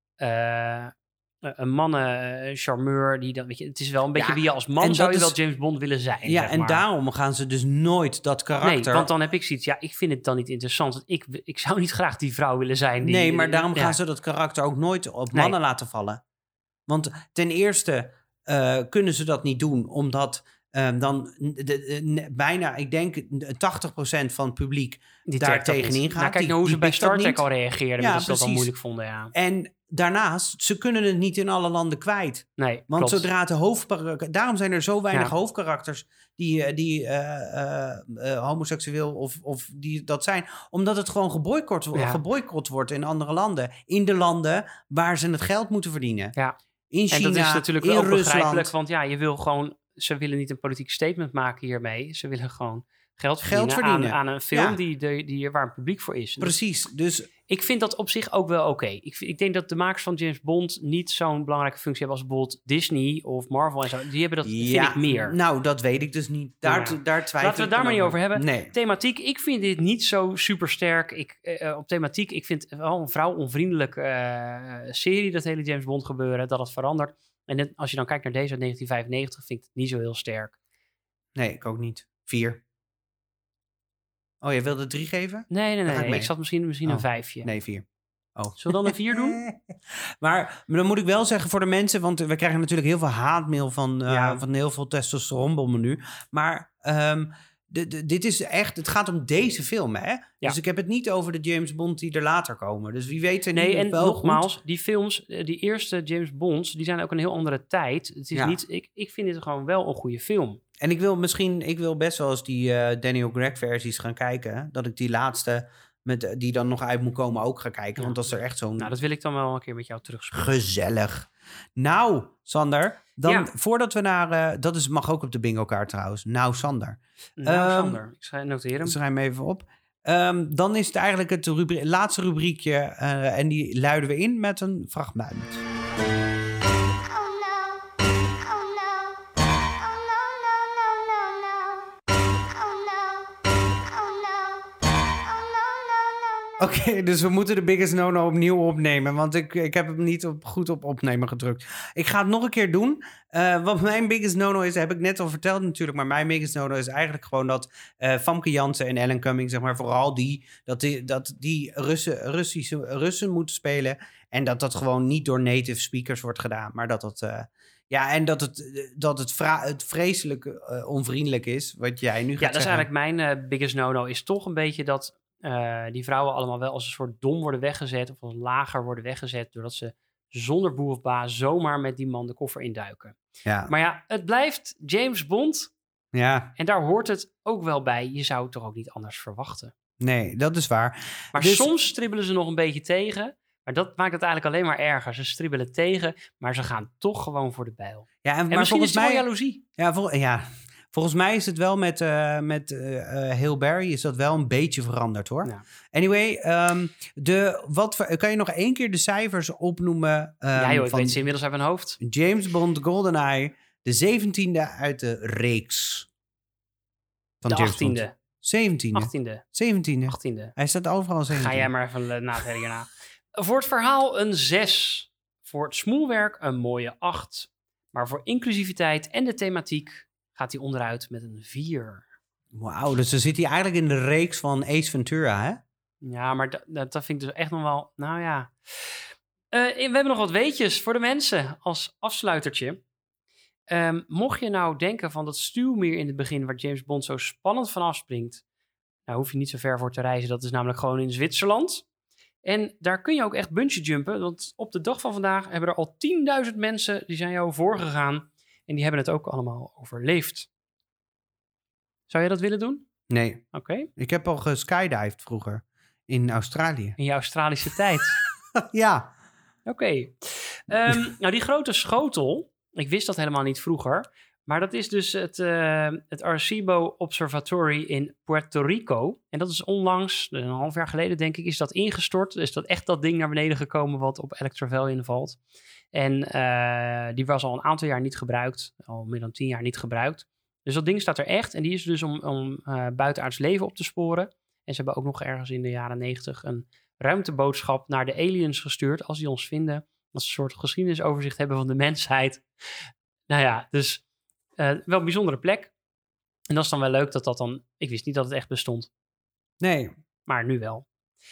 Speaker 1: een mannen-charmeur. Het is wel een beetje wie je als man zou je wel James Bond willen zijn.
Speaker 2: Ja,
Speaker 1: zeg
Speaker 2: en
Speaker 1: maar.
Speaker 2: Daarom gaan ze dus nooit dat karakter...
Speaker 1: Nee, want dan heb ik zoiets, ik vind het dan niet interessant. Want ik zou niet graag die vrouw willen zijn.
Speaker 2: Nee, maar daarom gaan ze dat karakter ook nooit op mannen laten vallen. Want ten eerste kunnen ze dat niet doen, omdat dan bijna, ik denk 80% van het publiek die daar tegenin gaat.
Speaker 1: Nou, kijk naar hoe ze bij Star Trek al reageerden, dat ze dat al moeilijk vonden. Ja.
Speaker 2: En daarnaast, ze kunnen het niet in alle landen kwijt.
Speaker 1: Nee,
Speaker 2: want zodra het daarom zijn er zo weinig hoofdkarakters die homoseksueel of die dat zijn. Omdat het gewoon geboycott wordt in andere landen. In de landen waar ze het geld moeten verdienen.
Speaker 1: Ja.
Speaker 2: In China,
Speaker 1: en dat is natuurlijk
Speaker 2: in
Speaker 1: wel
Speaker 2: Rusland.
Speaker 1: begrijpelijk, want je wil gewoon... Ze willen niet een politiek statement maken hiermee. Ze willen gewoon geld verdienen. Aan een film waar een publiek voor is.
Speaker 2: Precies. Dus
Speaker 1: ik vind dat op zich ook wel oké. Ik denk dat de makers van James Bond niet zo'n belangrijke functie hebben als bijvoorbeeld Disney of Marvel en zo. Die hebben dat, vind ik, meer.
Speaker 2: Nou, dat weet ik dus niet. Daar twijfel
Speaker 1: Laten we het daar maar niet over hebben.
Speaker 2: Nee.
Speaker 1: Thematiek, ik vind dit niet zo super sterk. Op thematiek, ik vind het wel een vrouwonvriendelijke serie, dat hele James Bond gebeuren, dat het verandert. En als je dan kijkt naar deze uit 1995, vind ik het niet zo heel sterk.
Speaker 2: Nee, ik ook niet. 4. Oh, je wilde 3 geven?
Speaker 1: Nee. Ik zat misschien een 5.
Speaker 2: Nee, 4. Oh.
Speaker 1: Zullen we dan een 4 doen?
Speaker 2: Maar dan moet ik wel zeggen voor de mensen, want we krijgen natuurlijk heel veel haatmail van heel veel testosteronbommen nu. Maar dit is echt, het gaat om deze film, hè? Ja. Dus ik heb het niet over de James Bond die er later komen. Dus wie weet er niet
Speaker 1: en
Speaker 2: wel
Speaker 1: nogmaals,
Speaker 2: goed.
Speaker 1: Die films, die eerste James Bonds, die zijn ook een heel andere tijd. Het is niet, ik vind dit gewoon wel een goede film.
Speaker 2: En ik wil best wel eens die Daniel Craig versies gaan kijken. Dat ik die laatste, die dan nog uit moet komen, ook ga kijken. Want dat is er echt zo'n...
Speaker 1: Nou, dat wil ik dan wel een keer met jou terugspelen.
Speaker 2: Gezellig. Nou, Sander, dan voordat we naar... mag ook op de bingo kaart trouwens. Nou, Sander.
Speaker 1: Sander. Ik ga noteren hem.
Speaker 2: Schrijf hem even op. Dan is het eigenlijk het laatste rubriekje. En die luiden we in met een fragment. Oké, dus we moeten de Biggest No-No opnieuw opnemen. Want ik heb hem niet goed op opnemen gedrukt. Ik ga het nog een keer doen. Wat mijn Biggest No-No is, heb ik net al verteld natuurlijk. Maar mijn Biggest No-No is eigenlijk gewoon dat Famke Janssen en Ellen Cumming, zeg maar, vooral die Russen moeten spelen. En dat gewoon niet door native speakers wordt gedaan. Maar dat Ja, en dat het vreselijk onvriendelijk is, wat jij nu gaat
Speaker 1: Ja, dat is
Speaker 2: zeggen.
Speaker 1: eigenlijk mijn biggest no-no. Is toch een beetje dat die vrouwen allemaal wel als een soort dom worden weggezet. Of als lager worden weggezet. Doordat ze zonder boer of baas zomaar met die man de koffer induiken.
Speaker 2: Ja.
Speaker 1: Maar ja, het blijft James Bond.
Speaker 2: Ja,
Speaker 1: En daar hoort het ook wel bij. Je zou het toch ook niet anders verwachten.
Speaker 2: nee, dat is waar.
Speaker 1: Maar
Speaker 2: Dus-
Speaker 1: soms stribbelen ze nog een beetje tegen. Maar dat maakt het eigenlijk alleen maar erger. Ze stribbelen tegen, maar ze gaan toch gewoon voor de bijl.
Speaker 2: Ja, en
Speaker 1: En
Speaker 2: maar
Speaker 1: misschien is
Speaker 2: volgens
Speaker 1: het wel
Speaker 2: mij...
Speaker 1: jaloezie.
Speaker 2: Volgens mij is het wel met Hail Berry is dat wel een beetje veranderd, hoor.
Speaker 1: Ja.
Speaker 2: Anyway, kan je nog 1 keer de cijfers opnoemen
Speaker 1: Ja joh, ik
Speaker 2: van
Speaker 1: weet ze inmiddels uit mijn hoofd.
Speaker 2: James Bond GoldenEye, de 17e uit de reeks van
Speaker 1: De
Speaker 2: James Bond.
Speaker 1: 18e.
Speaker 2: 17e. 17e.
Speaker 1: 18e.
Speaker 2: Hij staat overal 17e.
Speaker 1: Ga jij maar even nadenken hierna. Voor het verhaal een 6. Voor het smoelwerk een mooie 8. Maar voor inclusiviteit en de thematiek gaat hij onderuit met een 4.
Speaker 2: Wauw, dus dan zit hij eigenlijk in de reeks van Ace Ventura, hè?
Speaker 1: Ja, maar dat vind ik dus echt nog wel... Nou ja. We hebben nog wat weetjes voor de mensen als afsluitertje. Mocht je nou denken van dat stuwmeer in het begin... waar James Bond zo spannend van afspringt... nou hoef je niet zo ver voor te reizen. Dat is namelijk gewoon in Zwitserland. En daar kun je ook echt bungee jumpen. Want op de dag van vandaag hebben er al 10.000 mensen... die zijn jou voorgegaan. En die hebben het ook allemaal overleefd. Zou je dat willen doen?
Speaker 2: Nee,
Speaker 1: Oké.
Speaker 2: ik heb al geskydived vroeger in Australië.
Speaker 1: In je Australische tijd.
Speaker 2: Ja.
Speaker 1: Oké. Nou, die grote schotel, ik wist dat helemaal niet vroeger, maar dat is dus het Arecibo Observatory in Puerto Rico. En dat is onlangs, een half jaar geleden denk ik, is dat ingestort. Is dat echt dat ding naar beneden gekomen wat op Electravelion valt. En die was al een aantal jaar niet gebruikt, al meer dan 10 jaar niet gebruikt. Dus dat ding staat er echt en die is dus om buitenaards leven op te sporen. En ze hebben ook nog ergens in de jaren 90 een ruimteboodschap naar de aliens gestuurd. Als die ons vinden. Als ze een soort geschiedenisoverzicht hebben van de mensheid. Nou ja, dus wel een bijzondere plek. En dat is dan wel leuk dat dan... Ik wist niet dat het echt bestond.
Speaker 2: Nee.
Speaker 1: Maar nu wel.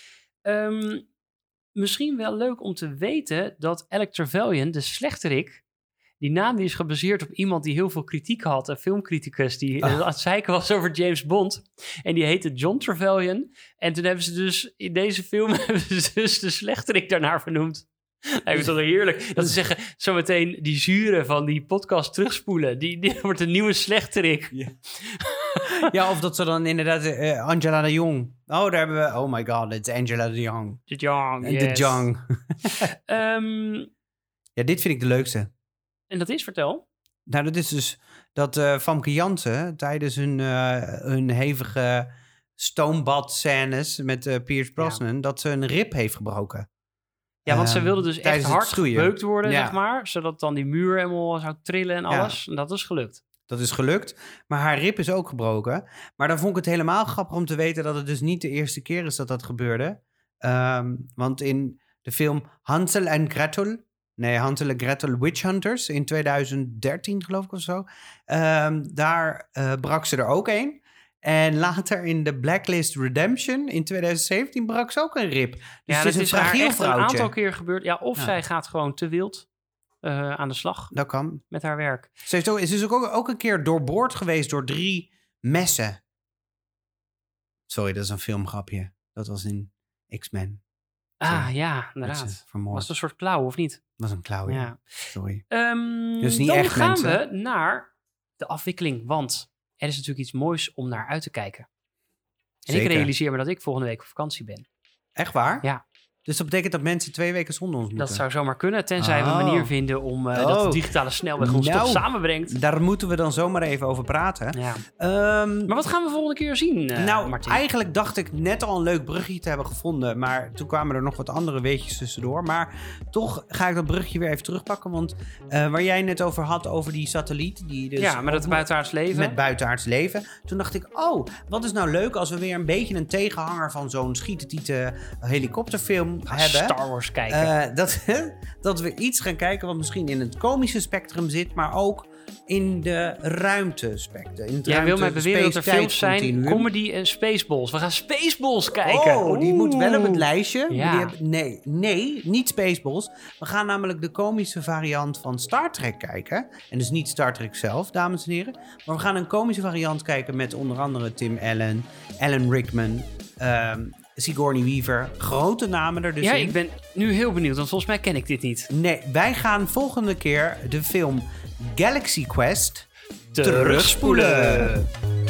Speaker 1: Misschien wel leuk om te weten dat Electravelion, de slechterik... Die naam die is gebaseerd op iemand die heel veel kritiek had. Een filmcriticus die aan het zeiken was over James Bond. En die heette John Trevelyan. En toen hebben ze dus in deze film dus de slechterik daarnaar vernoemd. Hij is toch heerlijk. Dat ze zeggen, zometeen die zuren van die podcast terugspoelen. Die wordt een nieuwe slechterik.
Speaker 2: Ja. Ja, of dat ze dan inderdaad Angela de Jong. Oh, daar hebben we... Oh my god, het is Angela de Jong.
Speaker 1: De Jong,
Speaker 2: De Jong. Ja, dit vind ik de leukste.
Speaker 1: En dat is, vertel.
Speaker 2: Nou, dat is dus dat Famke Janssen tijdens hun hevige stoombad-scènes met Pierce Brosnan... dat ze een rib heeft gebroken.
Speaker 1: Ja, want ze wilde dus echt
Speaker 2: tijdens het
Speaker 1: hard
Speaker 2: stoeien.
Speaker 1: gebeukt worden,
Speaker 2: Ja.
Speaker 1: zeg maar. Zodat dan die muur helemaal zou trillen en alles. En dat is gelukt.
Speaker 2: Dat is gelukt. Maar haar rib is ook gebroken. Maar dan vond ik het helemaal grappig om te weten... dat het dus niet de eerste keer is dat dat gebeurde. Want in de film Hansel en Gretel... Nee, Hansel en Gretel Witch Hunters in 2013 geloof ik of zo. Daar brak ze er ook een. En later in de Blacklist Redemption in 2017 brak ze ook een rib. Dus
Speaker 1: Ja,
Speaker 2: het
Speaker 1: dat
Speaker 2: is een
Speaker 1: is haar
Speaker 2: fragiel
Speaker 1: echt een
Speaker 2: vrouwtje.
Speaker 1: aantal keer gebeurd. Ja, of
Speaker 2: Ja.
Speaker 1: zij gaat gewoon te wild aan de slag
Speaker 2: Dat kan.
Speaker 1: met haar werk.
Speaker 2: Ze is dus ook een keer doorboord geweest door 3 messen. Sorry, dat is een filmgrapje. Dat was in X-Men.
Speaker 1: Ah,
Speaker 2: Sorry.
Speaker 1: ja,
Speaker 2: Werd
Speaker 1: inderdaad.
Speaker 2: ze vermoord.
Speaker 1: Was het een soort klauw, of niet?
Speaker 2: Dat was een klauw, ja.
Speaker 1: Ja.
Speaker 2: Sorry.
Speaker 1: Dus
Speaker 2: niet
Speaker 1: dan
Speaker 2: echt,
Speaker 1: gaan
Speaker 2: mensen.
Speaker 1: we naar de afwikkeling. Want er is natuurlijk iets moois om naar uit te kijken. En
Speaker 2: Zeker.
Speaker 1: ik realiseer me dat ik volgende week op vakantie ben.
Speaker 2: Echt waar?
Speaker 1: Ja.
Speaker 2: Dus dat betekent dat mensen 2 weken zonder ons moeten?
Speaker 1: Dat zou zomaar kunnen, tenzij we een
Speaker 2: Oh.
Speaker 1: manier vinden om dat de
Speaker 2: Oh.
Speaker 1: digitale snelweg ons toch
Speaker 2: Nou.
Speaker 1: samenbrengt.
Speaker 2: Daar moeten we dan zomaar even over praten.
Speaker 1: Ja.
Speaker 2: Ehm,
Speaker 1: Maar wat gaan we volgende keer zien,
Speaker 2: nou,
Speaker 1: Martin?
Speaker 2: eigenlijk dacht ik net al een leuk bruggetje te hebben gevonden. Maar toen kwamen er nog wat andere weetjes tussendoor. Maar toch ga ik dat bruggetje weer even terugpakken. Want waar jij net over had, over die satelliet. Die dus
Speaker 1: ja, met het buitenaards leven.
Speaker 2: met buitenaards leven. Toen dacht ik, oh, wat is nou leuk als we weer een beetje een tegenhanger van zo'n schietetieten helikopterfilm hebben.
Speaker 1: Star Wars kijken.
Speaker 2: Dat we iets gaan kijken wat misschien in het komische spectrum zit, maar ook in de ruimtespectrum. In het
Speaker 1: Jij wil mij beweren dat er films zijn,
Speaker 2: space-tijdcontinuum.
Speaker 1: comedy en Spaceballs. We gaan Spaceballs kijken.
Speaker 2: Oh, die moet wel op het lijstje.
Speaker 1: Ja.
Speaker 2: Nee, niet Spaceballs. We gaan namelijk de komische variant van Star Trek kijken. En dus niet Star Trek zelf, dames en heren. Maar we gaan een komische variant kijken met onder andere Tim Allen, Alan Rickman, Sigourney Weaver. Grote namen er dus
Speaker 1: Ja,
Speaker 2: in.
Speaker 1: ik ben nu heel benieuwd, want volgens mij ken ik dit niet.
Speaker 2: Nee, wij gaan volgende keer de film Galaxy Quest terugspoelen.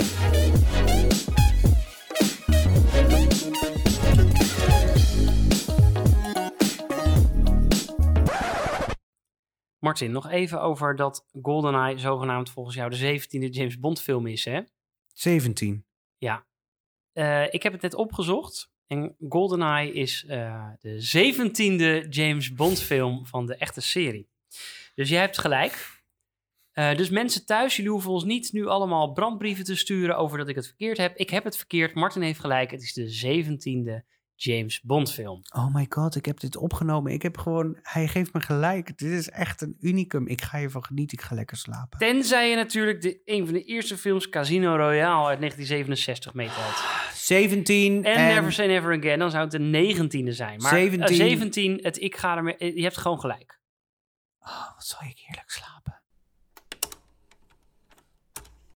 Speaker 1: Martin, nog even over dat GoldenEye zogenaamd volgens jou de 17e James Bond film is, hè?
Speaker 2: 17.
Speaker 1: Ja. Ik heb het net opgezocht. En GoldenEye is de 17e James Bond film van de echte serie. Dus jij hebt gelijk. Dus mensen thuis, jullie hoeven ons niet nu allemaal brandbrieven te sturen over dat ik het verkeerd heb. Ik heb het verkeerd. Martin heeft gelijk. Het is de 17e James Bond film.
Speaker 2: Oh my god, ik heb dit opgenomen. Hij geeft me gelijk. Dit is echt een unicum. Ik ga hiervan genieten. Ik ga lekker slapen.
Speaker 1: Tenzij je natuurlijk een van de eerste films, Casino Royale uit 1967, meetelt.
Speaker 2: 17
Speaker 1: En Never Say Never Again, dan zou het de 19e zijn. Maar
Speaker 2: 17.
Speaker 1: 17, ik ga ermee, je hebt gewoon gelijk.
Speaker 2: Oh, wat zal ik heerlijk slapen.